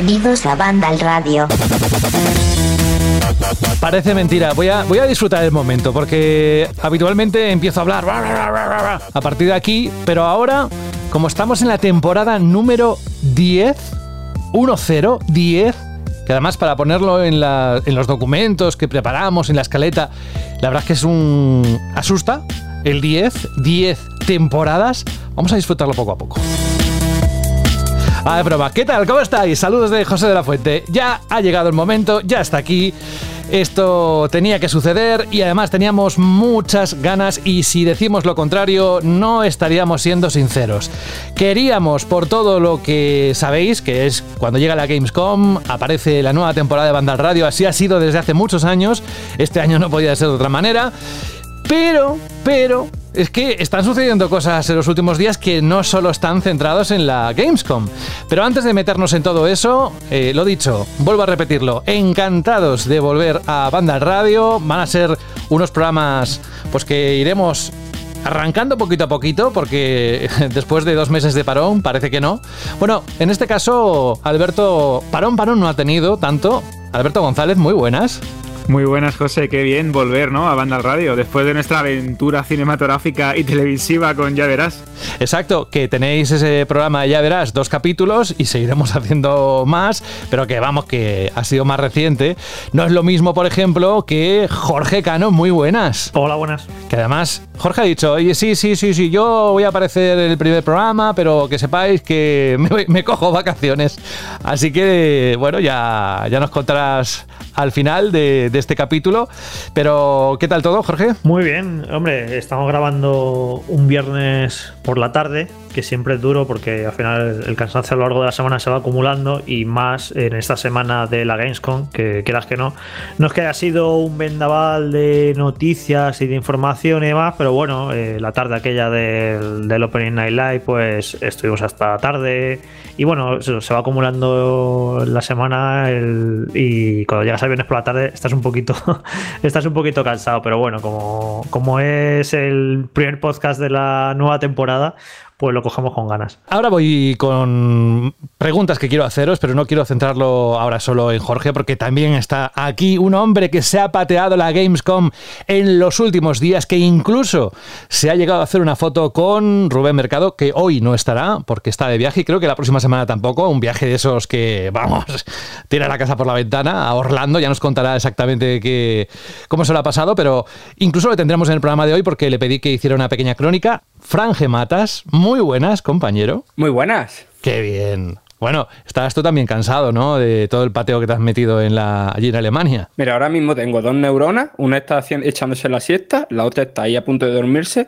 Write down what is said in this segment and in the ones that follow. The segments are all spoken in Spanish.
Bienvenidos a Vandal Radio. Parece mentira, voy a disfrutar el momento porque habitualmente empiezo a hablar a partir de aquí, pero ahora, como estamos en la temporada número 10, 10, que además para ponerlo en los documentos que preparamos, en la escaleta, la verdad es que asusta, el 10 temporadas, vamos a disfrutarlo poco a poco. De broma, ¿qué tal? ¿Cómo estáis? Saludos de José de la Fuente. Ya ha llegado el momento, ya está aquí. Esto tenía que suceder y además teníamos muchas ganas y si decimos lo contrario no estaríamos siendo sinceros. Queríamos, por todo lo que sabéis, que es cuando llega la Gamescom, aparece la nueva temporada de Vandal Radio, así ha sido desde hace muchos años, este año no podía ser de otra manera, pero es que están sucediendo cosas en los últimos días que no solo están centrados en la Gamescom. Pero antes de meternos en todo eso, lo dicho, vuelvo a repetirlo, encantados de volver a Vandal Radio. Van a ser unos programas pues que iremos arrancando poquito a poquito, porque después de 2 meses de parón, parece que no. Bueno, en este caso, Alberto, parón no ha tenido tanto. Alberto González, muy buenas. Muy buenas, José, qué bien volver, ¿no?, a Vandal Radio, después de nuestra aventura cinematográfica y televisiva con Ya Verás. Exacto, que tenéis ese programa de Ya Verás, 2 capítulos y seguiremos haciendo más, pero que vamos, que ha sido más reciente. No es lo mismo, por ejemplo, que Jorge Cano, muy buenas. Hola, buenas. Que además, Jorge ha dicho, oye, sí, yo voy a aparecer en el primer programa, pero que sepáis que me cojo vacaciones. Así que, bueno, ya nos contarás al final de este capítulo. Pero, ¿qué tal todo, Jorge? Muy bien, hombre, estamos grabando un viernes por la tarde, que siempre es duro porque al final el cansancio a lo largo de la semana se va acumulando y más en esta semana de la Gamescom, que quieras que no es que haya sido un vendaval de noticias y de información y demás, pero bueno, la tarde aquella del Opening Night Live pues estuvimos hasta tarde y bueno, se va acumulando la semana y cuando llegas al viernes por la tarde estás un poquito cansado, pero bueno, como es el primer podcast de la nueva temporada, pues lo cogemos con ganas. Ahora voy con preguntas que quiero haceros, pero no quiero centrarlo ahora solo en Jorge, porque también está aquí un hombre que se ha pateado la Gamescom en los últimos días, que incluso se ha llegado a hacer una foto con Rubén Mercado, que hoy no estará porque está de viaje y creo que la próxima semana tampoco, un viaje de esos que, vamos, tira la casa por la ventana a Orlando, ya nos contará exactamente cómo se lo ha pasado, pero incluso lo tendremos en el programa de hoy porque le pedí que hiciera una pequeña crónica. Fran Gematas, muy buenas, compañero. Muy buenas. Qué bien. Bueno, estarás tú también cansado, ¿no?, de todo el pateo que te has metido allí en Alemania. Mira, ahora mismo tengo 2 neuronas, una está echándose la siesta, la otra está ahí a punto de dormirse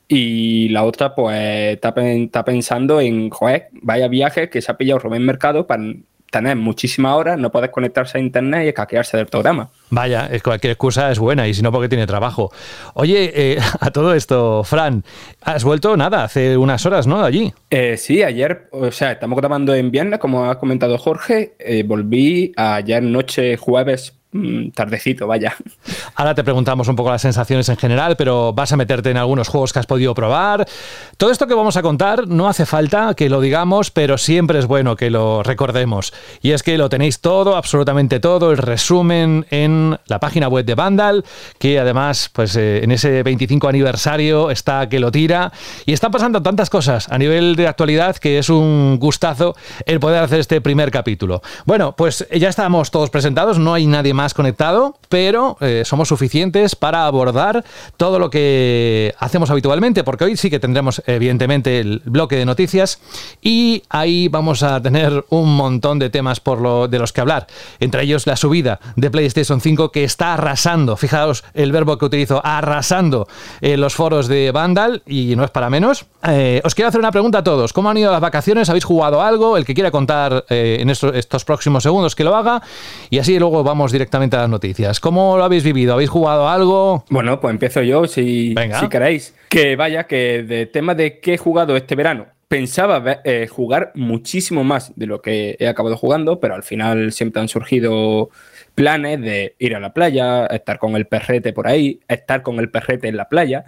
y la otra pues está pensando en, joder, vaya viaje que se ha pillado Rubén Mercado para tener muchísimas horas, no poder conectarse a internet y escaquearse del programa. Vaya, cualquier excusa es buena y si no porque tiene trabajo. Oye, a todo esto, Fran, has vuelto nada, hace unas horas, ¿no?, de allí. Sí, ayer, o sea, estamos grabando en viernes, como ha comentado Jorge, volví ayer noche, jueves, tardecito, vaya. Ahora te preguntamos un poco las sensaciones en general, pero vas a meterte en algunos juegos que has podido probar. Todo esto que vamos a contar no hace falta que lo digamos, pero siempre es bueno que lo recordemos. Y es que lo tenéis todo, absolutamente todo, el resumen en la página web de Vandal, que además, pues en ese 25 aniversario está que lo tira. Y están pasando tantas cosas a nivel de actualidad que es un gustazo el poder hacer este primer capítulo. Bueno, pues ya estamos todos presentados, no hay nadie más conectado, pero somos suficientes para abordar todo lo que hacemos habitualmente, porque hoy sí que tendremos evidentemente el bloque de noticias y ahí vamos a tener un montón de temas de los que hablar, entre ellos la subida de PlayStation 5 que está arrasando, fijaos el verbo que utilizo, arrasando los foros de Vandal y no es para menos. Os quiero hacer una pregunta a todos, ¿cómo han ido las vacaciones? ¿Habéis jugado algo? El que quiera contar en estos próximos segundos que lo haga y así luego vamos directamente a las noticias. ¿Cómo lo habéis vivido? ¿Habéis jugado algo? Bueno, pues empiezo yo si queréis. Que vaya, que de tema de qué he jugado este verano. Pensaba jugar muchísimo más de lo que he acabado jugando, pero al final siempre han surgido planes de ir a la playa, estar con el perrete por ahí, estar con el perrete en la playa.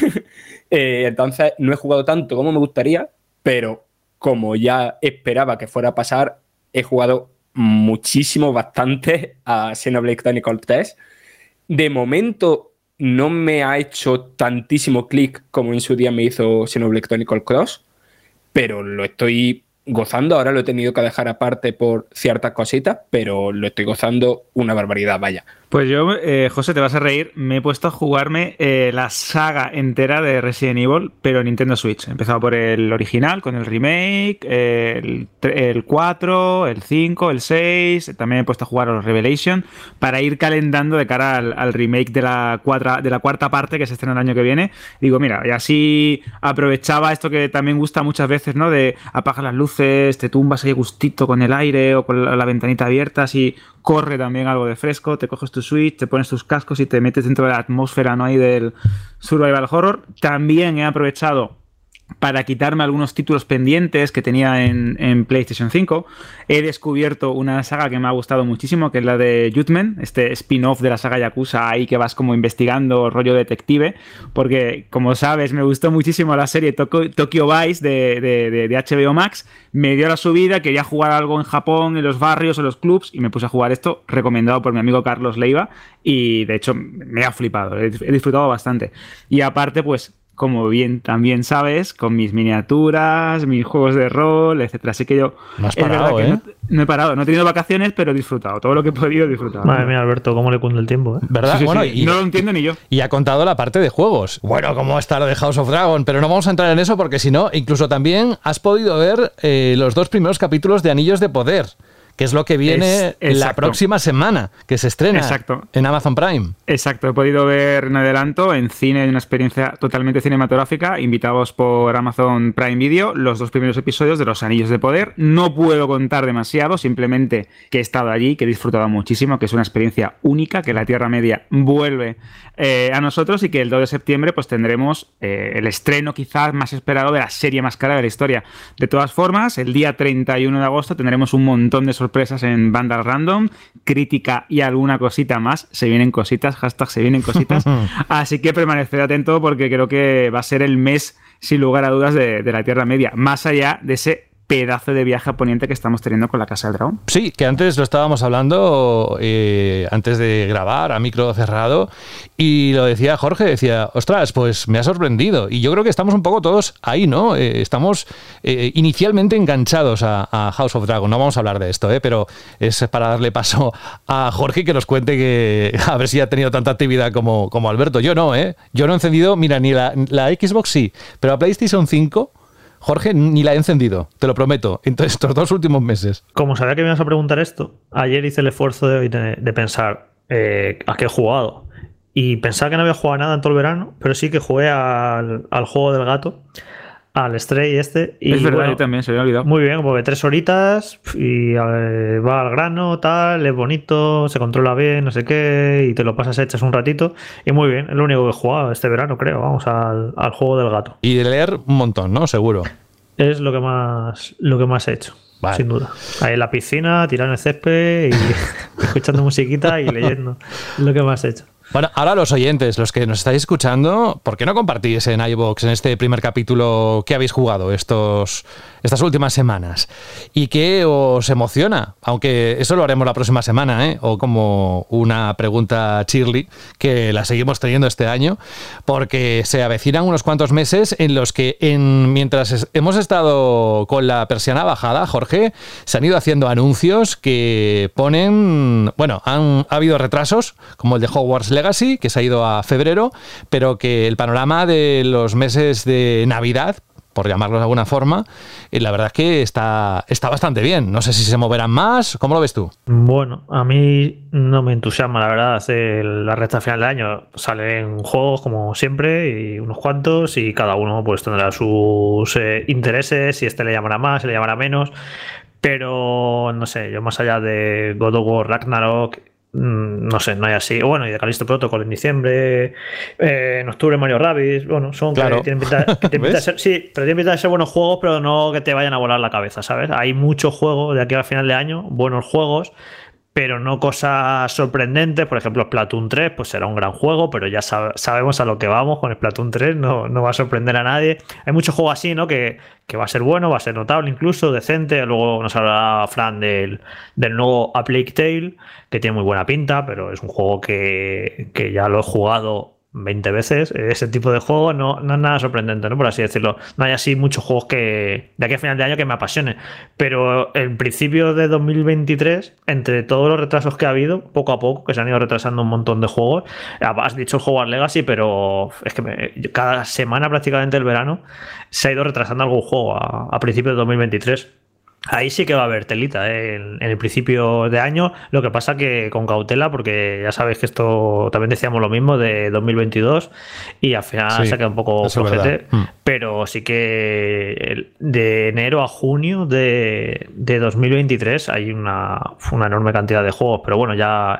Entonces no he jugado tanto como me gustaría, pero como ya esperaba que fuera a pasar, he jugado bastante a Xenoblade Chronicles 3. De momento no me ha hecho tantísimo clic como en su día me hizo Xenoblade Chronicles Cross, pero lo estoy gozando. Ahora lo he tenido que dejar aparte por ciertas cositas, pero lo estoy gozando una barbaridad, vaya. Pues yo, José, te vas a reír, me he puesto a jugarme la saga entera de Resident Evil, pero en Nintendo Switch. He empezado por el original, con el remake, el 4, el 5, el 6, también he puesto a jugar a los Revelation, para ir calendando de cara al remake de la cuarta parte que se estrena el año que viene. Digo, mira, y así aprovechaba esto que también gusta muchas veces, ¿no? De apagar las luces, te tumbas ahí gustito con el aire o con la ventanita abierta, así corre también algo de fresco, te coges tu Switch, te pones tus cascos y te metes dentro de la atmósfera, ¿no? Ahí del survival horror. También he aprovechado para quitarme algunos títulos pendientes que tenía en PlayStation 5. He descubierto una saga que me ha gustado muchísimo, que es la de Judgment, este spin-off de la saga Yakuza, ahí que vas como investigando rollo detective, porque como sabes me gustó muchísimo la serie Tokyo Vice de HBO Max. Me dio la subida, quería jugar algo en Japón, en los barrios, en los clubs, y me puse a jugar esto, recomendado por mi amigo Carlos Leiva, y de hecho me ha flipado, he disfrutado bastante. Y aparte, pues como bien también sabes, con mis miniaturas, mis juegos de rol, etcétera. Así que yo... No has parado, ¿eh? No he parado, no he tenido vacaciones, pero he disfrutado. Todo lo que he podido he disfrutado. Madre mía, Alberto, cómo le cunde el tiempo, ¿eh? ¿Verdad? Sí, bueno, sí. y no lo entiendo ni yo. Y ha contado la parte de juegos. Bueno, cómo está lo de House of Dragon, pero no vamos a entrar en eso porque si no, incluso también has podido ver los 2 primeros capítulos de Anillos de Poder, que es lo que viene la próxima semana, que se estrena en Amazon Prime. Exacto, he podido ver en adelanto en cine, una experiencia totalmente cinematográfica, invitados por Amazon Prime Video, los 2 primeros episodios de Los Anillos de Poder. No puedo contar demasiado, simplemente que he estado allí, que he disfrutado muchísimo, que es una experiencia única, que la Tierra Media vuelve a nosotros y que el 2 de septiembre pues tendremos el estreno quizás más esperado de la serie más cara de la historia. De todas formas, el día 31 de agosto tendremos un montón de sorpresas en Vandal Random, crítica y alguna cosita más. Se vienen cositas, hashtag se vienen cositas. Así que permaneced atento porque creo que va a ser el mes, sin lugar a dudas, de la Tierra Media. Más allá de ese pedazo de viaje a Poniente que estamos teniendo con la Casa del Dragón. Sí, que antes lo estábamos hablando, antes de grabar, a micro cerrado, y lo decía Jorge, decía, ostras, pues me ha sorprendido. Y yo creo que estamos un poco todos ahí, ¿no? Estamos inicialmente enganchados a House of Dragon. No vamos a hablar de esto, pero es para darle paso a Jorge que nos cuente que a ver si ha tenido tanta actividad como Alberto. Yo no, Yo no he encendido, mira, ni la Xbox sí, pero la PlayStation 5... Jorge, ni la he encendido, te lo prometo, en estos 2 últimos meses. Como sabía que me ibas a preguntar esto, ayer hice el esfuerzo de pensar a qué he jugado. Y pensaba que no había jugado nada en todo el verano, pero sí que jugué al juego del gato, al Stray y es verdad, yo también, se me había olvidado. Muy bien, porque 3 horitas y va al grano, tal, es bonito, se controla bien, no sé qué, y te lo pasas, echas un ratito. Y muy bien, es lo único que he jugado este verano, creo. Vamos al juego del gato. Y de leer un montón, ¿no? Seguro. Es lo que más he hecho. Vale. Sin duda. Ahí en la piscina, tirando el césped y escuchando musiquita y leyendo. Es lo que más he hecho. Bueno, ahora los oyentes, los que nos estáis escuchando, ¿por qué no compartís en iVoox, en este primer capítulo, qué habéis jugado estas últimas semanas? ¿Y qué os emociona? Aunque eso lo haremos la próxima semana, o como una pregunta Shirley, que la seguimos teniendo este año, porque se avecinan unos cuantos meses en los que, mientras hemos estado con la persiana bajada, Jorge, se han ido haciendo anuncios que ponen... Bueno, ha habido retrasos, como el de Hogwarts Legacy, que se ha ido a febrero, pero que el panorama de los meses de Navidad, por llamarlo de alguna forma, la verdad es que está bastante bien. No sé si se moverán más. ¿Cómo lo ves tú? Bueno, a mí no me entusiasma, la verdad. La recta final del año salen juegos como siempre y unos cuantos y cada uno pues tendrá sus intereses, si le llamará más, si le llamará menos. Pero no sé, yo más allá de God of War Ragnarok, no sé, no hay así. Bueno, y de Callisto Protocol en diciembre, en octubre Mario Rabbids, bueno, son claro. Que tienen pinta de ser, sí, pero tienen pinta de ser buenos juegos, pero no que te vayan a volar la cabeza, ¿sabes? Hay muchos juegos de aquí al final de año, buenos juegos, pero no cosas sorprendentes. Por ejemplo, Splatoon 3 pues será un gran juego, pero ya sabemos a lo que vamos con Splatoon 3, no va a sorprender a nadie. Hay muchos juegos así, ¿no? Que va a ser bueno, va a ser notable incluso, decente. Luego nos hablará Fran del nuevo A Plague Tale, que tiene muy buena pinta, pero es un juego que ya lo he jugado 20 veces. Ese tipo de juego no es nada sorprendente, ¿no? Por así decirlo. No hay así muchos juegos que de aquí a final de año que me apasionen. Pero en principio de 2023, entre todos los retrasos que ha habido, poco a poco, que se han ido retrasando un montón de juegos. Has dicho el Hogwarts Legacy, pero es que cada semana prácticamente el verano se ha ido retrasando algún juego a principios de 2023. Ahí sí que va a haber telita, en el principio de año. Lo que pasa que con cautela, porque ya sabéis que esto también decíamos lo mismo de 2022 y al final se queda un poco flojete. Pero sí que de enero a junio de 2023 hay una enorme cantidad de juegos. Pero bueno, ya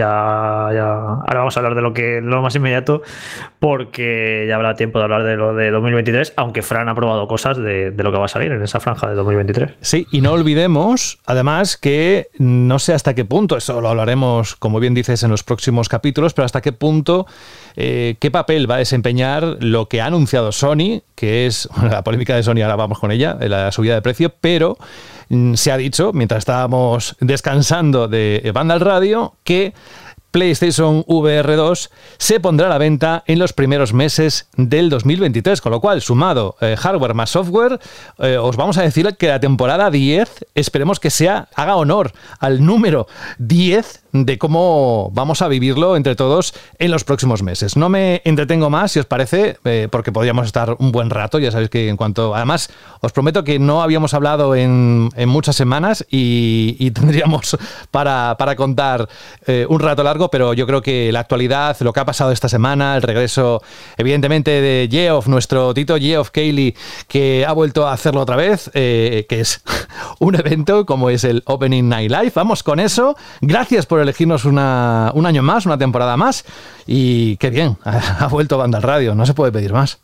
ahora vamos a hablar de lo más inmediato, porque ya habrá tiempo de hablar de lo de 2023, aunque Fran ha probado cosas de lo que va a salir en esa franja de 2023. Sí, y no olvidemos, además, que no sé hasta qué punto, eso lo hablaremos, como bien dices, en los próximos capítulos, pero hasta qué punto, qué papel va a desempeñar lo que ha anunciado Sony, que es la polémica de Sony, ahora vamos con ella, la subida de precio, pero se ha dicho, mientras estábamos descansando de Vandal Radio, que PlayStation VR 2 se pondrá a la venta en los primeros meses del 2023, con lo cual, sumado hardware más software, os vamos a decir que la temporada 10, esperemos que haga honor al número 10 de cómo vamos a vivirlo entre todos en los próximos meses. No me entretengo más, si os parece, porque podríamos estar un buen rato. Ya sabéis que además, os prometo que no habíamos hablado en muchas semanas y tendríamos para contar un rato largo, pero yo creo que la actualidad, lo que ha pasado esta semana, el regreso, evidentemente, de Geoff, nuestro Tito Geoff Keighley, que ha vuelto a hacerlo otra vez, que es un evento como es el Opening Night Live. Vamos con eso. Gracias por elegirnos un año más, una temporada más, y qué bien, ha vuelto Vandal Radio, no se puede pedir más.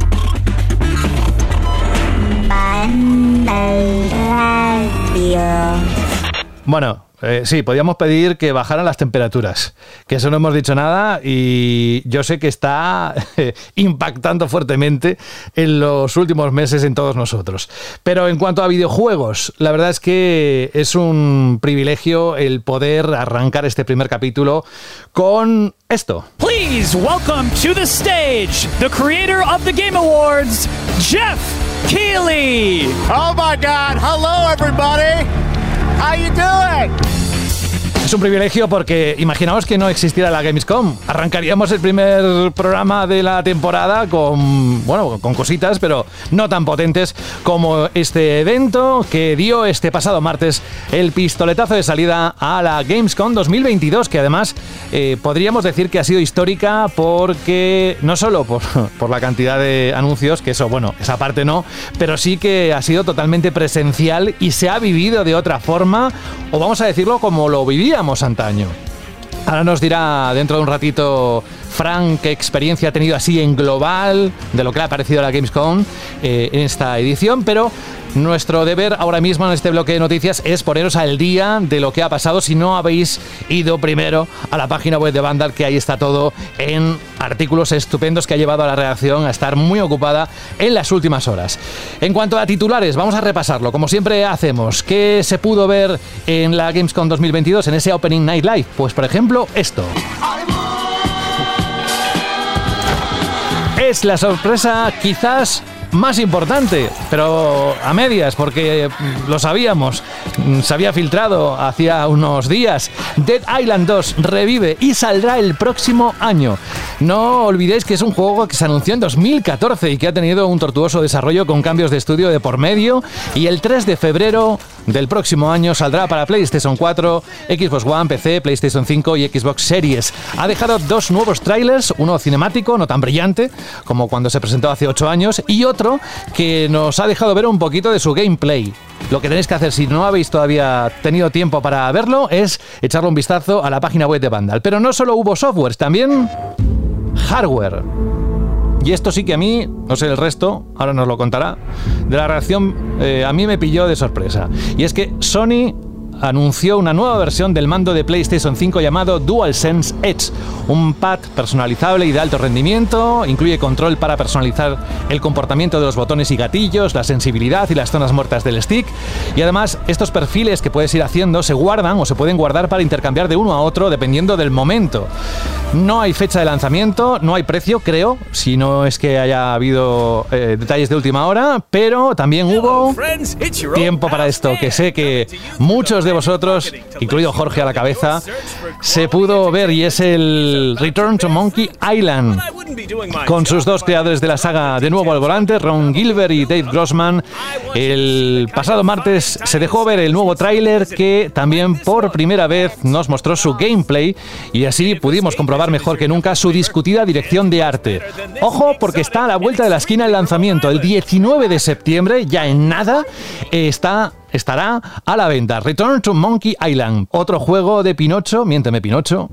Vandal Radio. Bueno, sí, podíamos pedir que bajaran las temperaturas, que eso no hemos dicho nada y yo sé que está impactando fuertemente en los últimos meses en todos nosotros. Pero en cuanto a videojuegos, la verdad es que es un privilegio el poder arrancar este primer capítulo con esto. Please welcome to the stage the creator of the Game Awards, Geoff Keighley. Oh my God! Hello everybody. How you doing? Es un privilegio porque imaginaos que no existiera la Gamescom. Arrancaríamos el primer programa de la temporada con cositas, pero no tan potentes como este evento que dio este pasado martes el pistoletazo de salida a la Gamescom 2022, que además podríamos decir que ha sido histórica porque no solo por la cantidad de anuncios, que eso, esa parte no, pero sí que ha sido totalmente presencial y se ha vivido de otra forma, o vamos a decirlo como lo vivíamos antaño. Ahora nos dirá dentro de un ratito Fran qué experiencia ha tenido así en global de lo que le ha parecido a la Gamescom en esta edición, pero nuestro deber ahora mismo en este bloque de noticias es poneros al día de lo que ha pasado. Si no habéis ido primero a la página web de Vandal, que ahí está todo en artículos estupendos que ha llevado a la redacción a estar muy ocupada en las últimas horas. En cuanto a titulares, vamos a repasarlo, como siempre hacemos. ¿Qué se pudo ver en la Gamescom 2022, en ese Opening Night Live? Pues, por ejemplo, esto. Es la sorpresa quizás más importante, pero a medias, porque lo sabíamos, se había filtrado hacía unos días. Dead Island 2 revive y saldrá el próximo año. No olvidéis que es un juego que se anunció en 2014 y que ha tenido un tortuoso desarrollo con cambios de estudio de por medio, y el 3 de febrero del próximo año saldrá para PlayStation 4, Xbox One, PC, PlayStation 5 y Xbox Series. Ha dejado 2 nuevos trailers, uno cinemático, no tan brillante como cuando se presentó hace 8 años, y otro que nos ha dejado ver un poquito de su gameplay. Lo que tenéis que hacer, si no habéis todavía tenido tiempo para verlo, es echarle un vistazo a la página web de Vandal. Pero no solo hubo software, también hardware. Y esto sí que a mí, no sé el resto, ahora nos lo contará, de la reacción a mí me pilló de sorpresa. Y es que Sony anunció una nueva versión del mando de PlayStation 5 llamado DualSense Edge, un pad personalizable y de alto rendimiento, incluye control para personalizar el comportamiento de los botones y gatillos, la sensibilidad y las zonas muertas del stick, y además estos perfiles que puedes ir haciendo se guardan o se pueden guardar para intercambiar de uno a otro dependiendo del momento. No hay fecha de lanzamiento, no hay precio, creo, si no es que haya habido detalles de última hora, pero también hubo tiempo para esto, que sé que muchos de vosotros, incluido Jorge a la cabeza, se pudo ver, y es el Return to Monkey Island, con sus dos creadores de la saga de nuevo al volante, Ron Gilbert y Dave Grossman. El pasado martes se dejó ver el nuevo tráiler que también por primera vez nos mostró su gameplay, y así pudimos comprobar mejor que nunca su discutida dirección de arte. Ojo, porque está a la vuelta de la esquina el lanzamiento, el 19 de septiembre, ya en nada, estará a la venta. Return to Monkey Island, otro juego de Pinocho, miénteme Pinocho.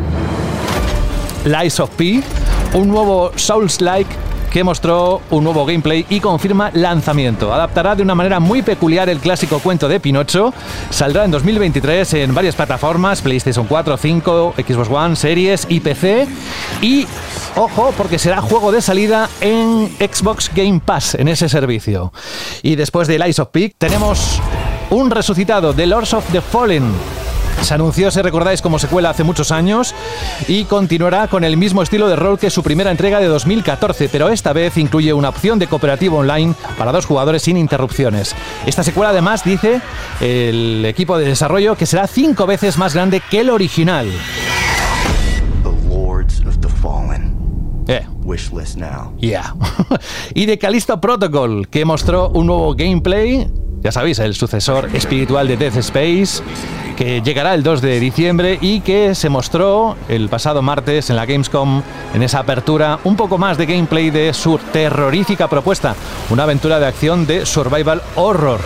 Lies of P, un nuevo Souls-like que mostró un nuevo gameplay y confirma lanzamiento. Adaptará de una manera muy peculiar el clásico cuento de Pinocho. Saldrá en 2023 en varias plataformas, PlayStation 4, 5, Xbox One, Series y PC. Y, ojo, porque será juego de salida en Xbox Game Pass, en ese servicio. Y después de Lies of P, tenemos un resucitado, The Lords of the Fallen. Se anunció, si recordáis, como secuela hace muchos años y continuará con el mismo estilo de rol que su primera entrega de 2014, pero esta vez incluye una opción de cooperativo online para 2 jugadores sin interrupciones. Esta secuela, además, dice el equipo de desarrollo que será 5 veces más grande que el original. The Lords of the Fallen. Wishlist now. Yeah. Y de Callisto Protocol, que mostró un nuevo gameplay. Ya sabéis, el sucesor espiritual de Dead Space, que llegará el 2 de diciembre y que se mostró el pasado martes en la Gamescom, en esa apertura, un poco más de gameplay de su terrorífica propuesta, una aventura de acción de survival horror.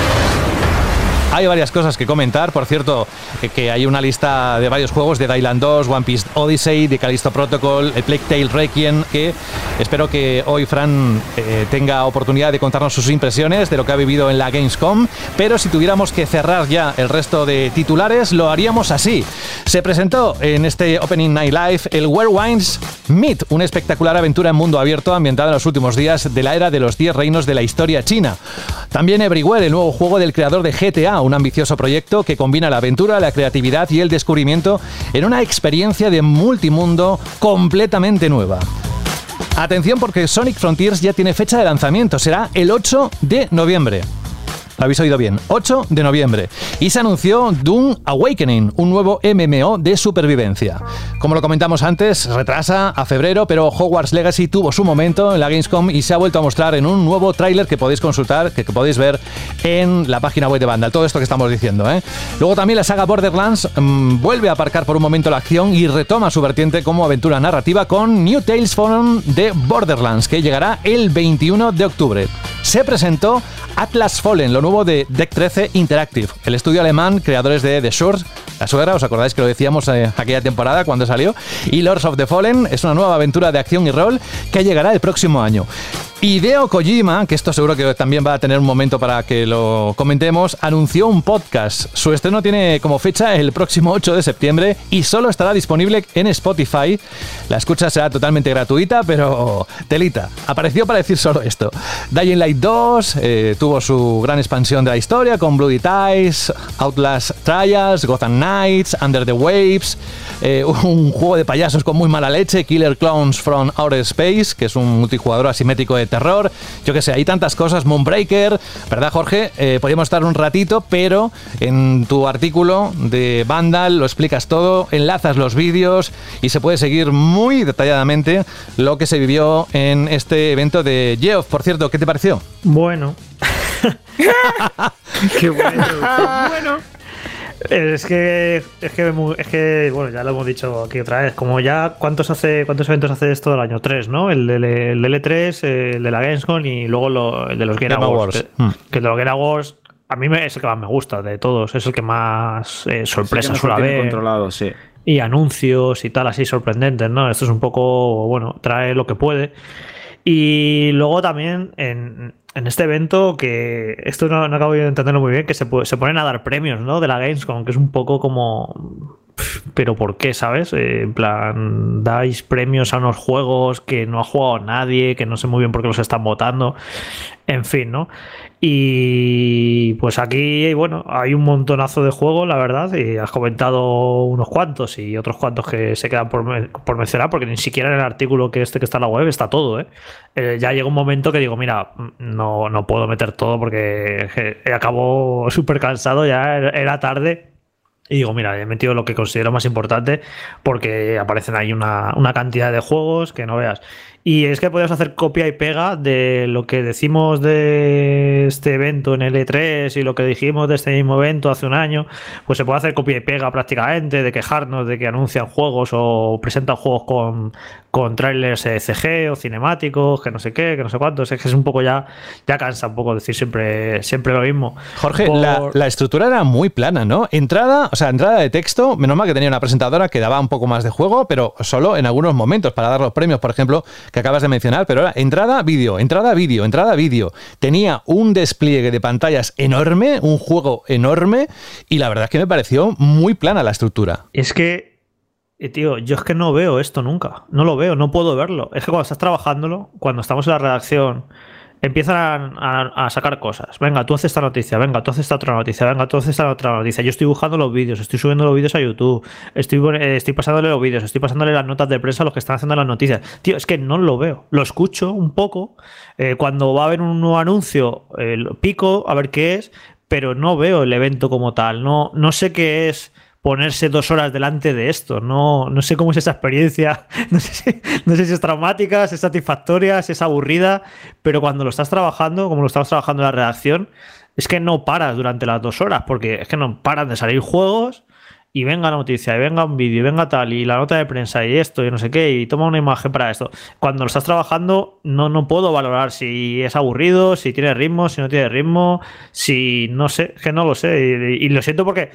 Hay varias cosas que comentar, por cierto, que hay una lista de varios juegos de Dylan 2, One Piece Odyssey, de Callisto Protocol, el Plague Tale Requiem, que espero que hoy Fran tenga oportunidad de contarnos sus impresiones de lo que ha vivido en la Gamescom, pero si tuviéramos que cerrar ya el resto de titulares, lo haríamos así. Se presentó en este Opening Night Live el Where Winds Meet, una espectacular aventura en mundo abierto ambientada en los últimos días de la era de los 10 reinos de la historia china. También Everywhere, el nuevo juego del creador de GTA, un ambicioso proyecto que combina la aventura, la creatividad y el descubrimiento en una experiencia de multimundo completamente nueva. Atención, porque Sonic Frontiers ya tiene fecha de lanzamiento, será el 8 de noviembre. Lo habéis oído bien, 8 de noviembre. Y se anunció Doom Awakening, un nuevo MMO de supervivencia. Como lo comentamos antes, retrasa a febrero, pero Hogwarts Legacy tuvo su momento en la Gamescom y se ha vuelto a mostrar en un nuevo tráiler que podéis consultar, que podéis ver en la página web de Vandal. Todo esto que estamos diciendo, ¿eh? Luego también la saga Borderlands vuelve a aparcar por un momento la acción y retoma su vertiente como aventura narrativa con New Tales from the Borderlands, que llegará el 21 de octubre. Se presentó Atlas Fallen, lo nuevo de Deck 13 Interactive, el estudio alemán, creadores de The Shores, La Suegra, ¿os acordáis que lo decíamos aquella temporada cuando salió? Y Lords of the Fallen es una nueva aventura de acción y rol que llegará el próximo año. Hideo Kojima, que esto seguro que también va a tener un momento para que lo comentemos, anunció un podcast. Su estreno tiene como fecha el próximo 8 de septiembre y solo estará disponible en Spotify. La escucha será totalmente gratuita, pero telita. Apareció para decir solo esto. Dying Light 2 tuvo su gran expansión de la historia con Bloody Ties, Outlast Trials, Gotham Knights, Under the Waves, un juego de payasos con muy mala leche, Killer Clowns from Outer Space, que es un multijugador asimétrico de terror. Yo que sé, hay tantas cosas. Moonbreaker, ¿verdad, Jorge? Podríamos estar un ratito, pero en tu artículo de Vandal lo explicas todo, enlazas los vídeos y se puede seguir muy detalladamente lo que se vivió en este evento de Geoff. Por cierto, ¿qué te pareció? Bueno. Qué bueno. Bueno. Es que bueno, ya lo hemos dicho aquí otra vez. Como ya, ¿cuántos eventos hace esto del año? 3, ¿no? El L3, el de la Gamescom y luego el de los Game Awards. Que el de los Game Awards a mí es el que más me gusta de todos. Es el que más sorpresas suele haber. Controlado, sí. Y anuncios y tal, así sorprendentes, ¿no? Esto es un poco, bueno, trae lo que puede. Y luego también en este evento, que esto no acabo de entenderlo muy bien, que se ponen a dar premios, ¿no? De la Gamescom, que es un poco como... ¿Pero por qué, sabes? En plan, dais premios a unos juegos que no ha jugado nadie, que no sé muy bien por qué los están votando. En fin, ¿no? Y pues aquí, bueno, hay un montonazo de juegos, la verdad, y has comentado unos cuantos y otros cuantos que se quedan por mencionar, porque ni siquiera en el artículo que está en la web está todo, ¿eh? Ya llega un momento que digo, mira, no puedo meter todo porque acabo súper cansado, ya era tarde. Y digo, mira, he metido lo que considero más importante porque aparecen ahí una cantidad de juegos que no veas. Y es que podías hacer copia y pega de lo que decimos de este evento en el E3 y lo que dijimos de este mismo evento hace un año, pues se puede hacer copia y pega prácticamente, de quejarnos de que anuncian juegos o presentan juegos con trailers CG o cinemáticos, que no sé qué, que no sé cuántos. Es que es un poco ya cansa un poco decir siempre lo mismo. Jorge, la estructura era muy plana, ¿no? Entrada de texto, menos mal que tenía una presentadora que daba un poco más de juego, pero solo en algunos momentos para dar los premios, por ejemplo, que acabas de mencionar, pero era entrada, vídeo. Tenía un despliegue de pantallas enorme, un juego enorme, y la verdad es que me pareció muy plana la estructura. Es que, tío, yo es que no veo esto nunca. No lo veo, no puedo verlo. Es que cuando estás trabajándolo, cuando estamos en la redacción, empiezan a sacar cosas. Venga, tú haces esta noticia, venga, tú haces esta otra noticia, venga, tú haces esta otra noticia. Yo estoy buscando los vídeos, estoy subiendo los vídeos a YouTube, estoy pasándole los vídeos, estoy pasándole las notas de prensa a los que están haciendo las noticias. Tío, es que no lo veo. Lo escucho un poco. Cuando va a haber un nuevo anuncio, pico a ver qué es, pero no veo el evento como tal. No sé qué es ponerse 2 horas delante de esto. No sé cómo es esa experiencia. No sé si es traumática, si es satisfactoria, si es aburrida, pero cuando lo estás trabajando, como lo estamos trabajando en la redacción, es que no paras durante las 2 horas, porque es que no paran de salir juegos y venga la noticia, y venga un vídeo, y venga tal, y la nota de prensa, y esto, y no sé qué, y toma una imagen para esto. Cuando lo estás trabajando, no puedo valorar si es aburrido, si tiene ritmo, si no tiene ritmo, si no sé, que no lo sé. Y lo siento porque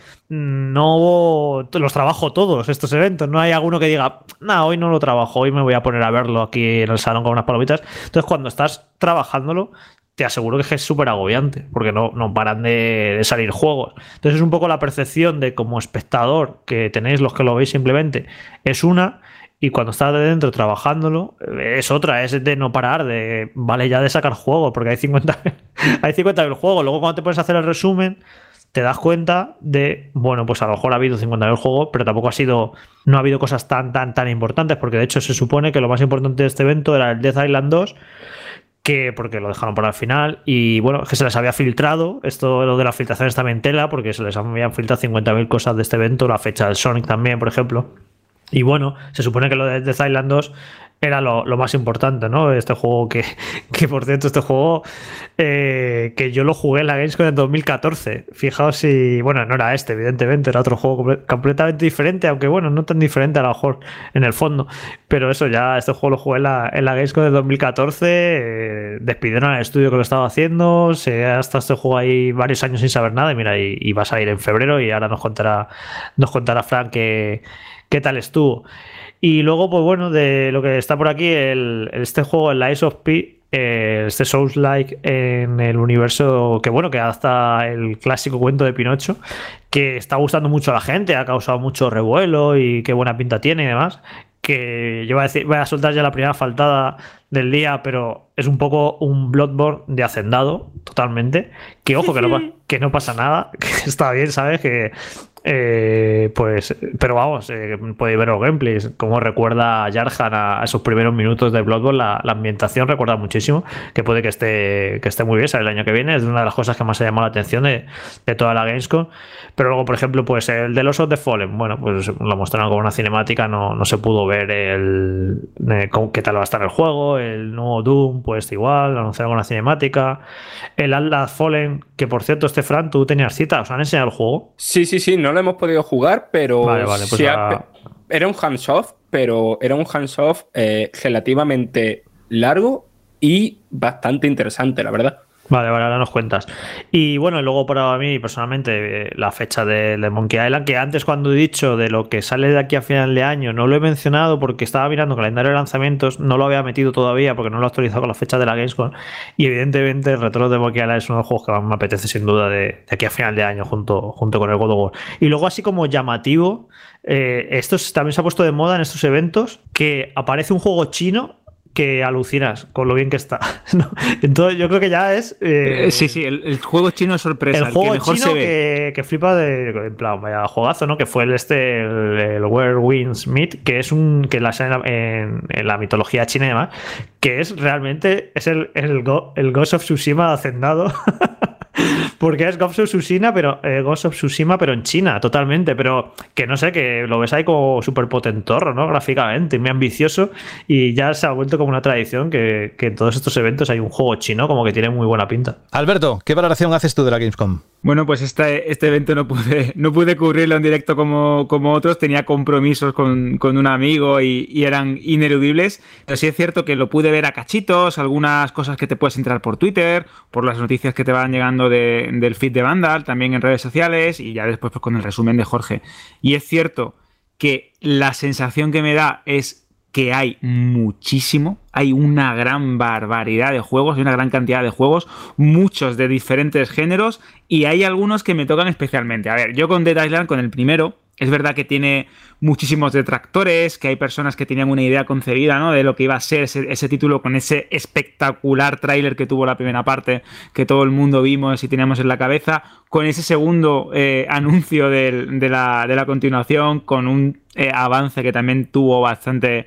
no los trabajo todos estos eventos. No hay alguno que diga, hoy no lo trabajo, hoy me voy a poner a verlo aquí en el salón con unas palomitas. Entonces, cuando estás trabajándolo, te aseguro que es súper agobiante, porque no paran de salir juegos. Entonces es un poco la percepción de como espectador que tenéis los que lo veis simplemente, es una, y cuando estás de dentro trabajándolo es otra, es de no parar, de vale ya de sacar juegos, porque hay 50.000 juegos. Luego cuando te pones a hacer el resumen te das cuenta de, bueno, pues a lo mejor ha habido 50.000 juegos, pero tampoco no ha habido cosas tan importantes, porque de hecho se supone que lo más importante de este evento era el Death Island 2, porque lo dejaron para el final, y bueno, que se les había filtrado, lo de las filtraciones también tela, porque se les habían filtrado 50.000 cosas de este evento, la fecha del Sonic también, por ejemplo, y bueno, se supone que lo de Death Island 2 era lo más importante, ¿no? Este juego que por cierto, este juego que yo lo jugué en la Gamescom en 2014. Fijaos si... Bueno, no era este, evidentemente, era otro juego completamente diferente, aunque bueno, no tan diferente a lo mejor en el fondo. Pero eso, ya este juego lo jugué en la Gamescom de 2014, despidieron al estudio que lo estaba haciendo, se ha estado este juego ahí varios años sin saber nada, y mira, y va a salir en febrero, y ahora nos contará Fran qué tal estuvo. Y luego, pues bueno, de lo que está por aquí, este juego, el Lies of P, este Souls-like en el universo que adapta el clásico cuento de Pinocho, que está gustando mucho a la gente, ha causado mucho revuelo y qué buena pinta tiene y demás. Que yo voy a soltar ya la primera faltada del día, pero es un poco un Bloodborne de hacendado, totalmente. Que ojo, que no pasa nada, que está bien, ¿sabes? Que pues, pero vamos, podéis ver los gameplays, como recuerda a Jarhan a esos primeros minutos de Bloodborne. La ambientación recuerda muchísimo, que puede que esté muy bien, sale el año que viene, es una de las cosas que más ha llamado la atención de toda la Gamescom. Pero luego, por ejemplo, pues el de Lords of the Fallen, bueno, pues lo mostraron con una cinemática, no se pudo ver qué tal va a estar el juego. El nuevo Doom, pues igual, lo anunciaron con una cinemática. El Atlas Fallen, que por cierto, Fran, tú tenías cita, ¿os han enseñado el juego? Sí, no lo hemos podido jugar, pero vale, pues sí, era un hands-off, pero era un hands-off relativamente largo y bastante interesante, la verdad. Vale, ahora nos cuentas. Y bueno, luego para mí personalmente la fecha de Monkey Island, que antes cuando he dicho de lo que sale de aquí a final de año no lo he mencionado porque estaba mirando calendario de lanzamientos, no lo había metido todavía porque no lo he actualizado con la fecha de la Gamescom, y evidentemente el Return de Monkey Island es uno de los juegos que más me apetece sin duda de aquí a final de año junto con el God of War. Y luego así como llamativo, esto también se ha puesto de moda en estos eventos, que aparece un juego chino que alucinas con lo bien que está, ¿no? Entonces yo creo que ya es... sí, el juego chino es sorpresa. El juego que mejor chino se ve. que flipa en plan, vaya juegazo, ¿no? Que fue el Where Winds Meet, que es que en la mitología china y demás, que es realmente el Ghost of Tsushima hacendado. Porque es Ghost of Tsushima, pero en China, totalmente. Pero que no sé, que lo ves ahí como súper potentorro, ¿no? Gráficamente, muy ambicioso. Y ya se ha vuelto como una tradición que en todos estos eventos hay un juego chino como que tiene muy buena pinta. Alberto, ¿qué valoración haces tú de la Gamescom? Bueno, pues este evento no pude cubrirlo en directo como otros. Tenía compromisos con un amigo y eran ineludibles. Pero sí es cierto que lo pude ver a cachitos, algunas cosas que te puedes enterar por Twitter, por las noticias que te van llegando del feed de Vandal, también en redes sociales, y ya después pues, con el resumen de Jorge. Y es cierto que la sensación que me da es que hay muchísimo, hay una gran barbaridad de juegos, hay una gran cantidad de juegos, muchos de diferentes géneros, y hay algunos que me tocan especialmente. A ver, yo con Dead Island, con el primero, es verdad que tiene muchísimos detractores, que hay personas que tenían una idea concebida, ¿no?, de lo que iba a ser ese título con ese espectacular tráiler que tuvo la primera parte, que todo el mundo vimos y teníamos en la cabeza, con ese segundo anuncio de la continuación, con un avance que también tuvo bastante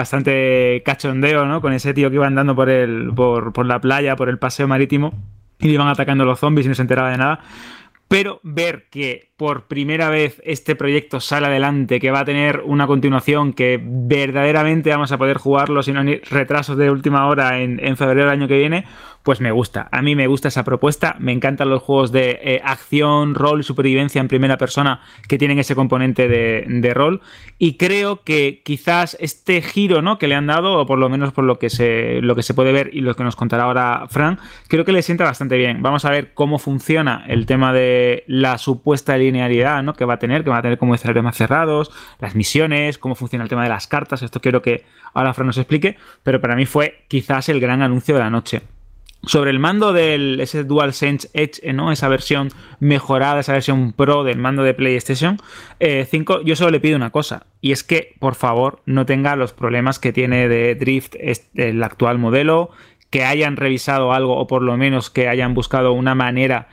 cachondeo, ¿no?, con ese tío que iba andando por la playa, por el paseo marítimo, y le iban atacando los zombies y no se enteraba de nada. Pero ver que por primera vez este proyecto sale adelante, que va a tener una continuación, que verdaderamente vamos a poder jugarlo sin retrasos de última hora en febrero del año que viene, pues me gusta. A mí me gusta esa propuesta, me encantan los juegos de acción, rol y supervivencia en primera persona que tienen ese componente de rol, y creo que quizás este giro, ¿no?, que le han dado, o por lo menos por lo que se puede ver y lo que nos contará ahora Fran, creo que le sienta bastante bien. Vamos a ver cómo funciona el tema de la supuesta linealidad, ¿no?, que va a tener como escenarios más cerrados, las misiones, cómo funciona el tema de las cartas. Esto quiero que ahora Fran nos explique, pero para mí fue quizás el gran anuncio de la noche. Sobre el mando ese DualSense Edge, ¿no?, esa versión mejorada, esa versión Pro del mando de PlayStation 5, yo solo le pido una cosa, y es que, por favor, no tenga los problemas que tiene de drift el actual modelo, que hayan revisado algo, o por lo menos que hayan buscado una manera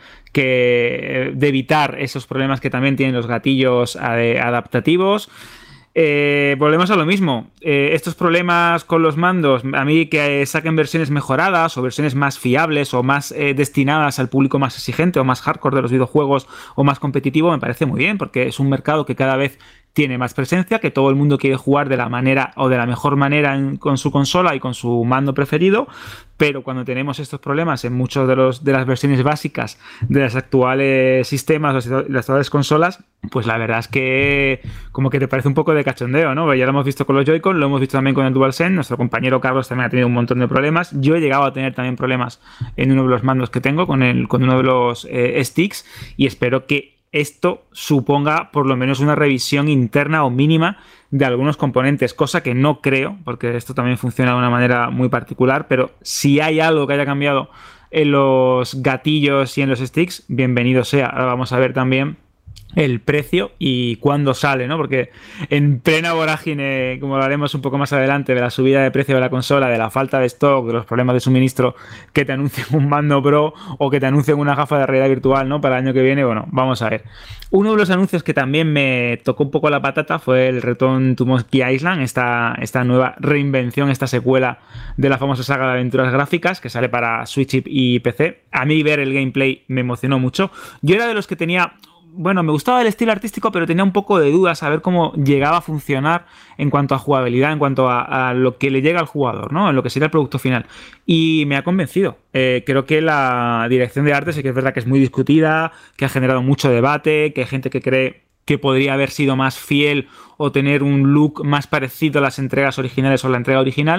de evitar esos problemas que también tienen los gatillos adaptativos. Volvemos a lo mismo. Estos problemas con los mandos, a mí que saquen versiones mejoradas o versiones más fiables o más destinadas al público más exigente o más hardcore de los videojuegos o más competitivo, me parece muy bien, porque es un mercado que cada vez tiene más presencia, que todo el mundo quiere jugar de la manera o de la mejor manera con su consola y con su mando preferido, pero cuando tenemos estos problemas en muchas de las versiones básicas de los actuales sistemas o las actuales consolas, pues la verdad es que como que te parece un poco de cachondeo, ¿no? Ya lo hemos visto con los Joy-Con, lo hemos visto también con el DualSense, nuestro compañero Carlos también ha tenido un montón de problemas, yo he llegado a tener también problemas en uno de los mandos que tengo con uno de los sticks, y espero que esto suponga por lo menos una revisión interna o mínima de algunos componentes, cosa que no creo, porque esto también funciona de una manera muy particular, pero si hay algo que haya cambiado en los gatillos y en los sticks, bienvenido sea. Ahora vamos a ver también el precio y cuándo sale, ¿no? Porque en plena vorágine, como lo haremos un poco más adelante, de la subida de precio de la consola, de la falta de stock, de los problemas de suministro, que te anuncien un mando Pro o que te anuncien una gafa de realidad virtual, ¿no?, para el año que viene, bueno, vamos a ver. Uno de los anuncios que también me tocó un poco la patata fue el Return to Monkey Island, esta nueva reinvención, esta secuela de la famosa saga de aventuras gráficas que sale para Switch y PC. A mí ver el gameplay me emocionó mucho. Yo era de los que tenía... Bueno, me gustaba el estilo artístico, pero tenía un poco de dudas a ver cómo llegaba a funcionar en cuanto a jugabilidad, en cuanto a lo que le llega al jugador, ¿no?, en lo que sería el producto final. Y me ha convencido. Creo que la dirección de arte sí que es verdad que es muy discutida, que ha generado mucho debate, que hay gente que cree que podría haber sido más fiel o tener un look más parecido a las entregas originales o a la entrega original.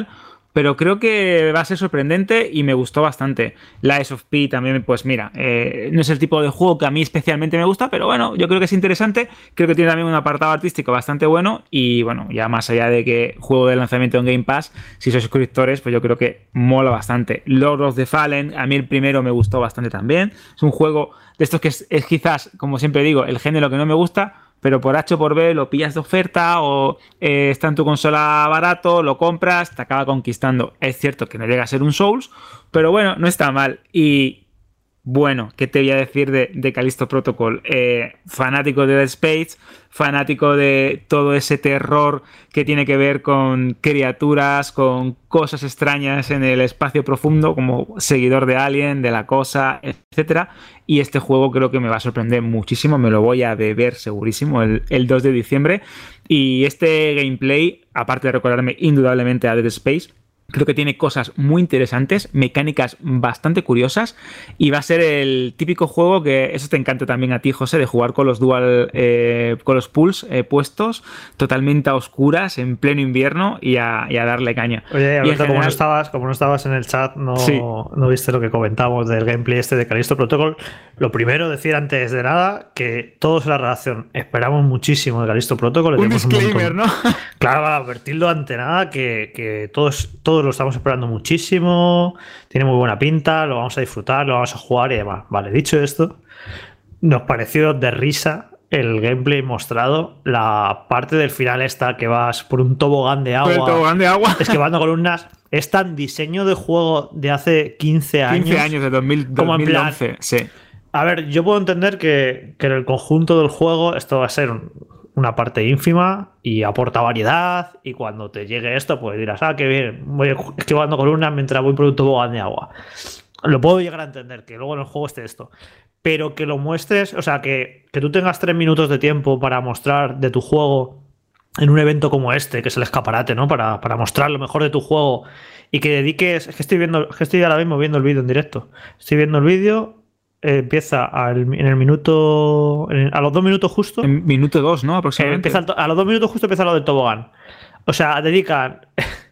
pero creo que va a ser sorprendente y me gustó bastante. Lies of P también, pues mira, no es el tipo de juego que a mí especialmente me gusta, pero bueno, yo creo que es interesante. Creo que tiene también un apartado artístico bastante bueno y bueno, ya más allá de que juego de lanzamiento en Game Pass, si sois suscriptores, pues yo creo que mola bastante. Lord of the Fallen, a mí el primero me gustó bastante también. Es un juego de estos que es quizás, como siempre digo, el género que no me gusta, pero por H o por B lo pillas de oferta o está en tu consola barato, lo compras, te acaba conquistando. Es cierto que no llega a ser un Souls, pero bueno, no está mal. Y bueno, ¿qué te voy a decir de Callisto Protocol? Fanático de Dead Space, fanático de todo ese terror que tiene que ver con criaturas, con cosas extrañas en el espacio profundo, como seguidor de Alien, de La Cosa, etcétera. Y este juego creo que me va a sorprender muchísimo, me lo voy a beber segurísimo el 2 de diciembre. Y este gameplay, aparte de recordarme indudablemente a Dead Space, creo que tiene cosas muy interesantes, mecánicas bastante curiosas y va a ser el típico juego que eso te encanta también a ti, José, de jugar con los dual, con los pulls puestos totalmente a oscuras en pleno invierno y a darle caña. Oye, Alberto, como no estabas en el chat, no viste lo que comentamos del gameplay este de Callisto Protocol. Lo primero, decir antes de nada que todos en la redacción esperamos muchísimo de Callisto Protocol. Un disclaimer, ¿no? Claro, para advertirlo ante nada que todos lo estamos esperando muchísimo, tiene muy buena pinta, lo vamos a disfrutar, lo vamos a jugar y demás. Vale, dicho esto, nos pareció de risa el gameplay mostrado, la parte del final esta que vas por un tobogán de agua, esquivando columnas. Es tan diseño de juego de hace 15 años. 15 años, de 2011, sí. A ver, yo puedo entender que en el conjunto del juego esto va a ser una parte ínfima y aporta variedad, y cuando te llegue esto pues dirás, qué bien, voy esquivando columnas mientras voy por un tobogán de agua. Lo puedo llegar a entender, que luego en el juego esté esto, pero que lo muestres, o sea, que tú tengas 3 minutos de tiempo para mostrar de tu juego en un evento como este, que es el escaparate, ¿no? Para mostrar lo mejor de tu juego, y que dediques, es que estoy ahora mismo viendo el vídeo en directo, estoy viendo el vídeo. Empieza en el minuto. A los 2 minutos justo. En minuto 2, ¿no? Aproximadamente. A los 2 minutos justo empieza lo del tobogán. O sea, dedican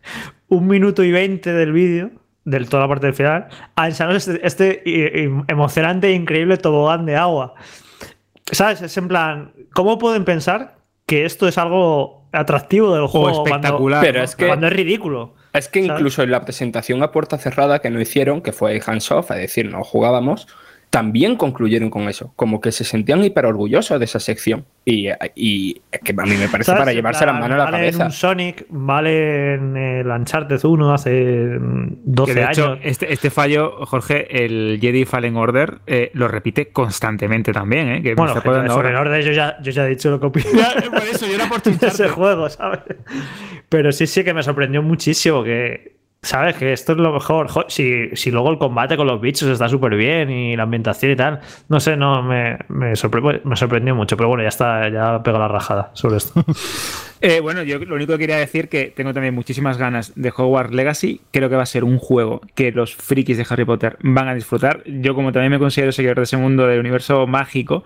1 minuto y 20 del vídeo, de toda la parte del final, a enseñar este emocionante e increíble tobogán de agua. ¿Sabes? Es en plan, ¿cómo pueden pensar que esto es algo atractivo del juego? Espectacular. Pero es que, cuando es ridículo. Es que incluso en la presentación a puerta cerrada que no hicieron, que fue hands off, es decir, no jugábamos, también concluyeron con eso, como que se sentían hiper orgullosos de esa sección, y es que a mí me parece, ¿sabes?, para llevarse las manos a la cabeza. En un Sonic, vale en el Uncharted 1 hace 12 de hecho, años. Este fallo, Jorge, el Jedi Fallen Order lo repite constantemente también, que bueno, Fallen Order yo ya he dicho lo que opino. Por eso yo era por ese juego, ¿sabes? Pero sí que me sorprendió muchísimo que, ¿sabes? Que esto es lo mejor. Si luego el combate con los bichos está súper bien y la ambientación y tal, no sé, me sorprendió mucho, pero bueno, ya pego la rajada sobre esto. Bueno, yo lo único que quería decir que tengo también muchísimas ganas de Hogwarts Legacy. Creo que va a ser un juego que los frikis de Harry Potter van a disfrutar. Yo, como también me considero seguidor de ese mundo del universo mágico,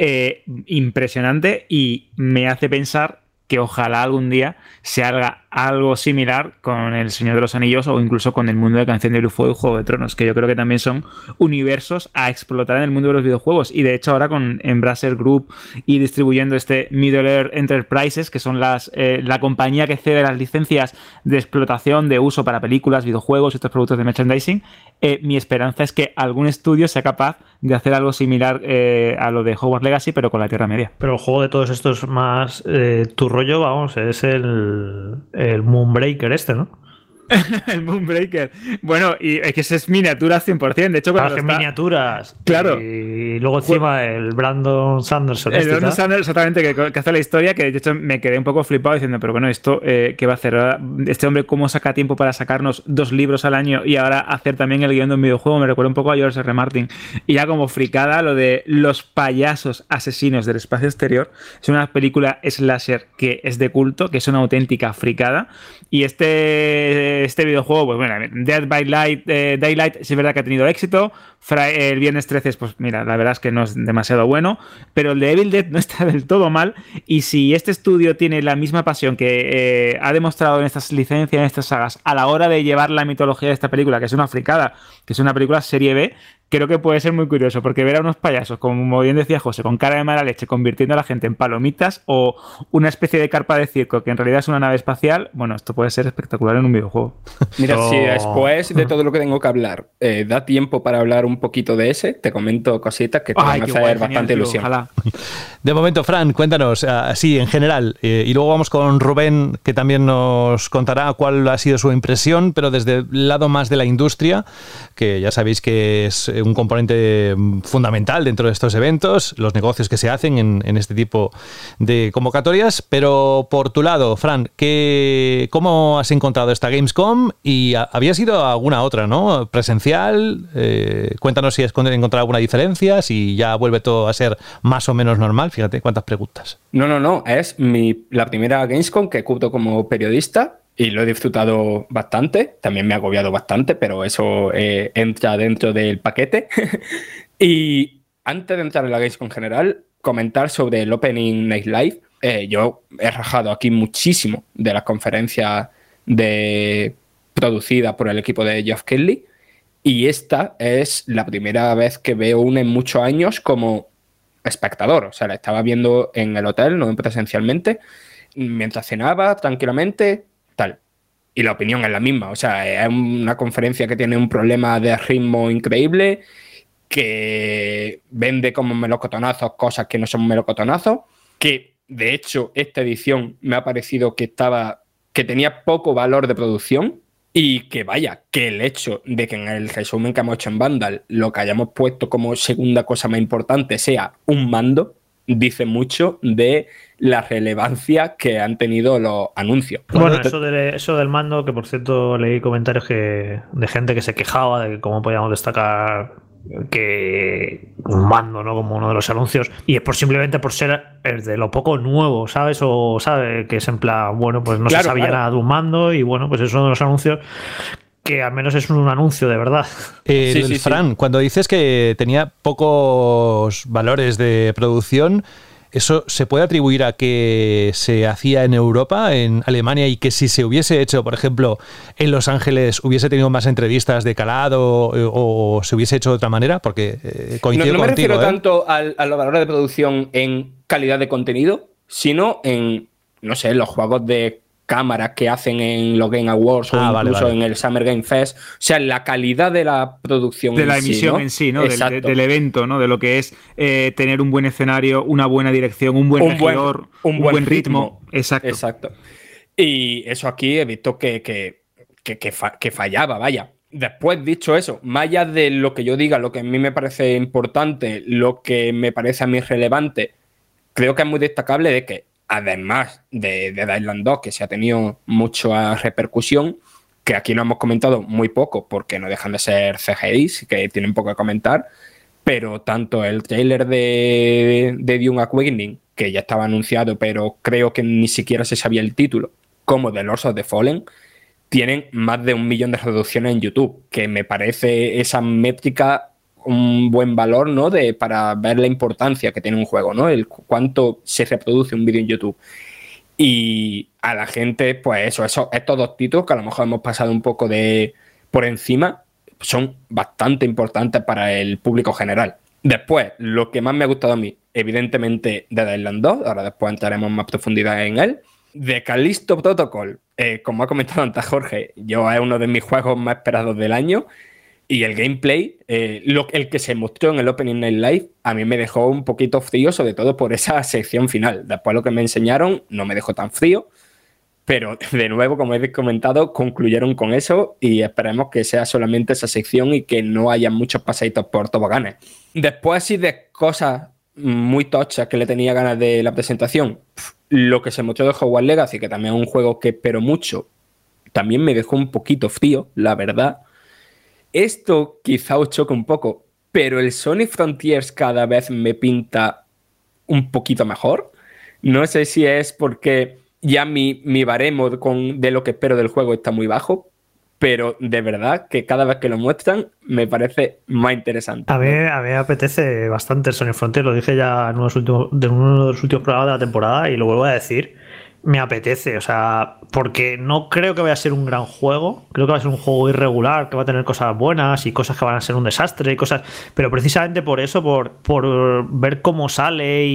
impresionante, y me hace pensar que ojalá algún día se haga algo similar con El Señor de los Anillos o incluso con el mundo de Canción de Fuego y Juego de Tronos, que yo creo que también son universos a explotar en el mundo de los videojuegos. Y de hecho ahora con Embracer Group y distribuyendo este Middle Earth Enterprises, que son la compañía que cede las licencias de explotación de uso para películas, videojuegos y otros productos de merchandising, mi esperanza es que algún estudio sea capaz de hacer algo similar a lo de Hogwarts Legacy, pero con la Tierra Media. Pero el juego de todos estos más tu rollo, vamos, es el Moonbreaker este, ¿no? El Moonbreaker. Bueno, y es que ese es miniaturas 100%. De hecho, cuando miniaturas. Claro. Y luego encima el Brandon Sanderson. El Brandon Sanderson, exactamente, que hace la historia, que de hecho me quedé un poco flipado diciendo, pero bueno, esto, ¿qué va a hacer ahora? Este hombre, ¿cómo saca tiempo para sacarnos 2 libros al año y ahora hacer también el guión de un videojuego? Me recuerda un poco a George R. Martin. Y ya como fricada, lo de los payasos asesinos del espacio exterior. Es una película slasher que es de culto, que es una auténtica fricada. Y este este videojuego, pues bueno, Dead by Daylight sí es verdad que ha tenido éxito. El Viernes 13, pues mira, la verdad es que no es demasiado bueno, pero el de Evil Dead no está del todo mal. Y si este estudio tiene la misma pasión que ha demostrado en estas licencias, en estas sagas, a la hora de llevar la mitología de esta película, que es una fricada, que es una película serie B, creo que puede ser muy curioso, porque ver a unos payasos, como bien decía José, con cara de mala leche, convirtiendo a la gente en palomitas, o una especie de carpa de circo que en realidad es una nave espacial, bueno, esto puede ser espectacular en un videojuego. Mira, si después de todo lo que tengo que hablar, da tiempo para hablar un poquito de ese, te comento cositas que te van a hacer bastante ilusión. Ojalá. De momento, Fran, cuéntanos, así en general, y luego vamos con Rubén, que también nos contará cuál ha sido su impresión, pero desde el lado más de la industria, que ya sabéis que es un componente fundamental dentro de estos eventos, los negocios que se hacen en este tipo de convocatorias. Pero por tu lado, Fran, ¿cómo has encontrado esta Gamescom? Y habías ido a alguna otra, ¿no? Presencial. Cuéntanos si has encontrado alguna diferencia, si ya vuelve todo a ser más o menos normal. Fíjate cuántas preguntas. No. Es la primera Gamescom que cubro como periodista. Y lo he disfrutado bastante, también me ha agobiado bastante, pero eso entra dentro del paquete. Y antes de entrar en la Gamescom en general, comentar sobre el Opening Night Live. Yo he rajado aquí muchísimo de las conferencias producidas por el equipo de Geoff Keighley, y esta es la primera vez que veo una en muchos años como espectador. O sea, la estaba viendo en el hotel, no presencialmente, mientras cenaba tranquilamente, tal. Y la opinión es la misma. O sea, es una conferencia que tiene un problema de ritmo increíble, que vende como melocotonazos cosas que no son melocotonazos, que de hecho esta edición me ha parecido que tenía poco valor de producción, y que vaya, que el hecho de que en el resumen que hemos hecho en Vandal lo que hayamos puesto como segunda cosa más importante sea un mando, dice mucho de la relevancia que han tenido los anuncios. Bueno, eso del mando, que por cierto leí comentarios de gente que se quejaba de cómo podíamos destacar que un mando, ¿no?, como uno de los anuncios, y es simplemente por ser de lo poco nuevo, ¿sabes? O sabe que es en plan, bueno, pues no se sabía nada de un mando, y bueno, pues es uno de los anuncios que al menos es un anuncio de verdad. Fran, cuando dices que tenía pocos valores de producción, ¿eso se puede atribuir a que se hacía en Europa, en Alemania, y que si se hubiese hecho, por ejemplo, en Los Ángeles, hubiese tenido más entrevistas de calado, o se hubiese hecho de otra manera? Porque coincido contigo. No me refiero tanto a los valores de producción en calidad de contenido, sino en, no sé, los juegos de cámaras que hacen en los Game Awards o incluso en el Summer Game Fest. O sea, la calidad de la producción de la emisión en sí, ¿no? Del evento, ¿no? De lo que es tener un buen escenario, una buena dirección, un buen regidor, un buen ritmo. Exacto. Y eso aquí he visto que fallaba, vaya. Después, dicho eso, más allá de lo que yo diga, lo que a mí me parece importante, lo que me parece a mí relevante, creo que es muy destacable de que, además de Dead Island 2, que se ha tenido mucha repercusión, que aquí no hemos comentado muy poco porque no dejan de ser CGIs, que tienen poco que comentar, pero tanto el trailer de Dune Awakening, que ya estaba anunciado, pero creo que ni siquiera se sabía el título, como de Lords of the Fallen, tienen más de 1 millón de reproducciones en YouTube, que me parece esa métrica un buen valor, ¿no?, para ver la importancia que tiene un juego, ¿no?, el cuánto se reproduce un vídeo en YouTube. Y a la gente, pues estos dos títulos que a lo mejor hemos pasado un poco por encima, son bastante importantes para el público general. Después, lo que más me ha gustado a mí, evidentemente, Dead Island 2, ahora después entraremos en más profundidad en él. De Callisto Protocol, como ha comentado antes Jorge, es uno de mis juegos más esperados del año. Y el gameplay, el que se mostró en el Opening Night Live, a mí me dejó un poquito frío, sobre todo por esa sección final. Después lo que me enseñaron no me dejó tan frío, pero de nuevo, como he comentado, concluyeron con eso y esperemos que sea solamente esa sección y que no haya muchos paseitos por toboganes. Después, así de cosas muy tochas que le tenía ganas de la presentación, lo que se mostró de Hogwarts Legacy, que también es un juego que espero mucho, también me dejó un poquito frío, la verdad. Esto quizá os choque un poco, pero el Sonic Frontiers cada vez me pinta un poquito mejor. No sé si es porque ya mi baremo de lo que espero del juego está muy bajo, pero de verdad que cada vez que lo muestran me parece más interesante. A mí me apetece bastante el Sonic Frontier, lo dije ya en uno de los últimos programas de la temporada y lo vuelvo a decir. Me apetece, o sea, porque no creo que vaya a ser un gran juego, creo que va a ser un juego irregular, que va a tener cosas buenas y cosas que van a ser un desastre y cosas, pero precisamente por eso, por ver cómo sale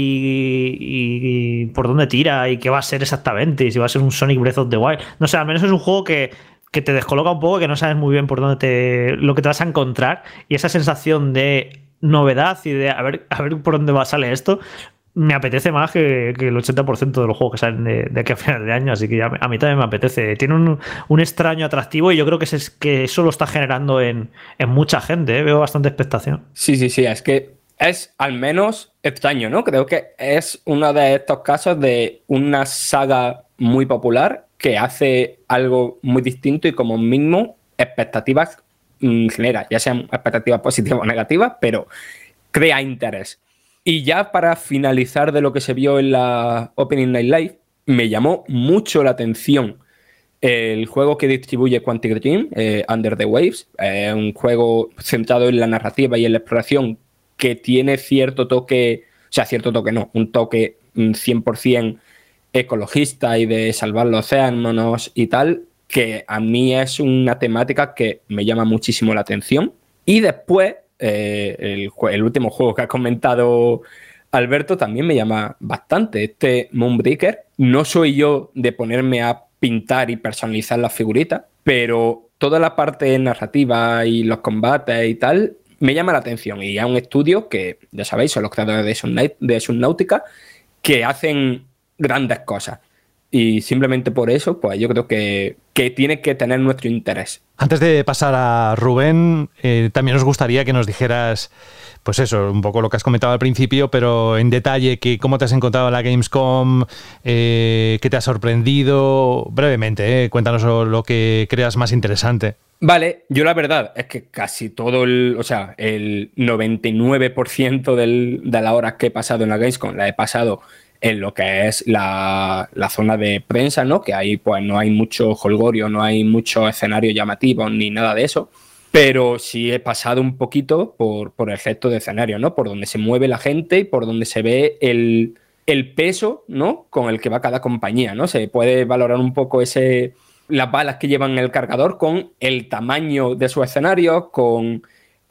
y por dónde tira y qué va a ser exactamente, y si va a ser un Sonic Breath of the Wild, no sé, al menos es un juego que te descoloca un poco, que no sabes muy bien por dónde lo que te vas a encontrar, y esa sensación de novedad y de a ver por dónde sale esto. Me apetece más que el 80% de los juegos que salen de aquí a final de año, así que a mí también me apetece. Tiene un extraño atractivo y yo creo que eso lo está generando en mucha gente, ¿eh? Veo bastante expectación. Sí, es que es al menos extraño, ¿no? Creo que es uno de estos casos de una saga muy popular que hace algo muy distinto y como mínimo expectativas genera, ya sean expectativas positivas o negativas, pero crea interés. Y ya para finalizar de lo que se vio en la Opening Night Live, me llamó mucho la atención el juego que distribuye Quantic Dream, Under the Waves, un juego centrado en la narrativa y en la exploración que tiene cierto toque, o sea, cierto toque no, un toque 100% ecologista y de salvar los océanos y tal, que a mí es una temática que me llama muchísimo la atención. Y después, el último juego que ha comentado Alberto también me llama bastante, Moonbreaker. No soy yo de ponerme a pintar y personalizar las figuritas, pero toda la parte narrativa y los combates y tal me llama la atención. Y es un estudio que, ya sabéis, son los creadores de Subnautica, que hacen grandes cosas. Y simplemente por eso, pues yo creo que tiene que tener nuestro interés. Antes de pasar a Rubén, también nos gustaría que nos dijeras, pues eso, un poco lo que has comentado al principio, pero en detalle, cómo te has encontrado en la Gamescom, qué te ha sorprendido, brevemente, cuéntanos lo que creas más interesante. Vale, yo la verdad es que casi todo el 99% de las horas que he pasado en la Gamescom la he pasado en lo que es la zona de prensa, ¿no? Que ahí pues no hay mucho jolgorio, no hay muchos escenarios llamativos ni nada de eso, pero sí he pasado un poquito por el gesto de escenario, ¿no? Por donde se mueve la gente y por donde se ve el peso, ¿no? Con el que va cada compañía, ¿no? Se puede valorar un poco las balas que llevan en el cargador con el tamaño de su escenario, con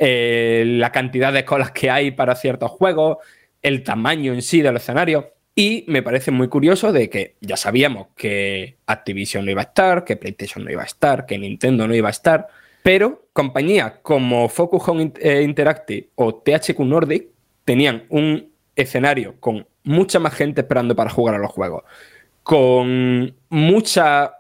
la cantidad de colas que hay para ciertos juegos, el tamaño en sí del escenario. Y me parece muy curioso de que ya sabíamos que Activision no iba a estar, que PlayStation no iba a estar, que Nintendo no iba a estar, pero compañías como Focus Home Interactive o THQ Nordic tenían un escenario con mucha más gente esperando para jugar a los juegos, con mucha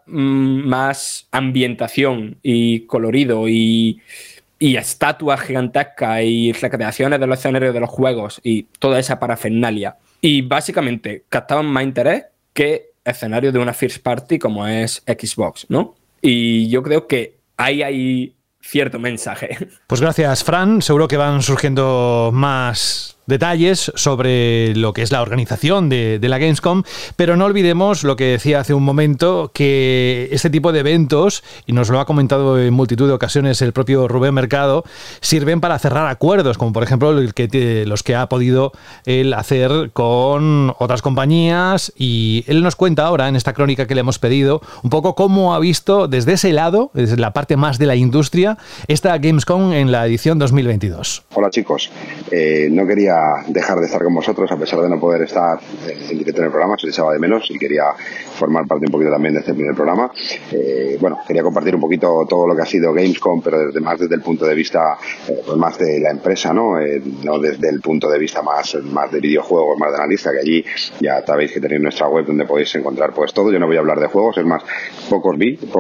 más ambientación y colorido y estatuas gigantescas y recreaciones de los escenarios de los juegos y toda esa parafernalia. Y básicamente captaban más interés que escenarios de una first party como es Xbox, ¿no? Y yo creo que ahí hay cierto mensaje. Pues gracias, Fran. Seguro que van surgiendo más detalles sobre lo que es la organización de la Gamescom, pero no olvidemos lo que decía hace un momento, que este tipo de eventos, y nos lo ha comentado en multitud de ocasiones el propio Rubén Mercado, sirven para cerrar acuerdos, como por ejemplo los que ha podido él hacer con otras compañías, y él nos cuenta ahora en esta crónica que le hemos pedido un poco cómo ha visto desde ese lado, desde la parte más de la industria, esta Gamescom en la edición 2022. Hola chicos, no quería dejar de estar con vosotros a pesar de no poder estar en directo en el programa, se les echaba de menos y quería formar parte un poquito también de este primer programa. Quería compartir un poquito todo lo que ha sido Gamescom, pero desde el punto de vista pues más de la empresa, no desde el punto de vista más de videojuegos, más de analista, que allí ya sabéis que tenéis nuestra web donde podéis encontrar pues todo. Yo no voy a hablar de juegos, es más, pocos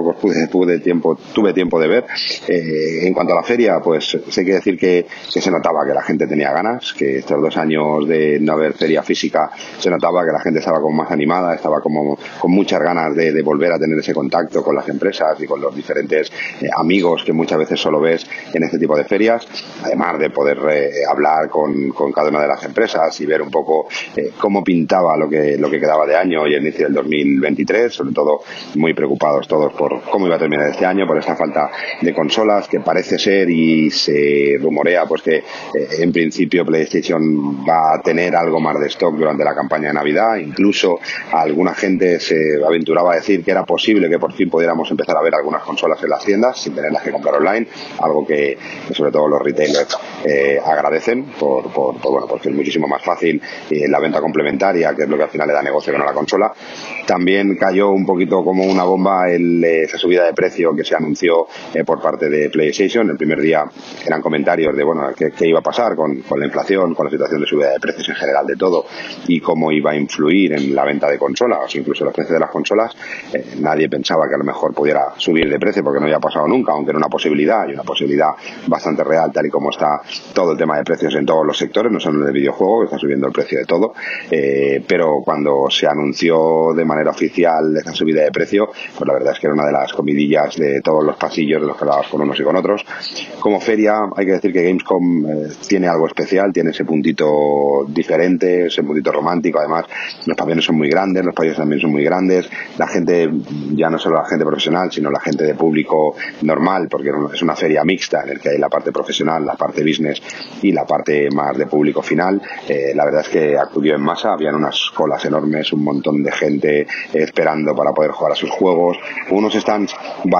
tuve tiempo de ver. En cuanto a la feria, pues sé que decir que se notaba que la gente tenía ganas, que estos 2 años de no haber feria física se notaba que la gente estaba como más animada, estaba como con muchas ganas de volver a tener ese contacto con las empresas y con los diferentes amigos que muchas veces solo ves en este tipo de ferias, además de poder hablar con cada una de las empresas y ver un poco cómo pintaba lo que quedaba de año y el inicio del 2023, sobre todo muy preocupados todos por cómo iba a terminar este año, por esa falta de consolas que parece ser, y se rumorea pues que en principio PlayStation va a tener algo más de stock durante la campaña de Navidad. Incluso alguna gente se aventuraba a decir que era posible que por fin pudiéramos empezar a ver algunas consolas en las tiendas sin tenerlas que comprar online, algo que sobre todo los retailers agradecen porque es muchísimo más fácil la venta complementaria, que es lo que al final le da negocio con la consola. También cayó un poquito como una bomba esa subida de precio que se anunció por parte de PlayStation. El primer día eran comentarios de qué iba a pasar con la inflación, con la situación de subida de precios en general de todo y cómo iba a influir en la venta de consolas, incluso los precios de las consolas. Nadie pensaba que a lo mejor pudiera subir de precio porque no había pasado nunca, aunque era una posibilidad, y una posibilidad bastante real, tal y como está todo el tema de precios en todos los sectores, no solo en el videojuego, que está subiendo el precio de todo, pero cuando se anunció de manera oficial esa subida de precio, pues la verdad es que era una de las comidillas de todos los pasillos de los que hablabas con unos y con otros. Como feria hay que decir que Gamescom tiene algo especial, tiene ese puntito diferente, ese puntito romántico. Además, los pabellones son muy grandes, los pabellones también son muy grandes, la gente, ya no solo la gente profesional, sino la gente de público normal, porque es una feria mixta en la que hay la parte profesional, la parte business y la parte más de público final. La verdad es que acudió en masa, habían unas colas enormes, un montón de gente esperando para poder jugar a sus juegos, unos stands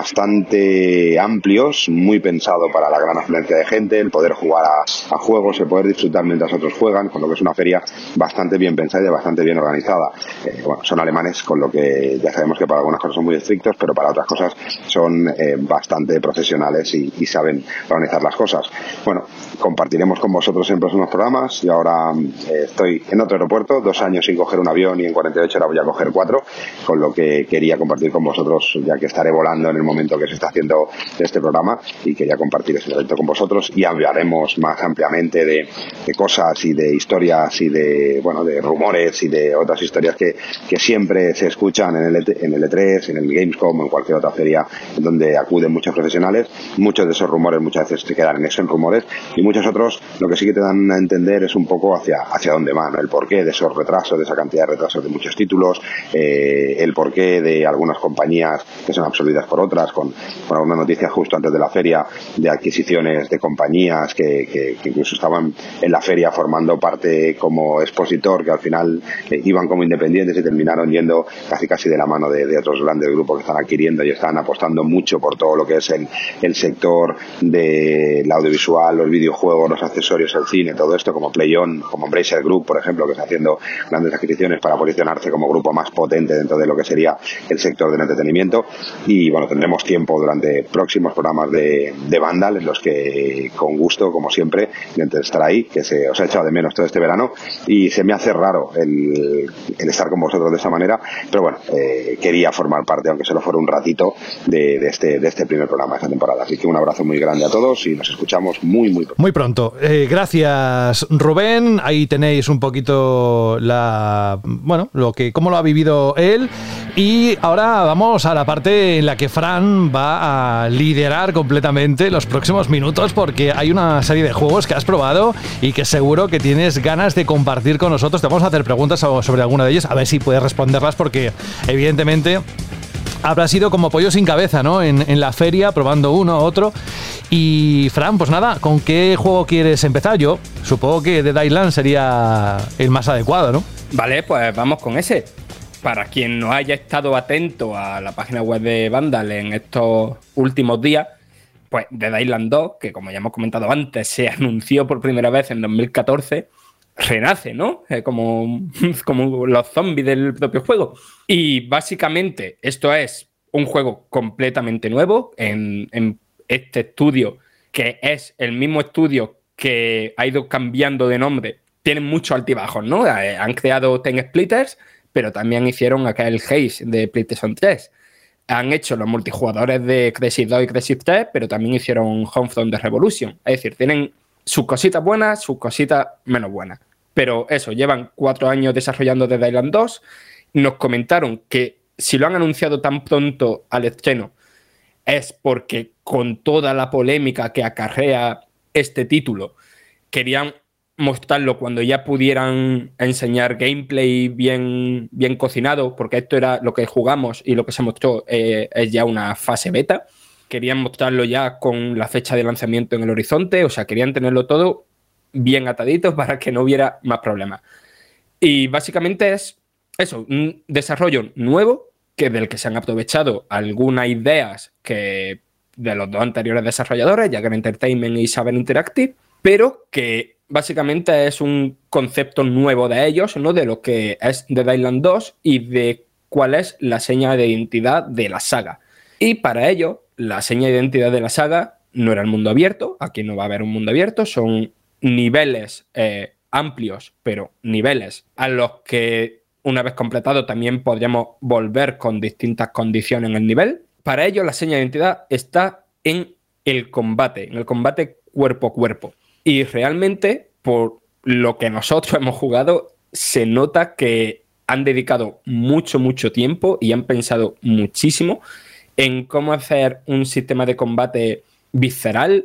bastante amplios, muy pensado para la gran afluencia de gente, el poder jugar a juegos, el poder disfrutar mientras otros juegan, con lo que es una feria bastante bien pensada y bastante bien organizada. Son alemanes, con lo que ya sabemos que para algunas cosas son muy estrictos, pero para otras cosas son bastante profesionales y saben organizar las cosas. Compartiremos con vosotros en próximos programas. Y ahora estoy en otro aeropuerto, 2 años sin coger un avión y en 48 horas voy a coger 4, con lo que quería compartir con vosotros, ya que estaré volando en el momento que se está haciendo este programa, y quería compartir ese evento con vosotros, y hablaremos más ampliamente de cosas y de historias y de rumores y de otras historias que siempre se escuchan en el E3, en el Gamescom o en cualquier otra feria donde acuden muchos profesionales. Muchos de esos rumores muchas veces se quedan en eso, en rumores, y muchos otros lo que sí que te dan a entender es un poco hacia dónde van, ¿no? El porqué de esos retrasos, de esa cantidad de retrasos de muchos títulos, el porqué de algunas compañías que son absorbidas por otras, con alguna noticia justo antes de la feria de adquisiciones de compañías que incluso estaban en la feria formando parte como expositor, que al final iban como independientes y terminaron yendo casi de la mano de otros grandes grupos que están adquiriendo y están apostando mucho por todo lo que es el sector del audiovisual, los videojuegos, los accesorios, el cine, todo esto, como PlayOn, como Embracer Group, por ejemplo, que está haciendo grandes adquisiciones para posicionarse como grupo más potente dentro de lo que sería el sector del entretenimiento. Y tendremos tiempo durante próximos programas de Vandal, en los que con gusto, como siempre, intentaré estar ahí, que se os ha echado de menos todo este verano y se me hace raro el estar con vosotros de esa manera, pero quería formar parte, aunque solo fuera un ratito, de este primer programa de esta temporada. Así que un abrazo muy grande a todos y nos escuchamos muy pronto. Muy pronto. Gracias, Rubén. Ahí tenéis un poquito cómo lo ha vivido él. Y ahora vamos a la parte en la que Fran va a liderar completamente los próximos minutos, porque hay una serie de juegos que has probado y que seguro que tienes ganas de compartir con nosotros. Te vamos a hacer preguntas sobre alguna de ellas, a ver si puedes responderlas, porque evidentemente habrá sido como pollo sin cabeza, ¿no? En la feria, probando uno, otro. Y Fran, pues nada, ¿con qué juego quieres empezar? Yo supongo que Dead Island sería el más adecuado, ¿no? Vale, pues vamos con ese. Para quien no haya estado atento a la página web de Vandal en estos últimos días, pues Dead Island 2, que como ya hemos comentado antes, se anunció por primera vez en 2014, renace, ¿no? Como los zombies del propio juego. Y básicamente esto es un juego completamente nuevo en este estudio, que es el mismo estudio que ha ido cambiando de nombre. Tienen muchos altibajos, ¿no? Han creado Ten Splitters, pero también hicieron aquel Haze de PlayStation 3. Han hecho los multijugadores de Crysis 2 y Crysis 3, pero también hicieron Homefront de Revolution. Es decir, tienen sus cositas buenas, sus cositas menos buenas. Pero eso, llevan 4 años desarrollando Dead Island 2. Nos comentaron que si lo han anunciado tan pronto al estreno es porque con toda la polémica que acarrea este título, querían mostrarlo cuando ya pudieran enseñar gameplay bien cocinado, porque esto era lo que jugamos y lo que se mostró es ya una fase beta. Querían mostrarlo ya con la fecha de lanzamiento en el horizonte, o sea, querían tenerlo todo bien atadito para que no hubiera más problemas. Y básicamente es eso, un desarrollo nuevo del que se han aprovechado algunas ideas que de los 2 anteriores desarrolladores, Jagger Entertainment y Saber Interactive, pero que básicamente es un concepto nuevo de ellos, ¿no? De lo que es Dead Island 2 y de cuál es la seña de identidad de la saga. Y para ello, la seña de identidad de la saga no era el mundo abierto, aquí no va a haber un mundo abierto, son niveles amplios, pero niveles a los que una vez completado también podríamos volver con distintas condiciones en el nivel. Para ello la seña de identidad está en el combate cuerpo a cuerpo. Y realmente, por lo que nosotros hemos jugado, se nota que han dedicado mucho tiempo y han pensado muchísimo en cómo hacer un sistema de combate visceral,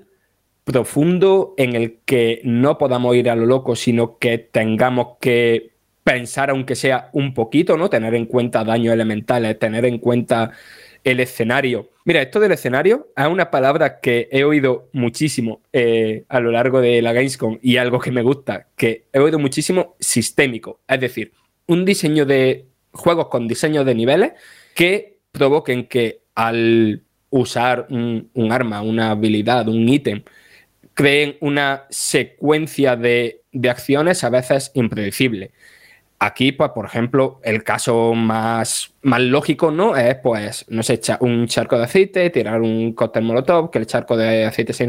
profundo, en el que no podamos ir a lo loco, sino que tengamos que pensar, aunque sea un poquito, ¿no? Tener en cuenta daños elementales, tener en cuenta el escenario. Mira, esto del escenario es una palabra que he oído muchísimo a lo largo de la Gamescom y algo que me gusta, que he oído muchísimo sistémico. Es decir, un diseño de juegos con diseño de niveles que provoquen que al usar un arma, una habilidad, un ítem, creen una secuencia de acciones a veces impredecible. Aquí, pues, por ejemplo, el caso más lógico, ¿no? Es, pues, no sé, un charco de aceite, tirar un cóctel molotov, que el charco de aceite se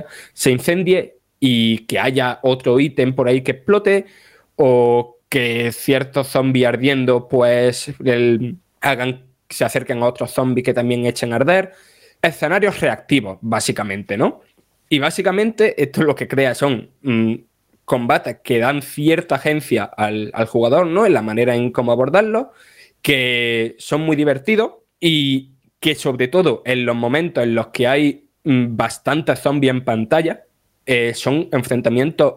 incendie y que haya otro ítem por ahí que explote, o que ciertos zombies ardiendo, pues, se acerquen a otros zombies que también echen a arder. Escenarios reactivos, básicamente, ¿no? Y básicamente esto lo que crea son combates que dan cierta agencia al jugador, ¿no? En la manera en cómo abordarlo, que son muy divertidos y que sobre todo en los momentos en los que hay bastantes zombies en pantalla, son enfrentamientos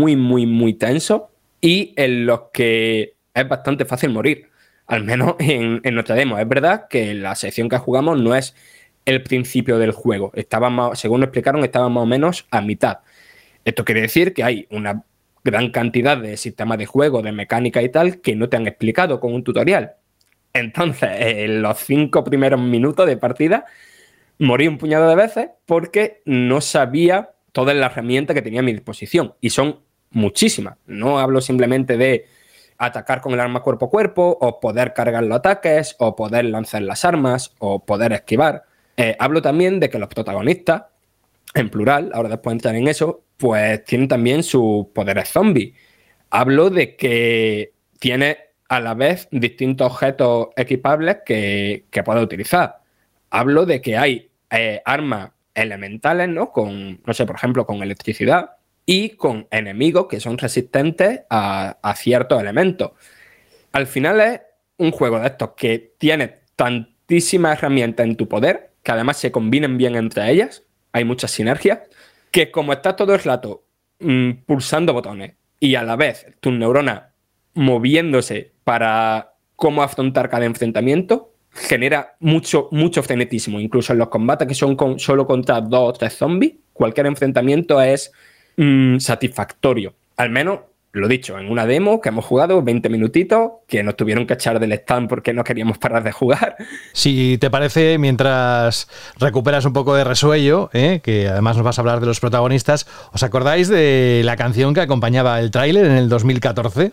muy tensos y en los que es bastante fácil morir, al menos en nuestra demo. Es verdad que la sección que jugamos no es el principio del juego, según nos explicaron, estaba más o menos a mitad. Esto quiere decir que hay una gran cantidad de sistemas de juego, de mecánica y tal, que no te han explicado con un tutorial. Entonces, en los 5 primeros minutos de partida, morí un puñado de veces porque no sabía todas las herramientas que tenía a mi disposición. Y son muchísimas. No hablo simplemente de atacar con el arma cuerpo a cuerpo, o poder cargar los ataques, o poder lanzar las armas, o poder esquivar. Hablo también de que los protagonistas, en plural, ahora después de entrar en eso, pues tienen también sus poderes zombies. Hablo de que tiene a la vez distintos objetos equipables que puede utilizar. Hablo de que hay armas elementales, ¿no? No sé, por ejemplo, con electricidad, y con enemigos que son resistentes a ciertos elementos. Al final es un juego de estos que tiene tantísimas herramientas en tu poder, que además se combinan bien entre ellas, hay muchas sinergias, que como estás todo el rato pulsando botones y a la vez tus neuronas moviéndose para cómo afrontar cada enfrentamiento, genera mucho frenetismo. Incluso en los combates que son solo contra 2 o 3 zombies, cualquier enfrentamiento es satisfactorio. Al menos, lo dicho, en una demo que hemos jugado 20 minutitos, que nos tuvieron que echar del stand porque no queríamos parar de jugar. Si te parece, mientras recuperas un poco de resuello, que además nos vas a hablar de los protagonistas, ¿os acordáis de la canción que acompañaba el tráiler en el 2014?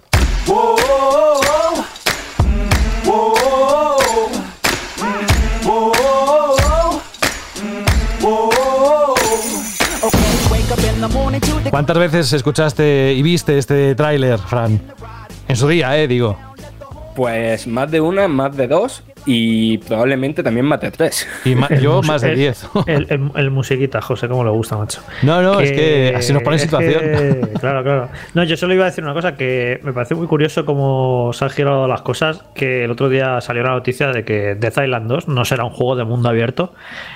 ¿Cuántas veces escuchaste y viste este tráiler, Fran? En su día, digo. Pues más de una, más de 2, y probablemente también mate 3. Y yo más de 10. El musiquita, José, cómo le gusta, macho. No, es que así nos pone en situación. Claro. No, yo solo iba a decir una cosa, que me parece muy curioso cómo se han girado las cosas, que el otro día salió la noticia de que Death Island 2 no será un juego de mundo abierto,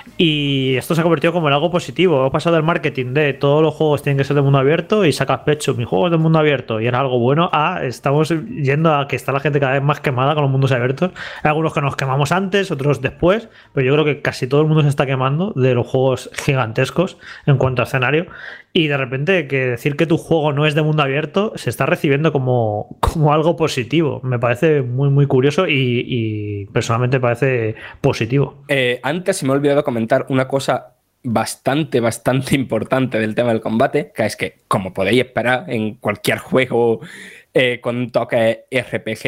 y esto se ha convertido como en algo positivo. Ha pasado del marketing de todos los juegos tienen que ser de mundo abierto y sacas pecho, mi juego es de mundo abierto, y era algo bueno, a estamos yendo a que está la gente cada vez más quemada con los mundos abiertos. Hay algunos que nos quemamos antes, otros después, pero yo creo que casi todo el mundo se está quemando de los juegos gigantescos en cuanto a escenario, y de repente que decir que tu juego no es de mundo abierto se está recibiendo como algo positivo. Me parece muy muy curioso y personalmente me parece positivo. Antes se me ha olvidado comentar una cosa bastante importante del tema del combate, que es que, como podéis esperar en cualquier juego con un toque RPG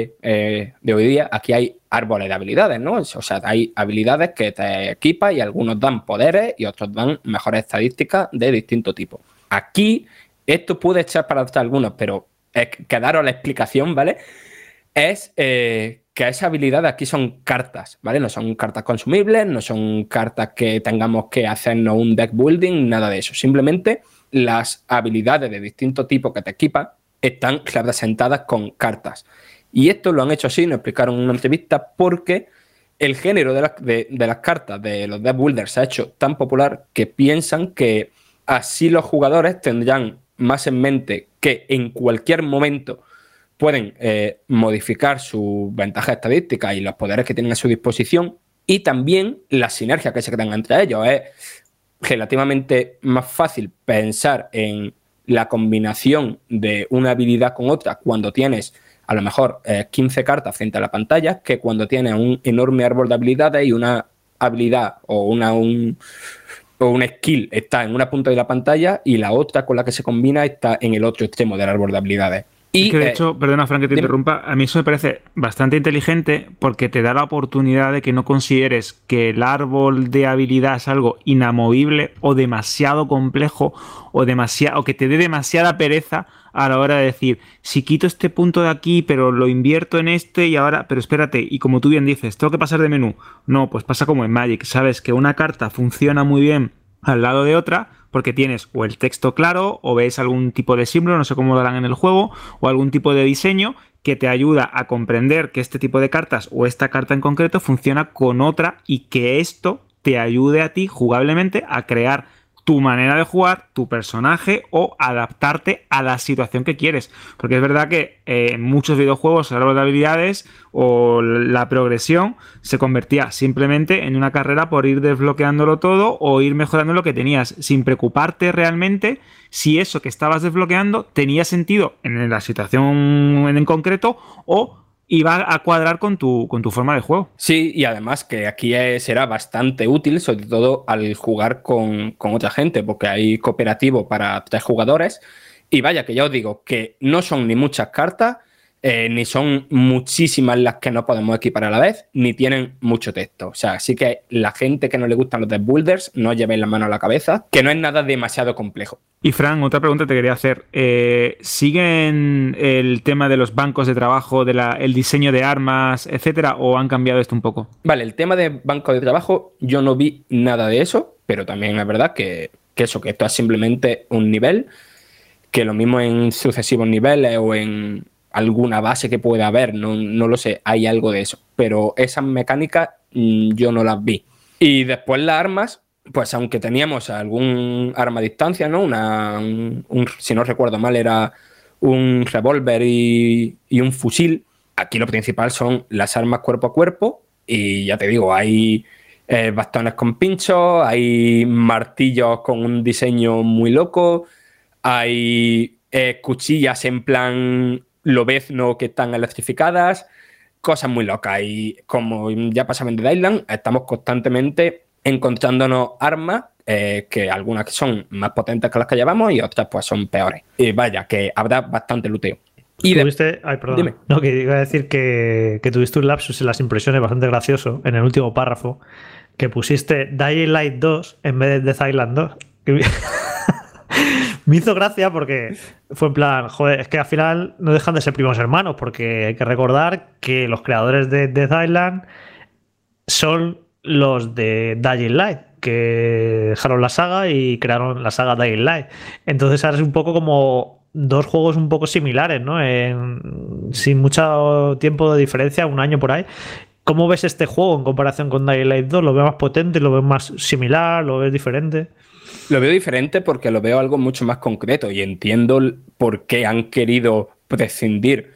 de hoy día, aquí hay árboles de habilidades, ¿no? O sea, hay habilidades que te equipas y algunos dan poderes y otros dan mejores estadísticas de distinto tipo. Aquí, esto puede echar para atrás algunos, pero quedaros la explicación, ¿vale? Es que esas habilidades aquí son cartas, ¿vale? No son cartas consumibles, no son cartas que tengamos que hacernos un deck building, nada de eso. Simplemente las habilidades de distinto tipo que te equipan están representadas con cartas. Y esto lo han hecho así, nos explicaron en una entrevista, porque el género de las cartas de los deck builders se ha hecho tan popular que piensan que así los jugadores tendrán más en mente que en cualquier momento pueden modificar su ventaja estadística y los poderes que tienen a su disposición, y también la sinergia que se crean entre ellos. Es relativamente más fácil pensar en la combinación de una habilidad con otra cuando tienes a lo mejor 15 cartas frente a la pantalla que cuando tienes un enorme árbol de habilidades y una habilidad o una skill está en una punta de la pantalla y la otra con la que se combina está en el otro extremo del árbol de habilidades. Y que de hecho, perdona Frank que te interrumpa, a mí eso me parece bastante inteligente porque te da la oportunidad de que no consideres que el árbol de habilidad es algo inamovible o demasiado complejo o que te dé demasiada pereza a la hora de decir, si quito este punto de aquí pero lo invierto en este y ahora, pero espérate, y como tú bien dices, tengo que pasar de menú. No, pues pasa como en Magic, sabes que una carta funciona muy bien al lado de otra porque tienes o el texto claro o ves algún tipo de símbolo, no sé cómo lo harán en el juego, o algún tipo de diseño que te ayuda a comprender que este tipo de cartas o esta carta en concreto funciona con otra y que esto te ayude a ti jugablemente a crear tu manera de jugar, tu personaje o adaptarte a la situación que quieres. Porque es verdad que en muchos videojuegos el árbol de habilidades o la progresión se convertía simplemente en una carrera por ir desbloqueándolo todo o ir mejorando lo que tenías, sin preocuparte realmente si eso que estabas desbloqueando tenía sentido en la situación en concreto o iba a cuadrar con tu forma de juego. Sí, y además que aquí será bastante útil, sobre todo al jugar con otra gente, porque hay cooperativo para 3 jugadores. Y vaya, que ya os digo que no son ni muchas cartas, ni son muchísimas las que no podemos equipar a la vez, ni tienen mucho texto. O sea, así que la gente que no le gustan los deck builders, no llevéis la mano a la cabeza, que no es nada demasiado complejo. Y Fran, otra pregunta te quería hacer. ¿Siguen el tema de los bancos de trabajo, el diseño de armas, etcétera, o han cambiado esto un poco? Vale, el tema de bancos de trabajo, yo no vi nada de eso, pero también es verdad que esto es simplemente un nivel, que lo mismo en sucesivos niveles o en alguna base que pueda haber, no lo sé, hay algo de eso, pero esas mecánicas yo no las vi. Y después las armas, pues aunque teníamos algún arma a distancia, ¿no? Si no recuerdo mal, era un revólver y un fusil. Aquí lo principal son las armas cuerpo a cuerpo y ya te digo, hay bastones con pinchos, hay martillos con un diseño muy loco, hay cuchillas en plan lobezno que están electrificadas, cosas muy locas. Y como ya pasaba en Dead Island, estamos constantemente encontrándonos armas que algunas que son más potentes que las que llevamos y otras pues son peores. Y vaya, que habrá bastante luteo. Y tuviste, perdón. Dime. No, que iba a decir que tuviste un lapsus en las impresiones bastante gracioso en el último párrafo, que pusiste Dying Light 2 en vez de Death Island 2. Me hizo gracia porque fue en plan, joder, es que al final no dejan de ser primos hermanos, porque hay que recordar que los creadores de Death Island son los de Dying Light, que dejaron la saga y crearon la saga Dying Light. Entonces ahora es un poco como dos juegos un poco similares, ¿no? Sin mucho tiempo de diferencia, un año por ahí. ¿Cómo ves este juego en comparación con Dying Light 2? ¿Lo ves más potente? ¿Lo ves más similar? ¿Lo ves diferente? Lo veo diferente porque lo veo algo mucho más concreto y entiendo por qué han querido prescindir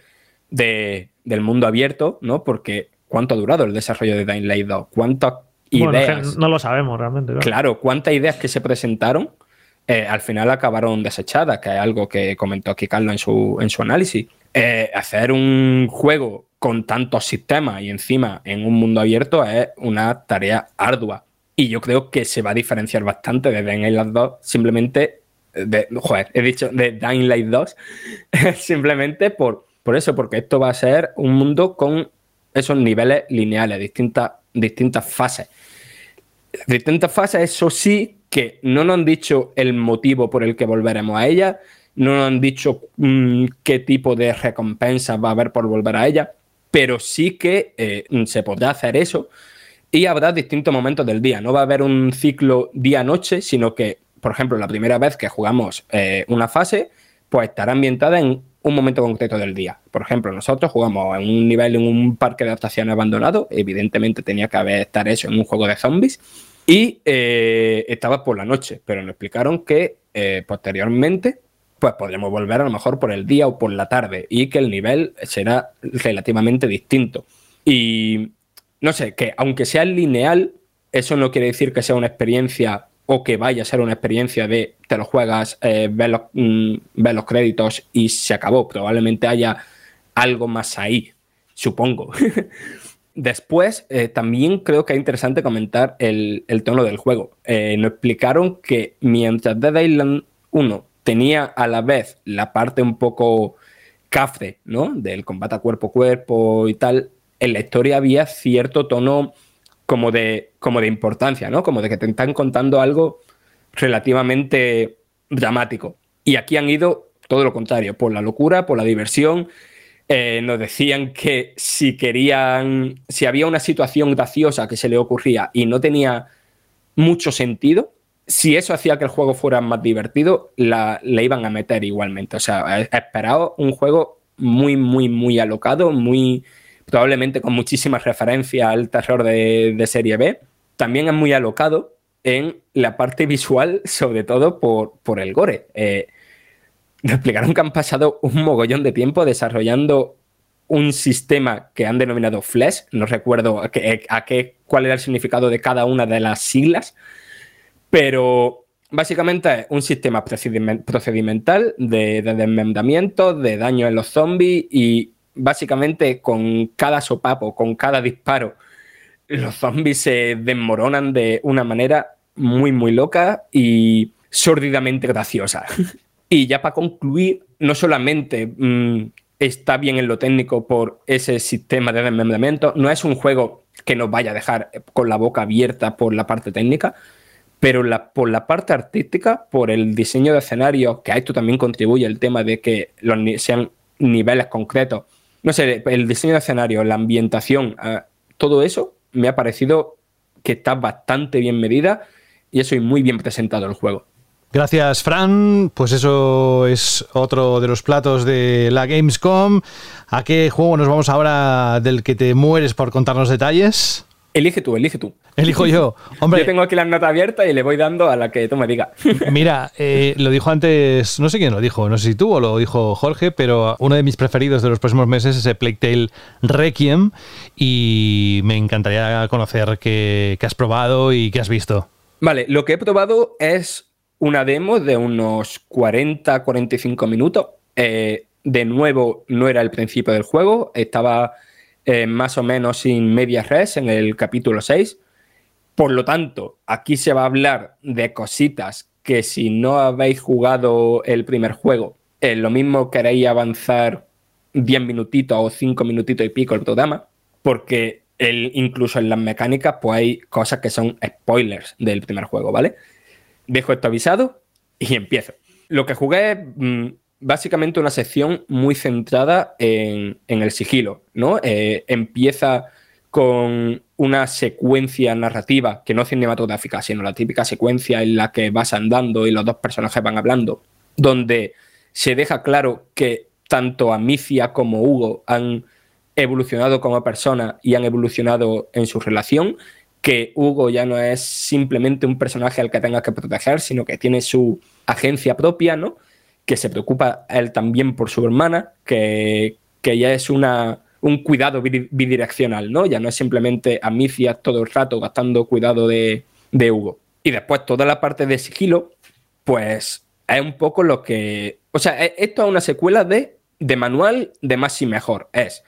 del mundo abierto, ¿no? Porque ¿cuánto ha durado el desarrollo de Dying Light 2? ¿Cuántas ideas? Bueno, no lo sabemos realmente. Claro, ¿cuántas ideas que se presentaron al final acabaron desechadas? Que es algo que comentó aquí Carlos en su análisis. Hacer un juego con tantos sistemas y encima en un mundo abierto es una tarea ardua. Y yo creo que se va a diferenciar bastante de Dying Light 2 simplemente de Dying Light 2 simplemente por eso, porque esto va a ser un mundo con esos niveles lineales, distintas fases. Distintas fases, eso sí, que no nos han dicho el motivo por el que volveremos a ella, no nos han dicho qué tipo de recompensa va a haber por volver a ella, pero sí que se podrá hacer eso y habrá distintos momentos del día. No va a haber un ciclo día-noche, sino que, por ejemplo, la primera vez que jugamos una fase, pues estará ambientada en un momento concreto del día. Por ejemplo, nosotros jugamos en un nivel en un parque de atracciones abandonado, evidentemente tenía que estar eso en un juego de zombies, y estaba por la noche, pero nos explicaron que posteriormente pues podremos volver a lo mejor por el día o por la tarde y que el nivel será relativamente distinto. Y no sé, que aunque sea lineal, eso no quiere decir que sea una experiencia o que vaya a ser una experiencia de te lo juegas, ves los créditos y se acabó. Probablemente haya algo más ahí, supongo. Después, también creo que es interesante comentar el tono del juego. Nos explicaron que mientras Dead Island 1 tenía a la vez la parte un poco cafre, ¿no? Del combate a cuerpo a cuerpo y tal, en la historia había cierto tono como de importancia, ¿no? Como de que te están contando algo relativamente dramático. Y aquí han ido todo lo contrario, por la locura, por la diversión. Nos decían que si había una situación graciosa que se le ocurría y no tenía mucho sentido, si eso hacía que el juego fuera más divertido, le iban a meter igualmente. O sea, esperado un juego muy, muy, muy alocado, probablemente con muchísimas referencias al terror de serie B. También es muy alocado en la parte visual, sobre todo por el gore. Nos explicaron que han pasado un mogollón de tiempo desarrollando un sistema que han denominado Flash. No recuerdo cuál era el significado de cada una de las siglas, pero básicamente es un sistema procedimental de desmembramiento, de daño en los zombies y básicamente con cada sopapo, con cada disparo, los zombies se desmoronan de una manera muy, muy loca y sórdidamente graciosa. Y ya para concluir, no solamente está bien en lo técnico por ese sistema de desmembramiento, no es un juego que nos vaya a dejar con la boca abierta por la parte técnica, pero por la parte artística, por el diseño de escenarios, que a esto también contribuye el tema de que sean niveles concretos. No sé, el diseño de escenario, la ambientación, todo eso me ha parecido que está bastante bien medida y eso es muy bien presentado el juego. Gracias, Fran. Pues eso es otro de los platos de la Gamescom. ¿A qué juego nos vamos ahora del que te mueres por contarnos detalles? Elige tú. Elijo yo. Hombre, yo tengo aquí la nota abierta y le voy dando a la que tú me digas. Mira, lo dijo antes, no sé quién lo dijo, no sé si tú o lo dijo Jorge, pero uno de mis preferidos de los próximos meses es el Plague Tale Requiem y me encantaría conocer qué has probado y qué has visto. Vale, lo que he probado es una demo de unos 40-45 minutos. De nuevo, no era el principio del juego, estaba más o menos sin medias res en el capítulo 6. Por lo tanto, aquí se va a hablar de cositas que si no habéis jugado el primer juego, lo mismo queréis avanzar 10 minutitos o 5 minutitos y pico el programa, porque incluso en las mecánicas pues hay cosas que son spoilers del primer juego, ¿vale? Dejo esto avisado y empiezo. Lo que jugué es básicamente una sección muy centrada en el sigilo, ¿no? Empieza con una secuencia narrativa, que no cinematográfica, sino la típica secuencia en la que vas andando y los dos personajes van hablando, donde se deja claro que tanto Amicia como Hugo han evolucionado como persona y han evolucionado en su relación, que Hugo ya no es simplemente un personaje al que tengas que proteger, sino que tiene su agencia propia, ¿no? Que se preocupa él también por su hermana, que ya es un cuidado bidireccional, ¿no? Ya no es simplemente Amicia todo el rato gastando cuidado de Hugo. Y después toda la parte de sigilo, pues es un poco lo que... O sea, esto es una secuela de manual de más y mejor. Es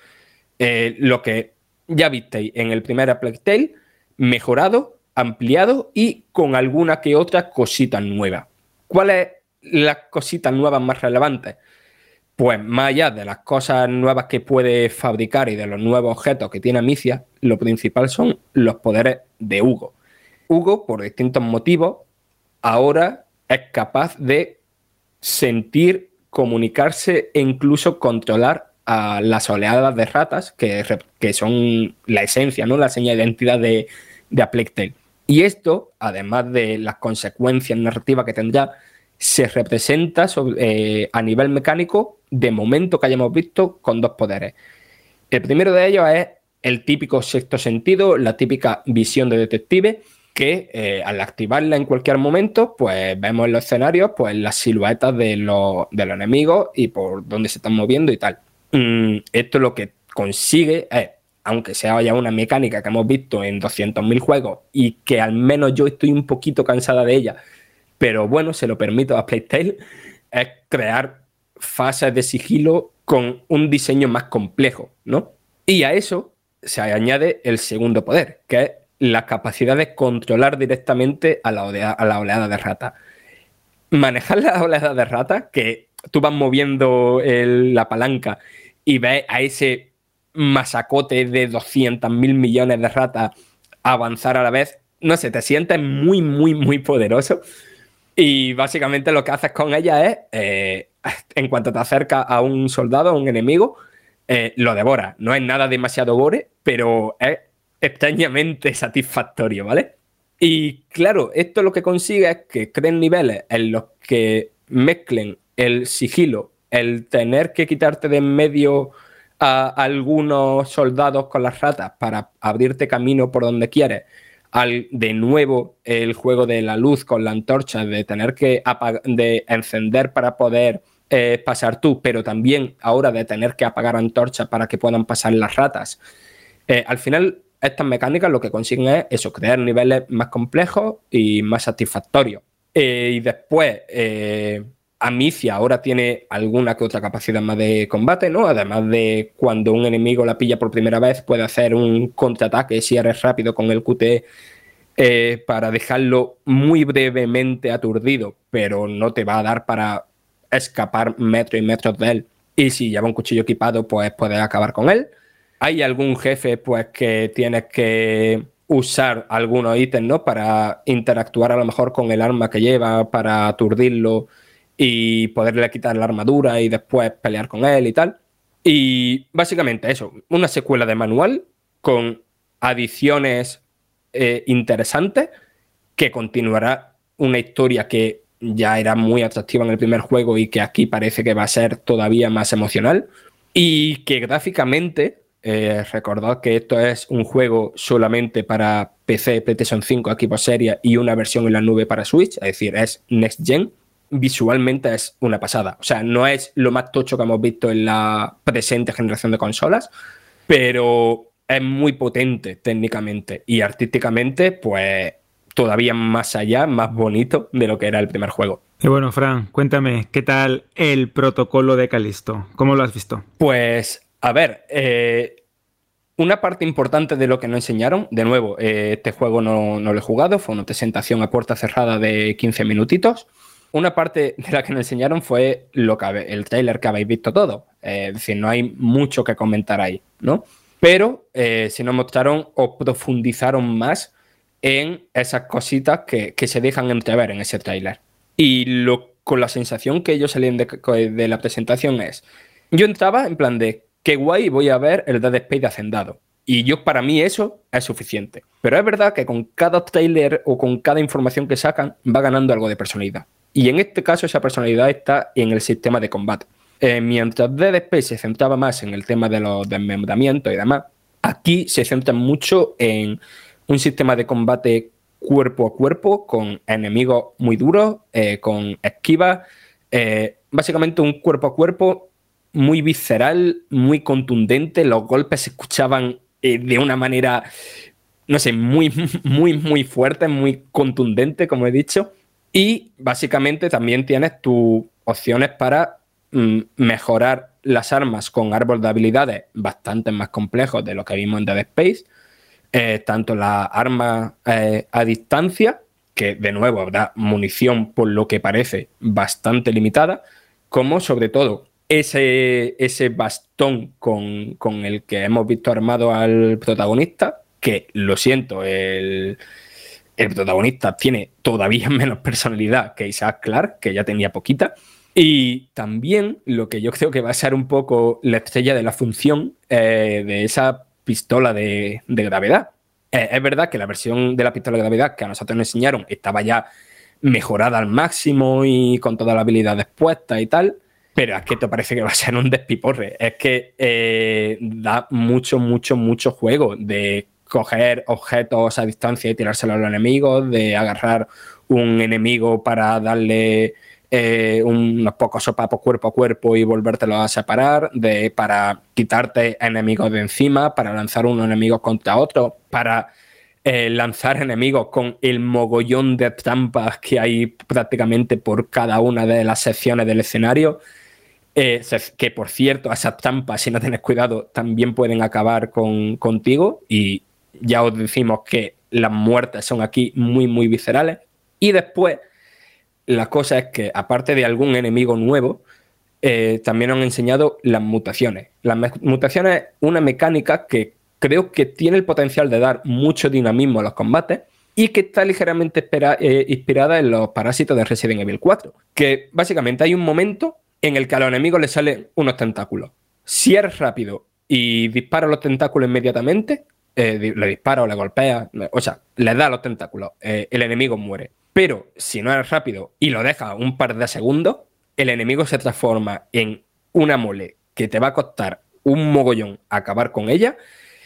lo que ya visteis en el primer A Plague Tale, mejorado, ampliado y con alguna que otra cosita nueva. ¿Cuáles las cositas nuevas más relevantes? Pues más allá de las cosas nuevas que puede fabricar y de los nuevos objetos que tiene Amicia, lo principal son los poderes de Hugo. Hugo, por distintos motivos, ahora es capaz de sentir, comunicarse e incluso controlar a las oleadas de ratas que son la esencia, ¿no? La seña de identidad de A Plague Tale. Y esto, además de las consecuencias narrativas que tendrá, se representa a nivel mecánico, de momento que hayamos visto, con dos poderes. El primero de ellos es el típico sexto sentido, la típica visión de detective, que al activarla en cualquier momento, pues vemos en los escenarios pues las siluetas de los enemigos y por dónde se están moviendo y tal. Esto lo que consigue es, aunque sea ya una mecánica que hemos visto en 200.000 juegos y que al menos yo estoy un poquito cansada de ella, pero bueno, se lo permito a Plague Tale, es crear fases de sigilo con un diseño más complejo, ¿no? Y a eso se añade el segundo poder, que es la capacidad de controlar directamente a la oleada de ratas. Manejar la oleada de ratas, que tú vas moviendo la palanca y ves a ese masacote de 200.000 millones de ratas avanzar a la vez, no sé, te sientes muy, muy, muy poderoso. Y básicamente lo que haces con ella es, en cuanto te acercas a un soldado, a un enemigo, lo devoras. No es nada demasiado gore, pero es extrañamente satisfactorio, ¿vale? Y claro, esto lo que consigue es que creen niveles en los que mezclen el sigilo, el tener que quitarte de en medio a algunos soldados con las ratas para abrirte camino por donde quieres, de nuevo el juego de la luz con la antorcha, de tener que de encender para poder pasar tú, pero también ahora de tener que apagar antorchas para que puedan pasar las ratas. Al final, estas mecánicas lo que consiguen es eso, crear niveles más complejos y más satisfactorios. Y después, Amicia ahora tiene alguna que otra capacidad más de combate, ¿no? Además de cuando un enemigo la pilla por primera vez, puede hacer un contraataque si eres rápido con el QTE para dejarlo muy brevemente aturdido, pero no te va a dar para escapar metros y metros de él. Y si lleva un cuchillo equipado, pues puedes acabar con él. Hay algún jefe pues que tienes que usar algunos ítems, ¿no? Para interactuar a lo mejor con el arma que lleva, para aturdirlo y poderle quitar la armadura y después pelear con él y tal. Y básicamente eso, una secuela de manual con adiciones interesantes que continuará una historia que ya era muy atractiva en el primer juego y que aquí parece que va a ser todavía más emocional y que gráficamente... recordad que esto es un juego solamente para PC, PlayStation 5, equipos series y una versión en la nube para Switch, es decir, es Next Gen. Visualmente es una pasada. O sea, no es lo más tocho que hemos visto en la presente generación de consolas, pero es muy potente técnicamente y artísticamente, pues todavía más allá, más bonito de lo que era el primer juego. Y bueno, Fran, cuéntame, ¿qué tal el protocolo de Calisto? ¿Cómo lo has visto? Pues... a ver, una parte importante de lo que nos enseñaron, de nuevo, este juego no lo he jugado, fue una presentación a puerta cerrada de 15 minutitos. Una parte de la que nos enseñaron fue el tráiler que habéis visto todo. Es decir, no hay mucho que comentar ahí, ¿no? Pero sí nos mostraron o profundizaron más en esas cositas que se dejan entrever en ese tráiler. Y con la sensación que ellos salían de la presentación es... Yo entraba en plan de... qué guay, voy a ver el Dead Space de Hacendado. Y para mí eso es suficiente. Pero es verdad que con cada trailer o con cada información que sacan va ganando algo de personalidad. Y en este caso esa personalidad está en el sistema de combate. Mientras Dead Space se centraba más en el tema de los desmembramientos y demás, aquí se centra mucho en un sistema de combate cuerpo a cuerpo, con enemigos muy duros, con esquivas, básicamente un cuerpo a cuerpo muy visceral, muy contundente. Los golpes se escuchaban de una manera, no sé, muy fuerte, muy contundente, como he dicho. Y básicamente también tienes tus opciones para mejorar las armas con árbol de habilidades bastante más complejos de lo que vimos en Dead Space. Tanto las armas a distancia, que de nuevo da munición por lo que parece bastante limitada, como sobre todo ese bastón con el que hemos visto armado al protagonista, que lo siento, el protagonista tiene todavía menos personalidad que Isaac Clarke, que ya tenía poquita. Y también lo que yo creo que va a ser un poco la estrella de la función de esa pistola de gravedad. Es verdad que la versión de la pistola de gravedad que a nosotros nos enseñaron estaba ya mejorada al máximo y con todas las habilidades puestas y tal, pero es que te parece que va a ser un despiporre. Es que da mucho juego de coger objetos a distancia y tirárselos a los enemigos, de agarrar un enemigo para darle unos pocos sopapos cuerpo a cuerpo y volvértelos a separar, para quitarte enemigos de encima, para lanzar unos enemigos contra otros, para lanzar enemigos con el mogollón de trampas que hay prácticamente por cada una de las secciones del escenario, que por cierto, esas trampas, si no tienes cuidado, también pueden acabar contigo, y ya os decimos que las muertes son aquí muy viscerales. Y después la cosa es que, aparte de algún enemigo nuevo, también han enseñado las mutaciones. Las mutaciones es una mecánica que creo que tiene el potencial de dar mucho dinamismo a los combates y que está ligeramente inspirada en los parásitos de Resident Evil 4. Que básicamente hay un momento en el que a los enemigos les salen unos tentáculos. Si eres rápido y disparas los tentáculos inmediatamente, le dispara o le golpea, o sea, le da los tentáculos, el enemigo muere. Pero si no eres rápido y lo dejas un par de segundos, el enemigo se transforma en una mole que te va a costar un mogollón acabar con ella,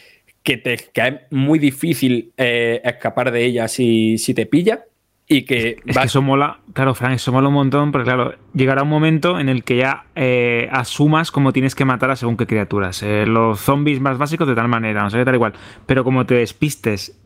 que es muy difícil escapar de ella si te pilla. Y que es que eso mola, claro, Fran, eso mola un montón, porque claro, llegará un momento en el que ya asumas cómo tienes que matar a según qué criaturas. Los zombies más básicos de tal manera, no sé, tal igual. Pero como te despistes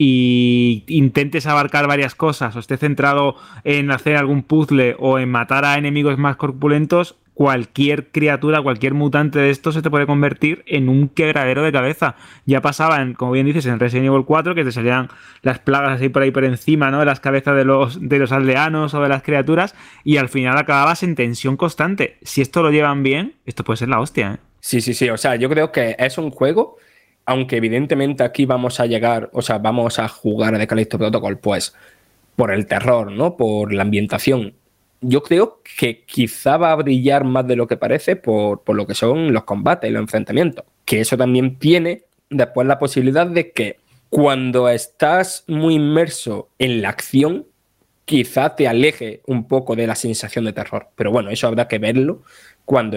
y intentes abarcar varias cosas, o estés centrado en hacer algún puzzle o en matar a enemigos más corpulentos, cualquier criatura, cualquier mutante de esto se te puede convertir en un quebradero de cabeza. Ya pasaba, como bien dices, en Resident Evil 4, que te salían las plagas así por ahí por encima, ¿no?, de las cabezas de los aldeanos o de las criaturas, y al final acababas en tensión constante. Si esto lo llevan bien, esto puede ser la hostia, ¿eh? Sí. O sea, yo creo que es un juego, aunque evidentemente aquí vamos a llegar, o sea, vamos a jugar a The Callisto Protocol, pues, por el terror, ¿no?, por la ambientación. Yo creo que quizá va a brillar más de lo que parece por lo que son los combates y los enfrentamientos. Que eso también tiene después la posibilidad de que cuando estás muy inmerso en la acción, quizá te aleje un poco de la sensación de terror. Pero bueno, eso habrá que verlo cuando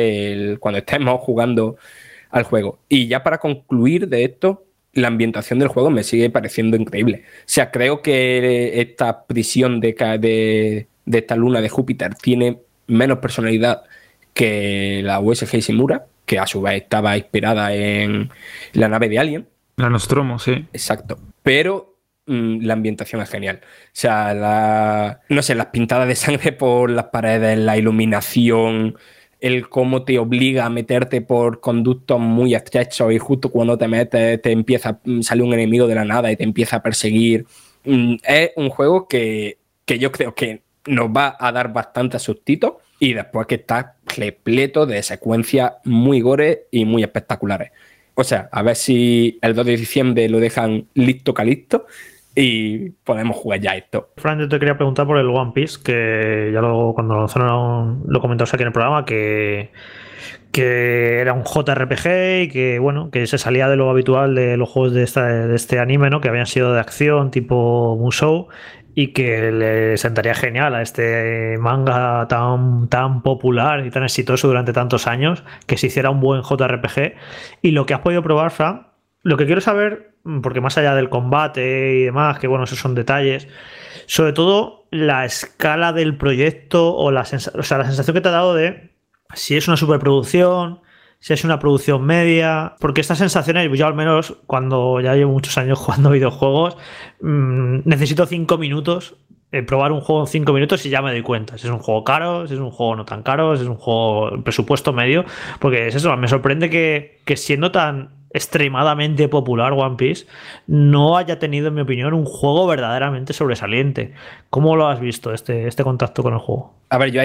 estemos jugando al juego. Y ya para concluir de esto, la ambientación del juego me sigue pareciendo increíble. O sea, creo que esta prisión de esta luna de Júpiter tiene menos personalidad que la USG Ishimura, que a su vez estaba inspirada en la nave de Alien. La Nostromo, sí. Exacto. Pero la ambientación es genial. O sea, no sé, las pintadas de sangre por las paredes, la iluminación, el cómo te obliga a meterte por conductos muy estrechos y justo cuando te metes te empieza a salir un enemigo de la nada y te empieza a perseguir. Es un juego que yo creo que nos va a dar bastante sustito, y después que está repleto de secuencias muy gore y muy espectaculares. O sea, a ver si el 2 de diciembre lo dejan listo calisto y podemos jugar ya esto. Fran, yo te quería preguntar por el One Piece, que ya cuando lo lanzaron lo comentamos aquí en el programa, que era un JRPG y que bueno, que se salía de lo habitual de los juegos de este anime, ¿no? Que habían sido de acción tipo Musou, y que le sentaría genial a este manga tan popular y tan exitoso durante tantos años, que se hiciera un buen JRPG. Y lo que has podido probar, Fran, lo que quiero saber, porque más allá del combate y demás, que bueno, esos son detalles, sobre todo la escala del proyecto o la sensación que te ha dado de si es una superproducción, si es una producción media, porque estas sensaciones, yo al menos cuando ya llevo muchos años jugando videojuegos, necesito 5 minutos, probar un juego en 5 minutos y ya me doy cuenta si es un juego caro, si es un juego no tan caro, si es un juego presupuesto medio, porque es eso, me sorprende que siendo tan extremadamente popular One Piece no haya tenido, en mi opinión, un juego verdaderamente sobresaliente. ¿Cómo lo has visto este contacto con el juego? A ver, yo a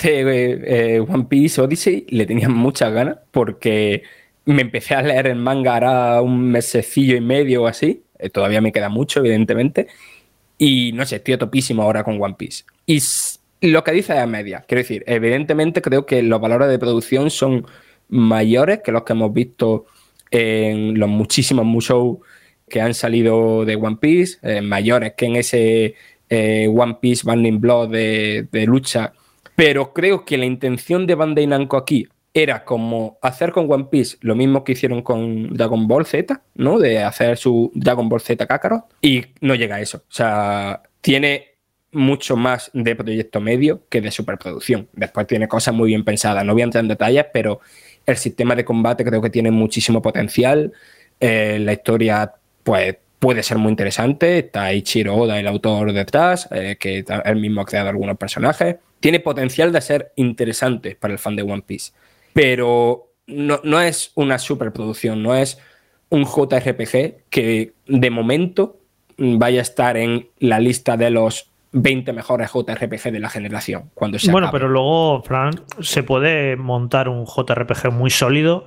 este One Piece Odyssey le tenía muchas ganas porque me empecé a leer el manga hará un mesecillo y medio o así, todavía me queda mucho evidentemente, y no sé, estoy a topísimo ahora con One Piece. Y lo que dice es a media, quiero decir, evidentemente creo que los valores de producción son mayores que los que hemos visto en los muchísimos Musou que han salido de One Piece, mayores que en ese One Piece Burning Blood de lucha, pero creo que la intención de Bandai Namco aquí era como hacer con One Piece lo mismo que hicieron con Dragon Ball Z, ¿no? De hacer su Dragon Ball Z Kakarot, y no llega a eso. O sea, tiene mucho más de proyecto medio que de superproducción. Después tiene cosas muy bien pensadas, no voy a entrar en detalles, pero el sistema de combate creo que tiene muchísimo potencial. La historia pues puede ser muy interesante. Está Ichiro Oda, el autor detrás, que él mismo ha creado algunos personajes. Tiene potencial de ser interesante para el fan de One Piece. Pero no es una superproducción, no es un JRPG que de momento vaya a estar en la lista de los 20 mejores JRPG de la generación cuando se Bueno, acabe. pero luego, Fran, se puede montar un JRPG muy sólido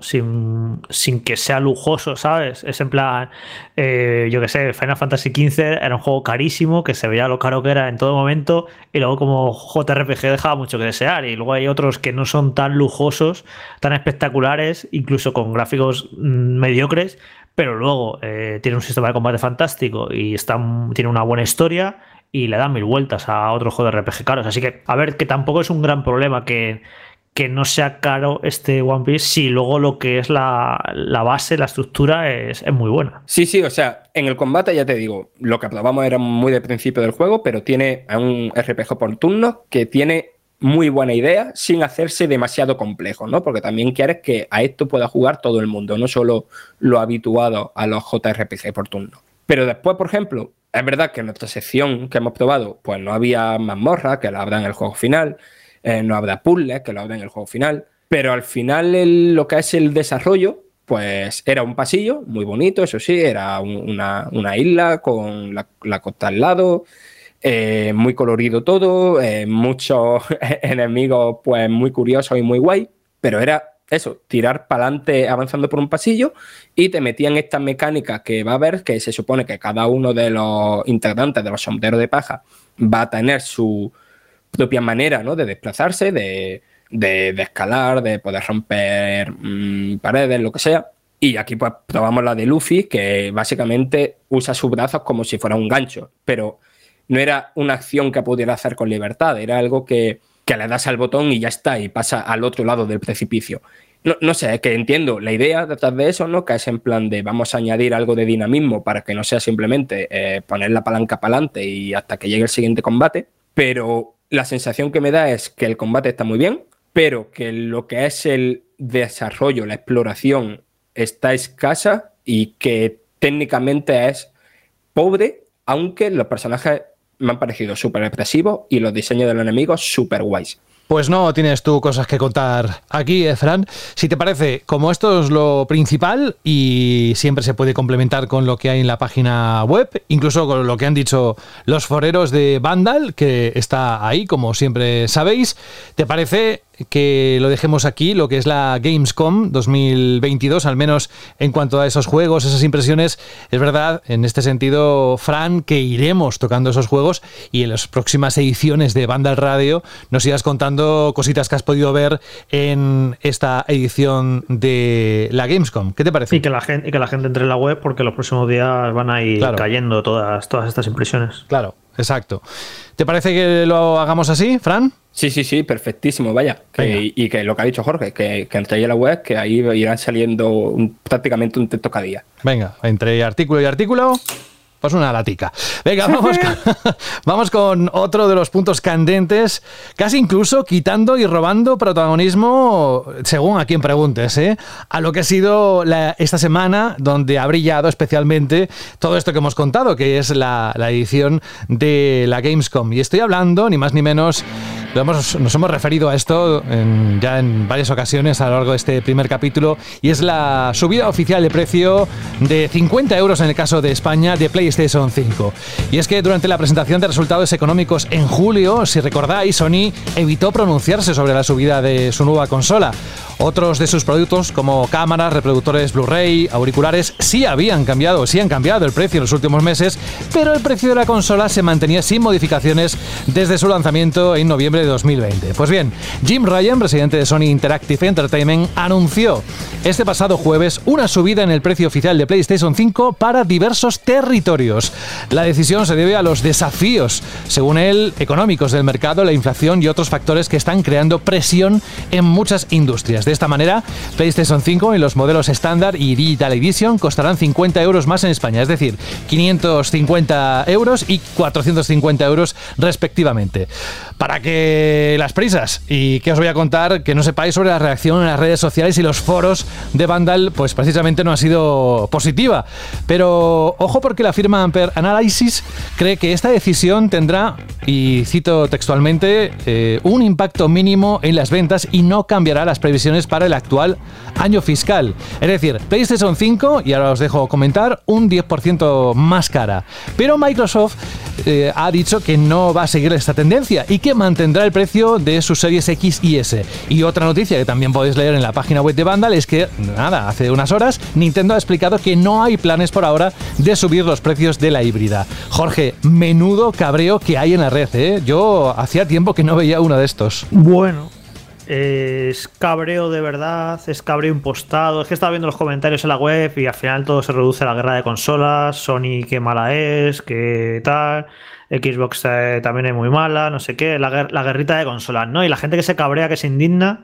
sin que sea lujoso, ¿sabes? Es en plan, yo qué sé, Final Fantasy XV era un juego carísimo, que se veía lo caro que era en todo momento, y luego como JRPG dejaba mucho que desear, y luego hay otros que no son tan lujosos, tan espectaculares, incluso con gráficos mediocres, pero luego tiene un sistema de combate fantástico y tiene una buena historia y le dan 1000 vueltas a otros juegos de RPG caros. Así que, a ver, que tampoco es un gran problema que no sea caro este One Piece si luego lo que es la base, la estructura es muy buena. Sí, o sea, en el combate ya te digo, lo que probamos era muy del principio del juego, pero tiene un RPG por turnos que tiene muy buena idea sin hacerse demasiado complejo, ¿no? Porque también quieres que a esto pueda jugar todo el mundo, no solo lo habituado a los JRPG por turno. Pero después, por ejemplo, es verdad que en nuestra sección que hemos probado, pues no había mazmorra, que la habrá en el juego final, no habrá puzzles, que lo habrá en el juego final, pero al final lo que es el desarrollo, pues era un pasillo muy bonito, eso sí, era una isla con la costa al lado, muy colorido todo, muchos enemigos pues muy curiosos y muy guay, pero era eso, tirar para adelante avanzando por un pasillo, y te metían estas mecánicas que va a haber, que se supone que cada uno de los integrantes de los sombreros de paja va a tener su propia manera, ¿no? De desplazarse, de escalar, de poder romper paredes, lo que sea. Y aquí pues probamos la de Luffy, que básicamente usa sus brazos como si fuera un gancho, pero no era una acción que pudiera hacer con libertad, era algo que le das al botón y ya está, y pasa al otro lado del precipicio. No sé, es que entiendo la idea detrás de eso, ¿no? Que es en plan de vamos a añadir algo de dinamismo para que no sea simplemente poner la palanca para adelante y hasta que llegue el siguiente combate, pero la sensación que me da es que el combate está muy bien, pero que lo que es el desarrollo, la exploración está escasa y que técnicamente es pobre, aunque los personajes me han parecido súper expresivos y los diseños de los enemigos súper guays. Pues no tienes tú cosas que contar aquí, Fran. Si te parece, como esto es lo principal y siempre se puede complementar con lo que hay en la página web, incluso con lo que han dicho los foreros de Vandal, que está ahí, como siempre sabéis, ¿te parece que lo dejemos aquí, lo que es la Gamescom 2022, al menos en cuanto a esos juegos, esas impresiones. Es verdad, en este sentido, Fran, que iremos tocando esos juegos y en las próximas ediciones de Vandal Radio nos irás contando cositas que has podido ver en esta edición de la Gamescom. ¿Qué te parece? Y que la gente entre en la web, porque los próximos días van a ir cayendo todas estas impresiones. Claro, exacto. ¿Te parece que lo hagamos así, Fran? Sí, perfectísimo, vaya. Y que lo que ha dicho Jorge, que entréis a la web, que ahí irán saliendo prácticamente un texto cada día. Venga, entre artículo y artículo, pues una latica. Venga, vamos con otro de los puntos candentes, casi incluso quitando y robando protagonismo, según a quien preguntes, a lo que ha sido esta semana, donde ha brillado especialmente todo esto que hemos contado, que es la edición de la Gamescom. Y estoy hablando, ni más ni menos, nos hemos referido a esto ya en varias ocasiones a lo largo de este primer capítulo, y es la subida oficial de precio de 50 euros en el caso de España de PlayStation 5. Y es que durante la presentación de resultados económicos en julio, si recordáis, Sony evitó pronunciarse sobre la subida de su nueva consola. Otros de sus productos, como cámaras, reproductores Blu-ray, auriculares, sí han cambiado el precio en los últimos meses, pero el precio de la consola se mantenía sin modificaciones desde su lanzamiento en noviembre de 2020. Pues bien, Jim Ryan, presidente de Sony Interactive Entertainment, anunció este pasado jueves una subida en el precio oficial de PlayStation 5 para diversos territorios. La decisión se debe a los desafíos, según él, económicos del mercado, la inflación y otros factores que están creando presión en muchas industrias. De esta manera, PlayStation 5 en los modelos estándar y Digital Edition costarán 50 euros más en España, es decir, 550 euros y 450 euros respectivamente. Para que las prisas, y que os voy a contar, que no sepáis sobre la reacción en las redes sociales y los foros de Vandal, pues precisamente no ha sido positiva. Pero ojo, porque la firma Ampere Analysis cree que esta decisión tendrá, y cito textualmente, un impacto mínimo en las ventas y no cambiará las previsiones para el actual año fiscal. Es decir, PlayStation 5, y ahora os dejo comentar, un 10% más cara. Pero Microsoft ha dicho que no va a seguir esta tendencia y que mantendrá el precio de sus series X y S. Y otra noticia que también podéis leer en la página web de Vandal es que, hace unas horas, Nintendo ha explicado que no hay planes por ahora de subir los precios de la híbrida. Jorge, menudo cabreo que hay en la red, ¿eh? Yo hacía tiempo que no veía uno de estos. Bueno, es cabreo de verdad, es cabreo impostado. Es que estaba viendo los comentarios en la web y al final todo se reduce a la guerra de consolas. Sony qué mala es, qué tal. Xbox también es muy mala, no sé qué. La guerrita de consolas, ¿no? Y la gente que se cabrea, que se indigna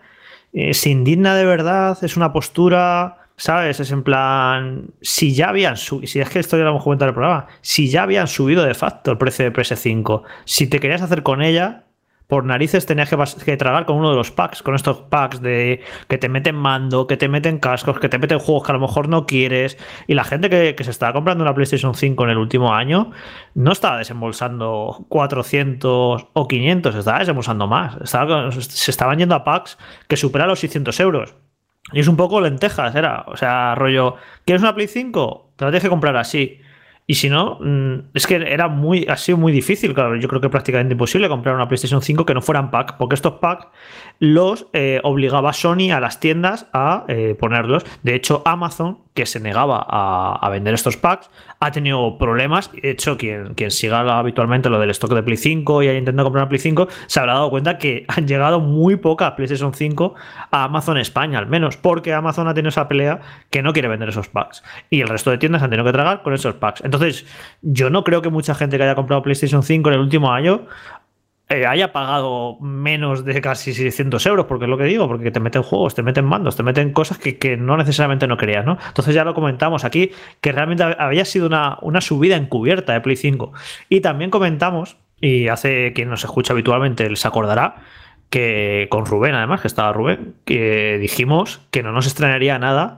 de verdad, es una postura, ¿sabes? Es en plan, si ya habían subido, si es que esto ya lo hemos comentado en el programa, si ya habían subido de facto el precio de PS5, si te querías hacer con ella, por narices tenías que tragar con uno de los packs, con estos packs de que te meten mando, que te meten cascos, que te meten juegos que a lo mejor no quieres. Y la gente que se estaba comprando una PlayStation 5 en el último año no estaba desembolsando 400 o 500, estaba desembolsando más. Se estaban yendo a packs que superan los 600 euros. Y es un poco lentejas, o sea, rollo, ¿quieres una Play 5? Te la tienes que comprar así. Y si no, es que ha sido muy difícil, claro, yo creo que prácticamente imposible comprar una PlayStation 5 que no fueran pack, porque estos packs los obligaba Sony a las tiendas a ponerlos. De hecho, Amazon, que se negaba a vender estos packs, ha tenido problemas. De hecho, quien siga habitualmente lo del stock de Play 5 y haya intentado comprar una Play 5, se habrá dado cuenta que han llegado muy pocas PlayStation 5 a Amazon España, al menos, porque Amazon ha tenido esa pelea que no quiere vender esos packs. Y el resto de tiendas han tenido que tragar con esos packs. Entonces, yo no creo que mucha gente que haya comprado PlayStation 5 en el último año haya pagado menos de casi 600 euros, porque es lo que digo, porque te meten juegos, te meten mandos, te meten cosas que no necesariamente no querías, ¿no? Entonces ya lo comentamos aquí, que realmente había sido una subida encubierta de Play 5. Y también comentamos, y hace quien nos escucha habitualmente se acordará, que con Rubén, además, que estaba Rubén, que dijimos que no nos extrañaría nada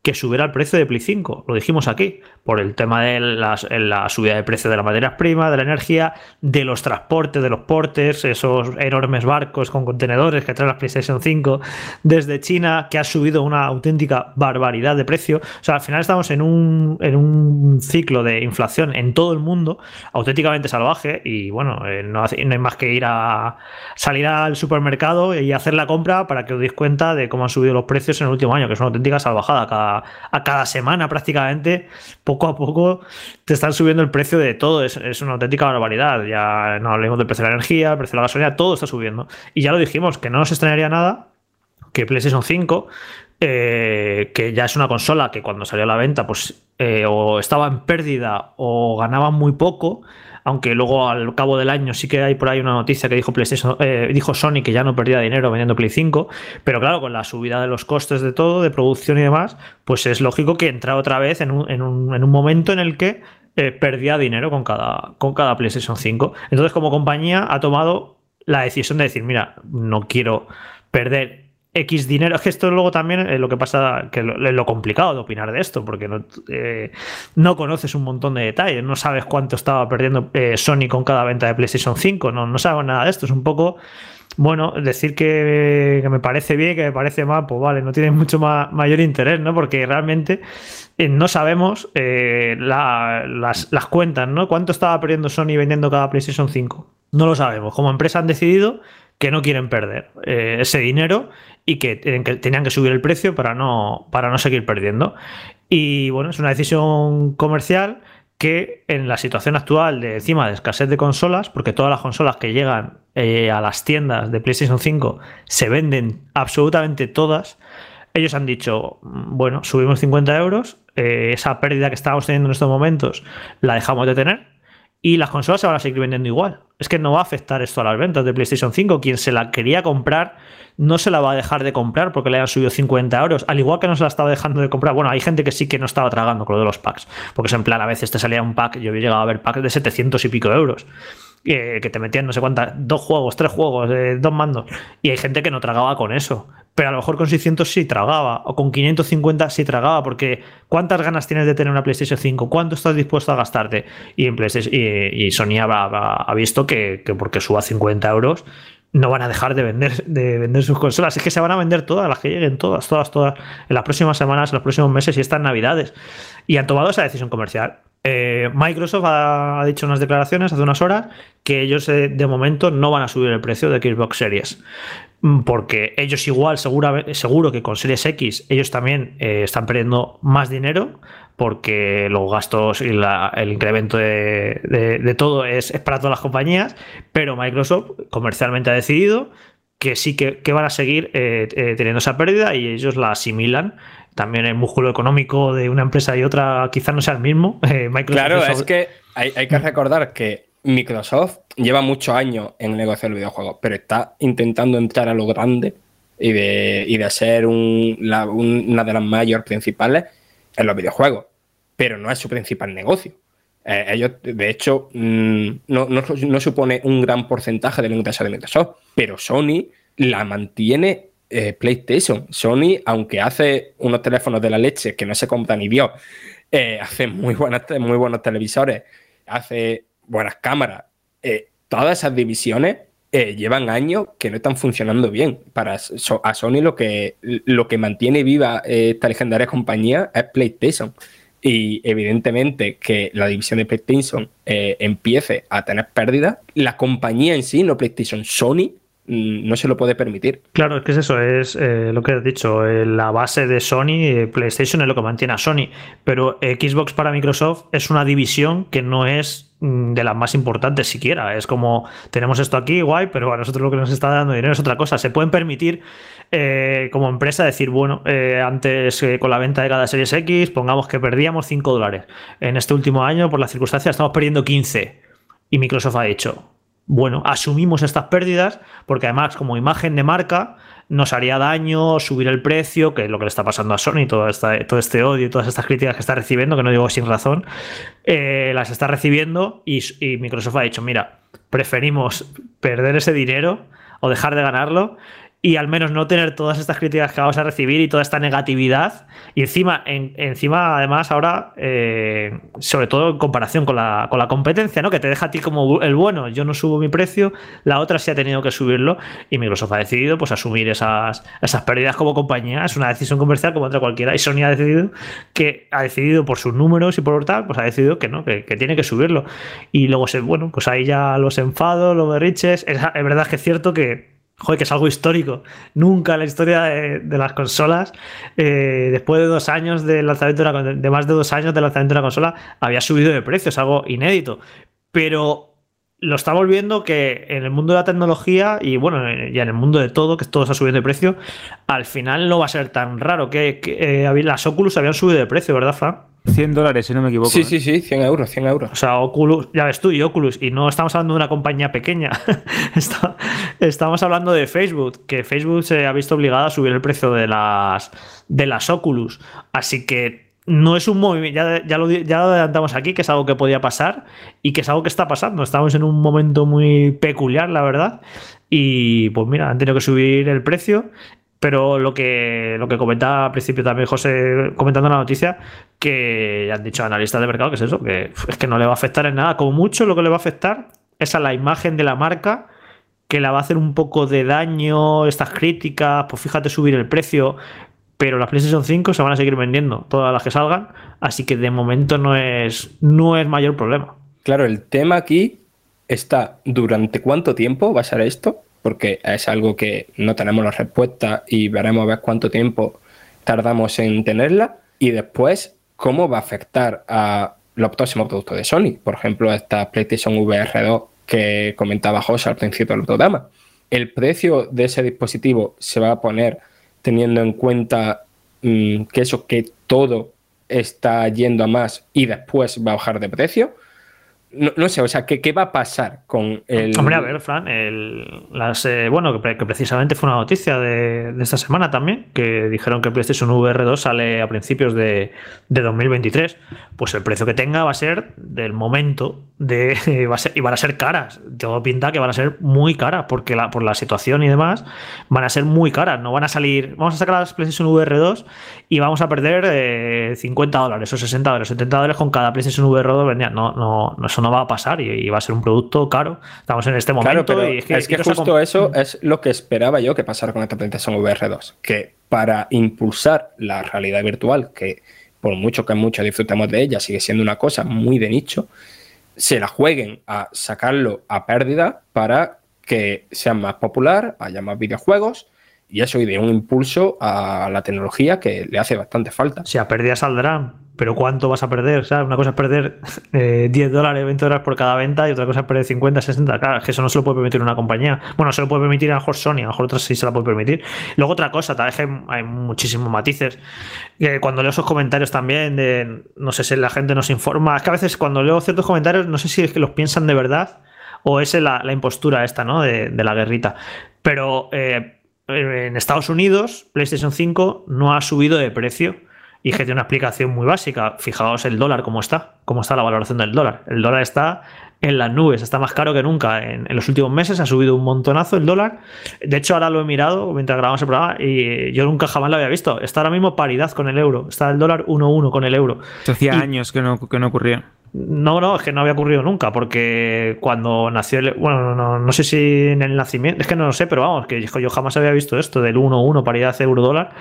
que subiera el precio de Play 5. Lo dijimos aquí, por el tema de la subida de precio de las materias primas, de la energía, de los transportes, de los portes, esos enormes barcos con contenedores que traen las PlayStation 5 desde China, que ha subido una auténtica barbaridad de precio. O sea, al final estamos en un ciclo de inflación en todo el mundo auténticamente salvaje y bueno, no hay más que salir al supermercado y hacer la compra para que os deis cuenta de cómo han subido los precios en el último año, que es una auténtica salvajada. A cada semana prácticamente, poco a poco te están subiendo el precio de todo, es una auténtica barbaridad. Ya no hablemos del precio de la energía, el precio de la gasolina, todo está subiendo. Y ya lo dijimos, que no nos extrañaría nada que PlayStation 5, que ya es una consola que cuando salió a la venta pues o estaba en pérdida o ganaba muy poco, aunque luego al cabo del año sí que hay por ahí una noticia que dijo Sony que ya no perdía dinero vendiendo Play 5, pero claro, con la subida de los costes de todo, de producción y demás, pues es lógico que entra otra vez en un momento en el que perdía dinero con cada PlayStation 5. Entonces, como compañía ha tomado la decisión de decir, mira, no quiero perder X dinero. Es que esto luego también es lo que pasa, que lo complicado de opinar de esto, porque no conoces un montón de detalles, no sabes cuánto estaba perdiendo Sony con cada venta de PlayStation 5, no sabes nada de esto. Es un poco, bueno, decir que me parece bien, que me parece mal, pues vale, no tiene mucho mayor interés, ¿no? Porque realmente no sabemos las cuentas, ¿no? ¿Cuánto estaba perdiendo Sony vendiendo cada PlayStation 5? No lo sabemos. Como empresa han decidido que no quieren perder ese dinero y que tenían que subir el precio para no seguir perdiendo. Y bueno, es una decisión comercial que en la situación actual de encima de escasez de consolas, porque todas las consolas que llegan a las tiendas de PlayStation 5 se venden absolutamente todas, ellos han dicho, bueno, subimos 50 euros, esa pérdida que estábamos teniendo en estos momentos la dejamos de tener y las consolas se van a seguir vendiendo igual. Es que no va a afectar esto a las ventas de PlayStation 5. Quien se la quería comprar no se la va a dejar de comprar porque le han subido 50 euros, al igual que no se la estaba dejando de comprar. Bueno, hay gente que sí que no estaba tragando con lo de los packs, porque es en plan, a veces te salía un pack, yo he llegado a ver packs de 700 y pico euros, que te metían no sé cuántas, 2 juegos, 3 juegos, 2 mandos, y hay gente que no tragaba con eso. Pero a lo mejor con 600 sí tragaba, o con 550 sí tragaba, porque ¿cuántas ganas tienes de tener una PlayStation 5? ¿Cuánto estás dispuesto a gastarte? Y en PlayStation, y Sony ha visto que porque suba 50 euros no van a dejar de vender sus consolas. Es que se van a vender todas, las que lleguen, todas, en las próximas semanas, en los próximos meses y estas navidades. Y han tomado esa decisión comercial. Microsoft ha dicho en unas declaraciones hace unas horas que ellos de momento no van a subir el precio de Xbox Series, porque ellos igual seguro que con Series X ellos también están perdiendo más dinero, porque los gastos y el incremento de todo es para todas las compañías, pero Microsoft comercialmente ha decidido que sí que van a seguir teniendo esa pérdida y ellos la asimilan. También el músculo económico de una empresa y otra quizás no sea el mismo. Claro, es que hay que recordar que Microsoft lleva muchos años en el negocio del videojuego, pero está intentando entrar a lo grande y de ser una de las mayores principales en los videojuegos, pero no es su principal negocio. Ellos, de hecho, no supone un gran porcentaje del ingreso de Microsoft, pero Sony la mantiene PlayStation. Sony, aunque hace unos teléfonos de la leche que no se compra ni Dios, hace muy buenos televisores, hace buenas cámaras, todas esas divisiones llevan años que no están funcionando bien. A Sony lo que mantiene viva esta legendaria compañía es PlayStation. Y evidentemente que la división de PlayStation empiece a tener pérdidas, la compañía en sí, no PlayStation, Sony, no se lo puede permitir. Claro, es que es eso, es lo que has dicho, la base de Sony, PlayStation es lo que mantiene a Sony, pero Xbox para Microsoft es una división que no es de las más importantes siquiera. Es como, tenemos esto aquí, guay, pero a nosotros lo que nos está dando dinero es otra cosa. Se pueden permitir como empresa decir, bueno, antes con la venta de cada Series X, pongamos que perdíamos $5. En este último año, por las circunstancias, estamos perdiendo 15. Y Microsoft ha dicho, bueno, asumimos estas pérdidas porque además como imagen de marca nos haría daño subir el precio, que es lo que le está pasando a Sony, todo este odio y todas estas críticas que está recibiendo, que no digo sin razón, las está recibiendo y Microsoft ha dicho, mira, preferimos perder ese dinero o dejar de ganarlo y al menos no tener todas estas críticas que vamos a recibir y toda esta negatividad. Y encima además, ahora, sobre todo en comparación con la competencia, ¿no? Que te deja a ti como el bueno, yo no subo mi precio, la otra sí ha tenido que subirlo, y Microsoft ha decidido pues asumir esas pérdidas como compañía. Es una decisión comercial como otra cualquiera, y Sony ha decidido por sus números y por tal, pues ha decidido que no, que tiene que subirlo. Y luego pues ahí ya los enfados, los berriches. Es verdad que es cierto que es algo histórico. Nunca en la historia de las consolas, después de 2 años de lanzamiento de más de 2 años de lanzamiento de una consola, había subido de precio. Es algo inédito. Pero lo estamos viendo que en el mundo de la tecnología y bueno, ya en el mundo de todo, que todo está subiendo de precio, al final no va a ser tan raro que las Oculus habían subido de precio, ¿verdad, Fran? $100, si no me equivoco. Sí, 100 euros. O sea, Oculus, ya ves tú, y Oculus, y no estamos hablando de una compañía pequeña. Estamos hablando de Facebook, que Facebook se ha visto obligada a subir el precio de las Oculus. Así que no es un movimiento, ya lo adelantamos aquí, que es algo que podía pasar y que es algo que está pasando. Estamos en un momento muy peculiar, la verdad. Y pues mira, han tenido que subir el precio. Pero lo que comentaba al principio también José, comentando la noticia, que han dicho analistas de mercado, que es eso, que es que no le va a afectar en nada. Como mucho lo que le va a afectar es a la imagen de la marca, que la va a hacer un poco de daño, estas críticas, pues fíjate subir el precio, pero las PlayStation 5 se van a seguir vendiendo, todas las que salgan, así que de momento no es mayor problema. Claro, el tema aquí está, ¿durante cuánto tiempo va a ser esto? Porque es algo que no tenemos la respuesta y veremos a ver cuánto tiempo tardamos en tenerla. Y después, cómo va a afectar a los próximos productos de Sony. Por ejemplo, esta PlayStation VR 2 que comentaba José al principio del programa. ¿El precio de ese dispositivo se va a poner teniendo en cuenta que todo está yendo a más y después va a bajar de precio? No sé, o sea, ¿qué va a pasar con el...? Hombre, a ver, Fran, que precisamente fue una noticia de esta semana también, que dijeron que el PlayStation VR 2 sale a principios de 2023. Pues el precio que tenga va a ser del momento, y van a ser caras. Todo pinta que van a ser muy caras, porque por la situación y demás, van a ser muy caras. No van a salir... Vamos a sacar las PlayStation VR 2 y vamos a perder $50 o $60, $70 con cada PlayStation VR 2 vendida. No, eso no va a pasar y va a ser un producto caro. Estamos en este momento. Claro, pero es que justo eso es lo que esperaba yo que pasara con esta PlayStation VR 2, que para impulsar la realidad virtual, que por mucho que muchos disfrutemos de ella, sigue siendo una cosa muy de nicho, se la jueguen a sacarlo a pérdida para que sea más popular, haya más videojuegos, y eso y de un impulso a la tecnología que le hace bastante falta. Si a pérdida saldrán, pero ¿cuánto vas a perder? ¿Sabes? Una cosa es perder $10, $20 por cada venta, y otra cosa es perder 50, 60. Claro, es que eso no se lo puede permitir una compañía. Bueno, se lo puede permitir a lo mejor Sony, a lo mejor otras sí se la puede permitir. Luego otra cosa, tal vez hay muchísimos matices. Cuando leo esos comentarios también, no sé si la gente nos informa. Es que a veces cuando leo ciertos comentarios, no sé si es que los piensan de verdad o es la impostura esta, ¿no? De la guerrita. Pero en Estados Unidos, PlayStation 5 no ha subido de precio. Y que tiene una explicación muy básica. Fijaos el dólar, cómo está la valoración del dólar. El dólar está en las nubes, está más caro que nunca. En los últimos meses ha subido un montonazo el dólar. De hecho, ahora lo he mirado mientras grabamos el programa y yo nunca jamás lo había visto. Está ahora mismo paridad con el euro. Está el dólar 1-1 con el euro. Hacía años que no ocurría. No, es que no había ocurrido nunca, porque cuando nació no sé si en el nacimiento, es que no lo sé, pero vamos, que yo jamás había visto esto del 1-1 paridad euro-dólar,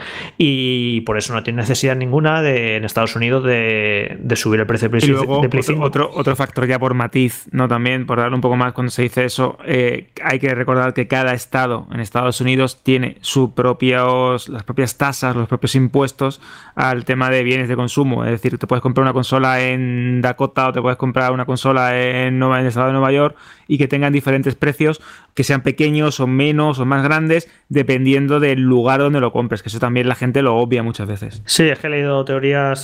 y por eso no tiene necesidad ninguna en Estados Unidos de subir el precio de PlayStation. Y luego otro factor ya por matiz, no también, por darle un poco más cuando se dice eso, hay que recordar que cada estado en Estados Unidos tiene las propias tasas, los propios impuestos al tema de bienes de consumo. Es decir, te puedes comprar una consola en Dakota o te puedes comprar una consola en el estado de Nueva York y que tengan diferentes precios, que sean pequeños o menos o más grandes, dependiendo del lugar donde lo compres, que eso también la gente lo obvia muchas veces. Sí, es que he leído teorías,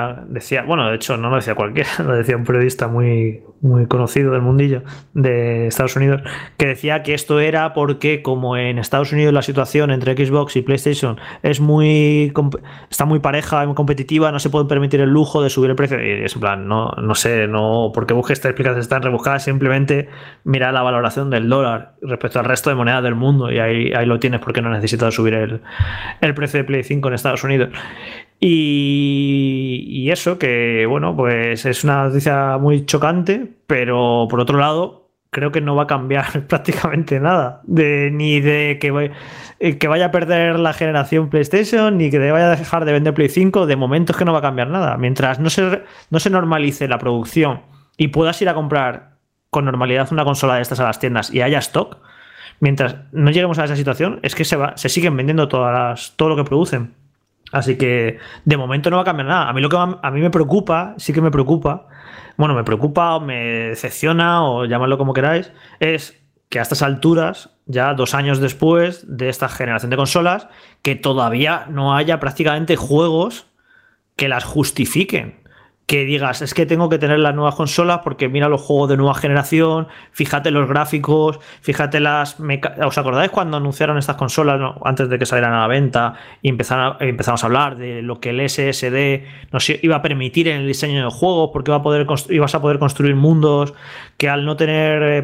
de hecho no lo decía cualquiera, lo decía un periodista muy, muy conocido del mundillo de Estados Unidos, que decía que esto era porque como en Estados Unidos la situación entre Xbox y PlayStation está muy pareja, muy competitiva, no se puede permitir el lujo de subir el precio, y es en plan, no sé, no porque busques estas explicaciones tan rebuscadas, simplemente mira la valoración del dólar respecto al resto de monedas del mundo y ahí lo tienes, porque no necesitas subir el precio de Play 5 en Estados Unidos. Y eso, que bueno, pues es una noticia muy chocante, pero por otro lado creo que no va a cambiar prácticamente nada, ni de que vaya a perder la generación PlayStation, ni que vaya a dejar de vender Play 5. De momento es que no va a cambiar nada. Mientras no se normalice la producción y puedas ir a comprar con normalidad una consola de estas a las tiendas y haya stock, mientras no lleguemos a esa situación, es que se siguen vendiendo todo lo que producen. Así que de momento no va a cambiar nada. A mí a mí me preocupa, sí que me preocupa. Bueno, me preocupa o me decepciona, o llamadlo como queráis, es que a estas alturas, ya 2 años después de esta generación de consolas, que todavía no haya prácticamente juegos que las justifiquen. Que digas, es que tengo que tener las nuevas consolas porque mira los juegos de nueva generación, fíjate los gráficos, fíjate ¿os acordáis cuando anunciaron estas consolas, no, antes de que salieran a la venta, y empezamos a hablar de lo que el SSD nos iba a permitir en el diseño del juego, porque ibas a poder construir mundos que al no tener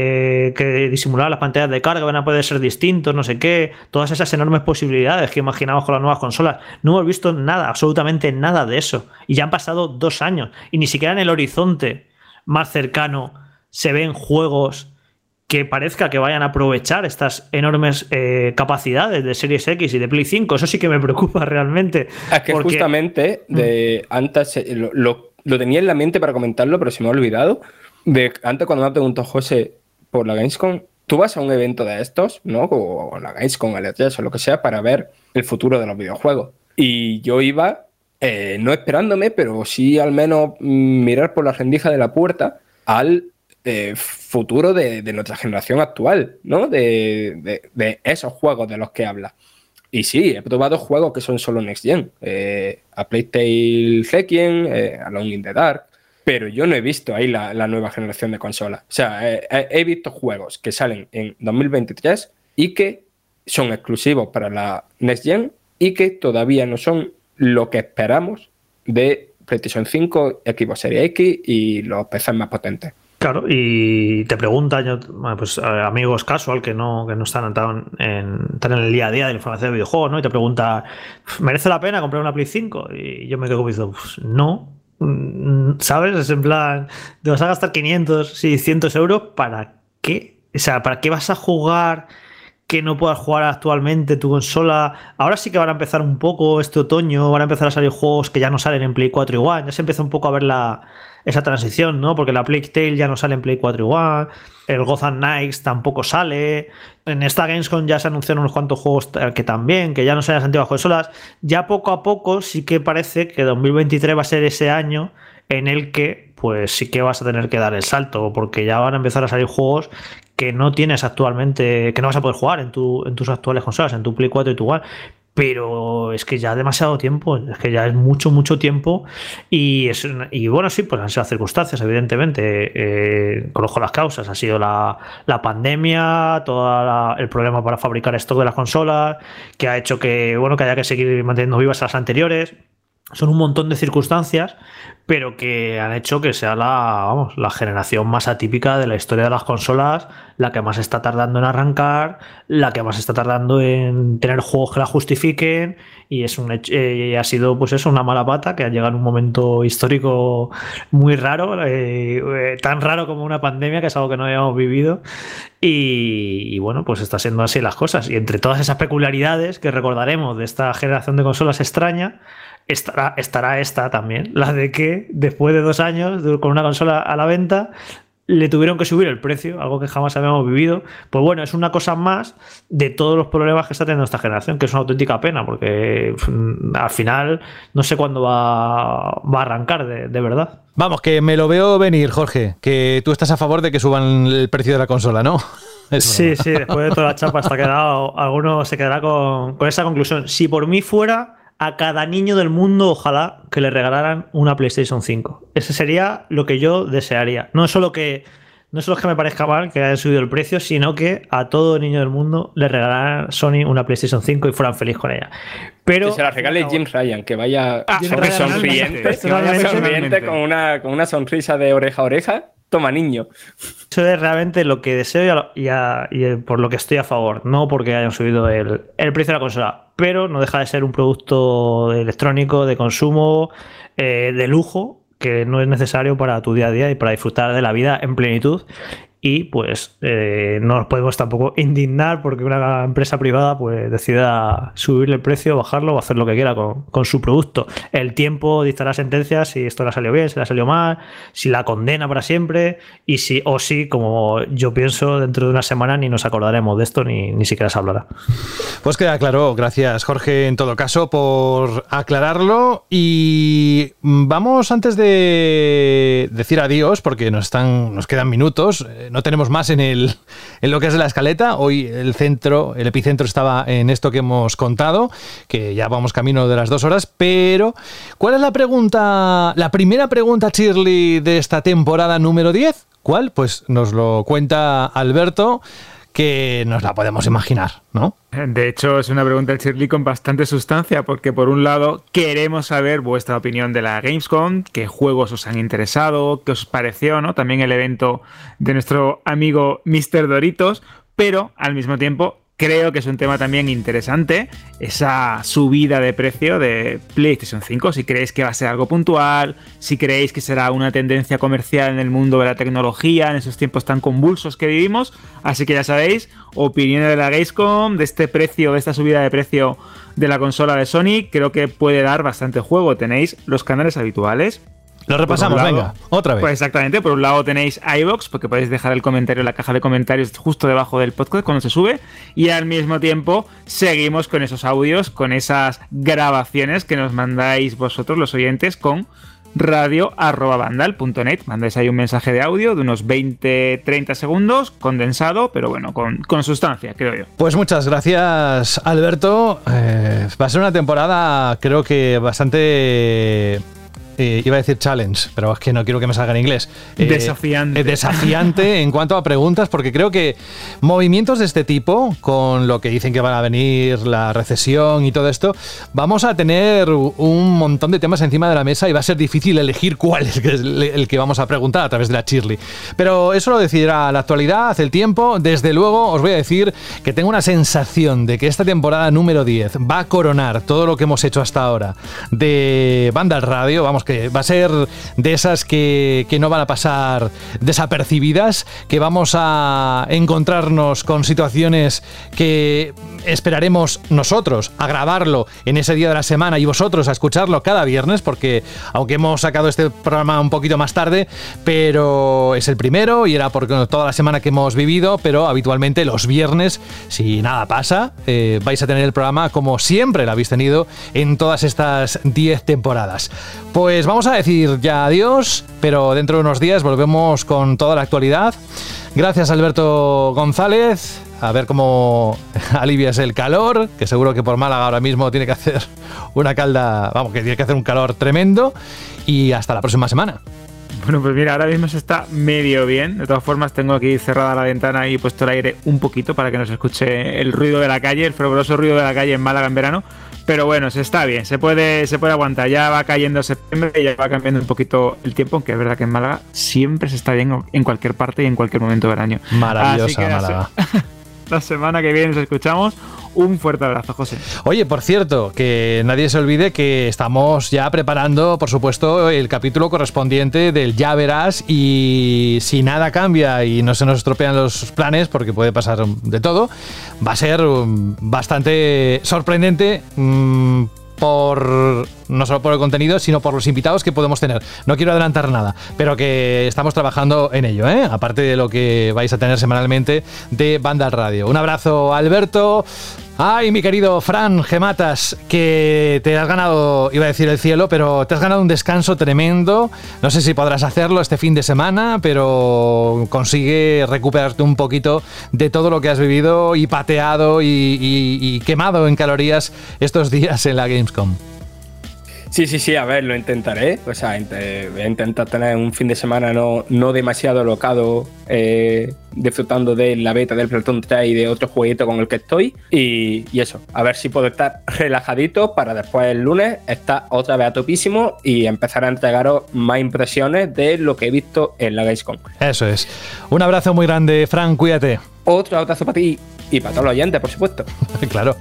que disimular las pantallas de carga van a poder ser distintos, no sé qué, todas esas enormes posibilidades que imaginamos con las nuevas consolas? No hemos visto nada, absolutamente nada de eso, y ya han pasado 2 años y ni siquiera en el horizonte más cercano se ven juegos que parezca que vayan a aprovechar estas enormes capacidades de Series X y de Play 5. Eso sí que me preocupa realmente. Es que porque justamente antes lo tenía en la mente para comentarlo, pero se me ha olvidado. Antes, cuando me ha preguntado José por la Gamescom, tú vas a un evento de estos, ¿no? O la Gamescom, el E3 o lo que sea, para ver el futuro de los videojuegos. Y yo iba no esperándome, pero sí al menos mirar por la rendija de la puerta al futuro de nuestra generación actual, ¿no? De esos juegos de los que habla. Y sí, he probado juegos que son solo Next Gen. A Plague Tale Requiem, Alone in the Dark, pero yo no he visto ahí la nueva generación de consolas. O sea, he visto juegos que salen en 2023 y que son exclusivos para la Next Gen y que todavía no son lo que esperamos de PlayStation 5, Xbox Series X y los PCs más potentes. Claro, y te preguntan, pues amigos casual que no están tan en el día a día de la información de videojuegos, ¿no? Y te preguntan, ¿merece la pena comprar una Play 5? Y yo me quedo diciendo, pues no, ¿sabes? Es en plan, te vas a gastar 500, 600 euros, ¿para qué? O sea, ¿para qué vas a jugar que no puedas jugar actualmente tu consola? Ahora sí que van a empezar un poco este otoño, van a empezar a salir juegos que ya no salen en Play 4 y One. Ya se empieza un poco a ver esa transición, ¿no? Porque la Plague Tale ya no sale en Play 4 y One, el Gotham Knights tampoco sale. En esta Gamescom ya se anunciaron unos cuantos juegos que también, que ya no salen en las antiguas consolas. Ya poco a poco sí que parece que 2023 va a ser ese año en el que pues sí que vas a tener que dar el salto, porque ya van a empezar a salir juegos que no tienes actualmente, que no vas a poder jugar en tus actuales consolas, en tu Play 4 y tu One. Pero es que ya demasiado tiempo, es que ya es mucho tiempo y bueno, sí, pues han sido las circunstancias, evidentemente. Conozco las causas, ha sido la pandemia, todo el problema para fabricar stock de las consolas, que ha hecho que haya que seguir manteniendo vivas las anteriores. Son un montón de circunstancias, pero que han hecho que sea la generación más atípica de la historia de las consolas, la que más está tardando en arrancar, la que más está tardando en tener juegos que la justifiquen, y ha sido pues eso, una mala pata que ha llegado en un momento histórico muy raro, tan raro como una pandemia, que es algo que no habíamos vivido, y bueno, pues está siendo así las cosas. Y entre todas esas peculiaridades que recordaremos de esta generación de consolas extraña, estará esta también, la de que después de 2 años con una consola a la venta le tuvieron que subir el precio, algo que jamás habíamos vivido. Pues bueno, es una cosa más de todos los problemas que está teniendo esta generación, que es una auténtica pena, porque al final no sé cuándo va a arrancar de verdad. Vamos, que me lo veo venir, Jorge, que tú estás a favor de que suban el precio de la consola, ¿no? Sí, después de toda la chapa alguno se quedará con esa conclusión. Si por mí fuera, a cada niño del mundo ojalá que le regalaran una PlayStation 5. Ese sería lo que yo desearía. No solo que no solo es que me parezca mal que hayan subido el precio, sino que a todo niño del mundo le regalarán Sony una PlayStation 5 y fueran felices con ella. Pero que se la regale Jim Ryan, que vaya sonriente con una sonrisa de oreja a oreja. Toma, niño. Eso es realmente lo que deseo y por lo que estoy a favor, no porque hayan subido el precio de la consola, pero no deja de ser un producto electrónico de consumo, de lujo, que no es necesario para tu día a día y para disfrutar de la vida en plenitud. Y pues no nos podemos tampoco indignar porque una empresa privada pues decida subirle el precio, bajarlo o hacer lo que quiera con su producto. El tiempo dictará sentencias si esto le ha salido bien, si le ha salido mal, si la condena para siempre y si, como yo pienso, dentro de una semana ni nos acordaremos de esto ni siquiera se hablará. Pues queda claro. Gracias, Jorge, en todo caso, por aclararlo. Y vamos, antes de decir adiós, porque nos quedan minutos, no tenemos más en lo que es la escaleta. Hoy el epicentro estaba en esto que hemos contado, que ya vamos camino de las 2 horas, pero ¿cuál es la primera pregunta, Shirley, de esta temporada número 10? ¿Cuál? Pues nos lo cuenta Alberto, que nos la podemos imaginar, ¿no? De hecho, es una pregunta del Shirley con bastante sustancia, porque por un lado queremos saber vuestra opinión de la Gamescom, qué juegos os han interesado, qué os pareció, ¿no? También el evento de nuestro amigo Mr. Doritos, pero al mismo tiempo creo que es un tema también interesante, esa subida de precio de PlayStation 5, si creéis que va a ser algo puntual, si creéis que será una tendencia comercial en el mundo de la tecnología, en esos tiempos tan convulsos que vivimos. Así que ya sabéis, opiniones de la Gamescom, de este precio, de esta subida de precio de la consola de Sony, creo que puede dar bastante juego. Tenéis los canales habituales. Lo repasamos, venga, otra vez. Pues exactamente, por un lado tenéis iVoox, porque podéis dejar el comentario en la caja de comentarios justo debajo del podcast cuando se sube, y al mismo tiempo seguimos con esos audios, con esas grabaciones que nos mandáis vosotros, los oyentes, con radio@vandal.net. Mandáis ahí un mensaje de audio de unos 20-30 segundos, condensado, pero bueno, con sustancia, creo yo. Pues muchas gracias, Alberto. Va a ser una temporada, creo que bastante... iba a decir challenge, pero es que no quiero que me salga en inglés. Desafiante en cuanto a preguntas, porque creo que movimientos de este tipo, con lo que dicen que van a venir, la recesión y todo esto, vamos a tener un montón de temas encima de la mesa y va a ser difícil elegir cuál es el que vamos a preguntar a través de la Shirley. Pero eso lo decidirá la actualidad, el tiempo. Desde luego os voy a decir que tengo una sensación de que esta temporada número 10 va a coronar todo lo que hemos hecho hasta ahora de Vandal Radio. Vamos, que va a ser de esas que no van a pasar desapercibidas, que vamos a encontrarnos con situaciones que esperaremos nosotros a grabarlo en ese día de la semana y vosotros a escucharlo cada viernes, porque aunque hemos sacado este programa un poquito más tarde, pero es el primero y era por toda la semana que hemos vivido, pero habitualmente los viernes, si nada pasa, vais a tener el programa como siempre lo habéis tenido en todas estas 10 temporadas. Pues vamos a decir ya adiós, pero dentro de unos días volvemos con toda la actualidad. Gracias, Alberto González. A ver cómo alivias el calor, que seguro que por Málaga ahora mismo tiene que hacer una calda, vamos, que tiene que hacer un calor tremendo. Y hasta la próxima semana. Bueno, pues mira, ahora mismo se está medio bien. De todas formas, tengo aquí cerrada la ventana y puesto el aire un poquito para que no se escuche el ruido de la calle, el fervoroso ruido de la calle en Málaga en verano. Pero bueno, se está bien, se puede aguantar. Ya va cayendo septiembre y ya va cambiando un poquito el tiempo, aunque es verdad que en Málaga siempre se está bien en cualquier parte y en cualquier momento del año. Maravillosa Málaga. La semana que viene nos escuchamos. Un fuerte abrazo, José. Oye, por cierto, que nadie se olvide que estamos ya preparando, por supuesto, el capítulo correspondiente del Ya Verás, y si nada cambia y no se nos estropean los planes, porque puede pasar de todo, va a ser bastante sorprendente, no solo por el contenido, sino por los invitados que podemos tener. No quiero adelantar nada, pero que estamos trabajando en ello, aparte de lo que vais a tener semanalmente de Vandal Radio. Un abrazo, Alberto. Ay, mi querido Fran Gematas, que te has ganado, iba a decir el cielo, pero te has ganado un descanso tremendo. No sé si podrás hacerlo este fin de semana, pero consigue recuperarte un poquito de todo lo que has vivido y pateado y quemado en calorías estos días en la Gamescom. Sí, a ver, lo intentaré. O sea, voy a intentar tener un fin de semana no demasiado alocado, disfrutando de la beta del Splatoon 3 y de otro jueguito con el que estoy. Y eso, a ver si puedo estar relajadito para después el lunes estar otra vez a topísimo y empezar a entregaros más impresiones de lo que he visto en la Gamescom. Eso es. Un abrazo muy grande, Fran, cuídate. Otro abrazo para ti y para todos los oyentes, por supuesto. Claro.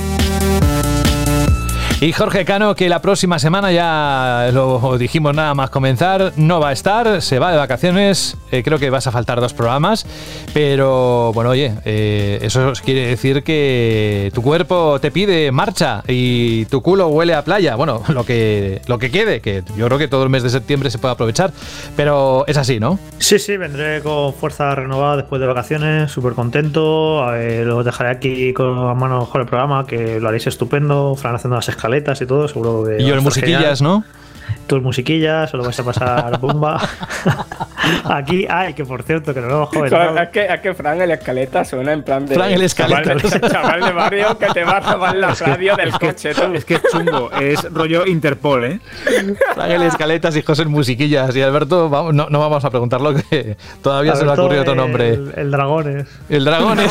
Y Jorge Cano, que la próxima semana, ya lo dijimos nada más comenzar, no va a estar, se va de vacaciones, creo que vas a faltar 2 programas, pero bueno, oye, eso quiere decir que tu cuerpo te pide marcha y tu culo huele a playa, bueno, lo que quede, que yo creo que todo el mes de septiembre se puede aprovechar, pero es así, ¿no? Sí, vendré con fuerza renovada después de vacaciones, súper contento, lo dejaré aquí con las manos con el programa, que lo haréis estupendo, Fran haciendo las escaletas y todo, seguro que... Y yo en musiquillas, genial. ¿No? Tus musiquillas, o lo vais a pasar bomba. Aquí, que por cierto, que no, joder. Es que Fran el escaleta suena en plan de... Fran el escaleta. Chaval de barrio que te va a robar la radio del coche. Es que es chungo, es rollo Interpol, ¿eh? Fran el escaletas y José en musiquillas. Y Alberto, no vamos a preguntarlo, que todavía Alberto, se le ha ocurrido otro nombre. El Dragones. El Dragones.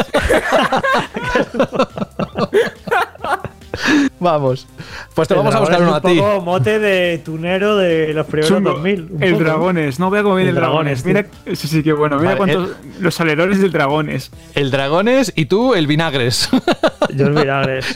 Vamos, pues te vamos a buscar uno a ti. Un poco mote de tunero de los primeros 2000. El Dragones, no vea cómo viene el Dragones. Mira, sí, qué bueno. Mira vale, cuántos los alerones del Dragones. El Dragones y tú el Vinagres. Yo el Vinagres,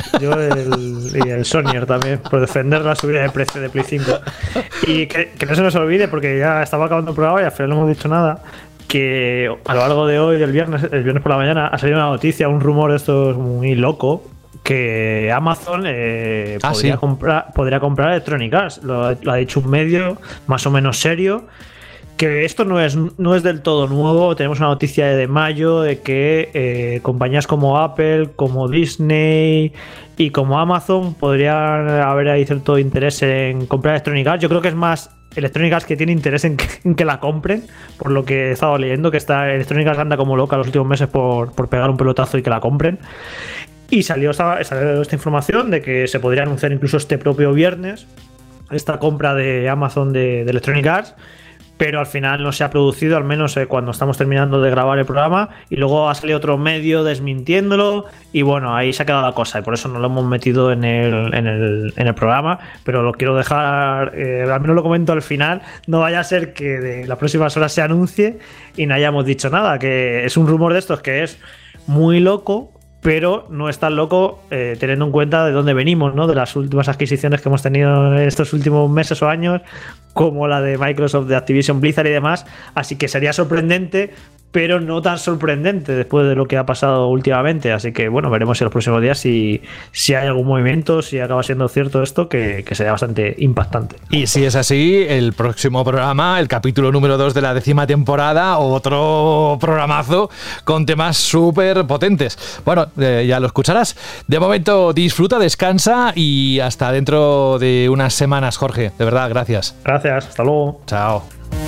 y el Sonier también, por defender la subida de precio de Play 5. Y que no se nos olvide, porque ya estaba acabando el programa y al final no hemos dicho nada, que a lo largo de hoy, el viernes por la mañana, ha salido una noticia, un rumor de estos muy loco, que Amazon podría comprar Electronic Arts. Lo ha dicho un medio más o menos serio, que esto no es del todo nuevo. Tenemos una noticia de mayo de que compañías como Apple, como Disney y como Amazon podrían haber ahí cierto interés en comprar Electronic Arts. Yo creo que es más Electronic Arts que tiene interés en que la compren, por lo que he estado leyendo, que Electronic Arts anda como loca los últimos meses por pegar un pelotazo y que la compren. Y salió esta información de que se podría anunciar incluso este propio viernes esta compra de Amazon de Electronic Arts, pero al final no se ha producido, al menos cuando estamos terminando de grabar el programa, y luego ha salido otro medio desmintiéndolo, y bueno, ahí se ha quedado la cosa, y por eso no lo hemos metido en el programa, pero lo quiero dejar, al menos lo comento al final, no vaya a ser que de las próximas horas se anuncie y no hayamos dicho nada, que es un rumor de estos que es muy loco, pero no es tan loco teniendo en cuenta de dónde venimos, ¿no? De las últimas adquisiciones que hemos tenido en estos últimos meses o años, como la de Microsoft, de Activision Blizzard y demás. Así que sería sorprendente, pero no tan sorprendente después de lo que ha pasado últimamente. Así que bueno, veremos en los próximos días si hay algún movimiento, si acaba siendo cierto esto, que sería bastante impactante. Y si es así, el próximo programa, el capítulo número 2 de la 10ª temporada, otro programazo con temas súper potentes. Bueno, ya lo escucharás. De momento, disfruta, descansa y hasta dentro de unas semanas, Jorge. De verdad, gracias. Gracias, hasta luego. Chao.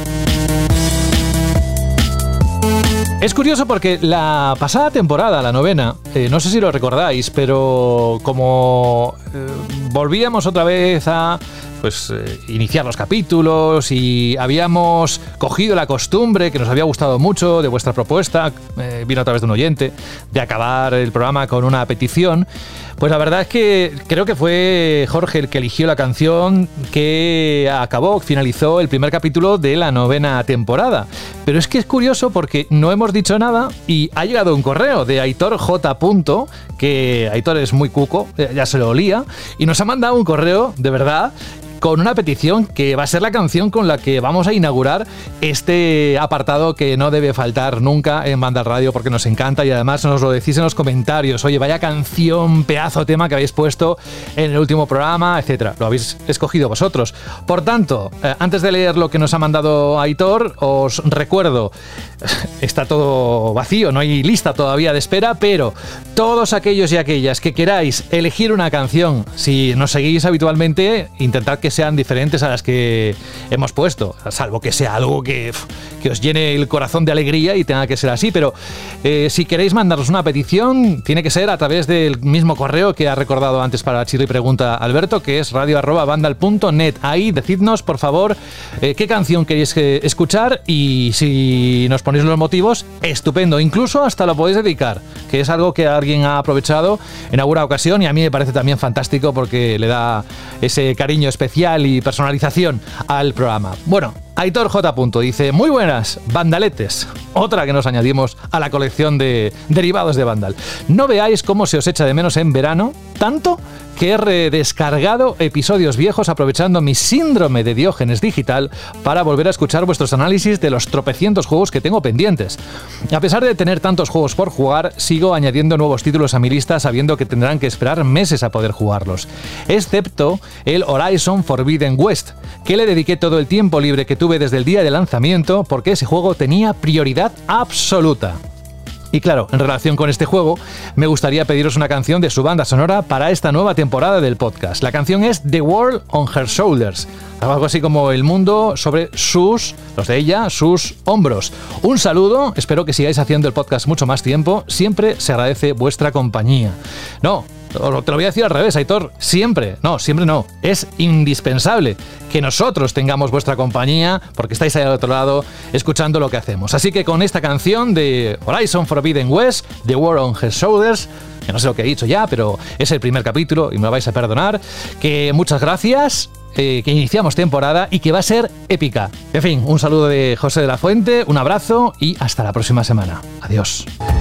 Es curioso porque la pasada temporada, la 9ª, no sé si lo recordáis, pero como volvíamos otra vez a iniciar los capítulos y habíamos cogido la costumbre que nos había gustado mucho de vuestra propuesta, vino a través de un oyente, de acabar el programa con una petición, pues la verdad es que creo que fue Jorge el que eligió la canción que finalizó el primer capítulo de la 9ª temporada. Pero es que es curioso porque no hemos dicho nada y ha llegado un correo de Aitor J. que Aitor es muy cuco, ya se lo olía, y nos ha mandado un correo, de verdad, con una petición que va a ser la canción con la que vamos a inaugurar este apartado que no debe faltar nunca en Banda Radio porque nos encanta y además nos lo decís en los comentarios. Oye, vaya canción, pedazo tema que habéis puesto en el último programa, etcétera. Lo habéis escogido vosotros. Por tanto, antes de leer lo que nos ha mandado Aitor, os recuerdo, está todo vacío, no hay lista todavía de espera, pero todos aquellos y aquellas que queráis elegir una canción, si nos seguís habitualmente, intentad que que sean diferentes a las que hemos puesto, salvo que sea algo que os llene el corazón de alegría y tenga que ser así, pero si queréis mandarnos una petición, tiene que ser a través del mismo correo que ha recordado antes para Chirri Pregunta Alberto, que es radio@vandal.net. Ahí decidnos, por favor, qué canción queréis escuchar, y si nos ponéis los motivos, estupendo, incluso hasta lo podéis dedicar, que es algo que alguien ha aprovechado en alguna ocasión y a mí me parece también fantástico porque le da ese cariño especial y personalización al programa. Bueno, Aitor J. dice: muy buenas, Vandaletes. Otra que nos añadimos a la colección de derivados de Vandal. No veáis cómo se os echa de menos en verano, tanto que he redescargado episodios viejos aprovechando mi síndrome de Diógenes digital para volver a escuchar vuestros análisis de los tropecientos juegos que tengo pendientes. A pesar de tener tantos juegos por jugar, sigo añadiendo nuevos títulos a mi lista sabiendo que tendrán que esperar meses a poder jugarlos. Excepto el Horizon Forbidden West, que le dediqué todo el tiempo libre que tuve desde el día de lanzamiento porque ese juego tenía prioridad absoluta. Y claro, en relación con este juego, me gustaría pediros una canción de su banda sonora para esta nueva temporada del podcast. La canción es The World on Her Shoulders, algo así como el mundo sobre los de ella, sus hombros. Un saludo, espero que sigáis haciendo el podcast mucho más tiempo, siempre se agradece vuestra compañía. No, te lo voy a decir al revés, Aitor, siempre no, es indispensable que nosotros tengamos vuestra compañía porque estáis ahí al otro lado escuchando lo que hacemos. Así que con esta canción de Horizon Forbidden West, The World on Her Shoulders, que no sé lo que he dicho ya, pero es el primer capítulo y me lo vais a perdonar, que muchas gracias, que iniciamos temporada y que va a ser épica. En fin, un saludo de José de la Fuente, un abrazo y hasta la próxima semana. Adiós.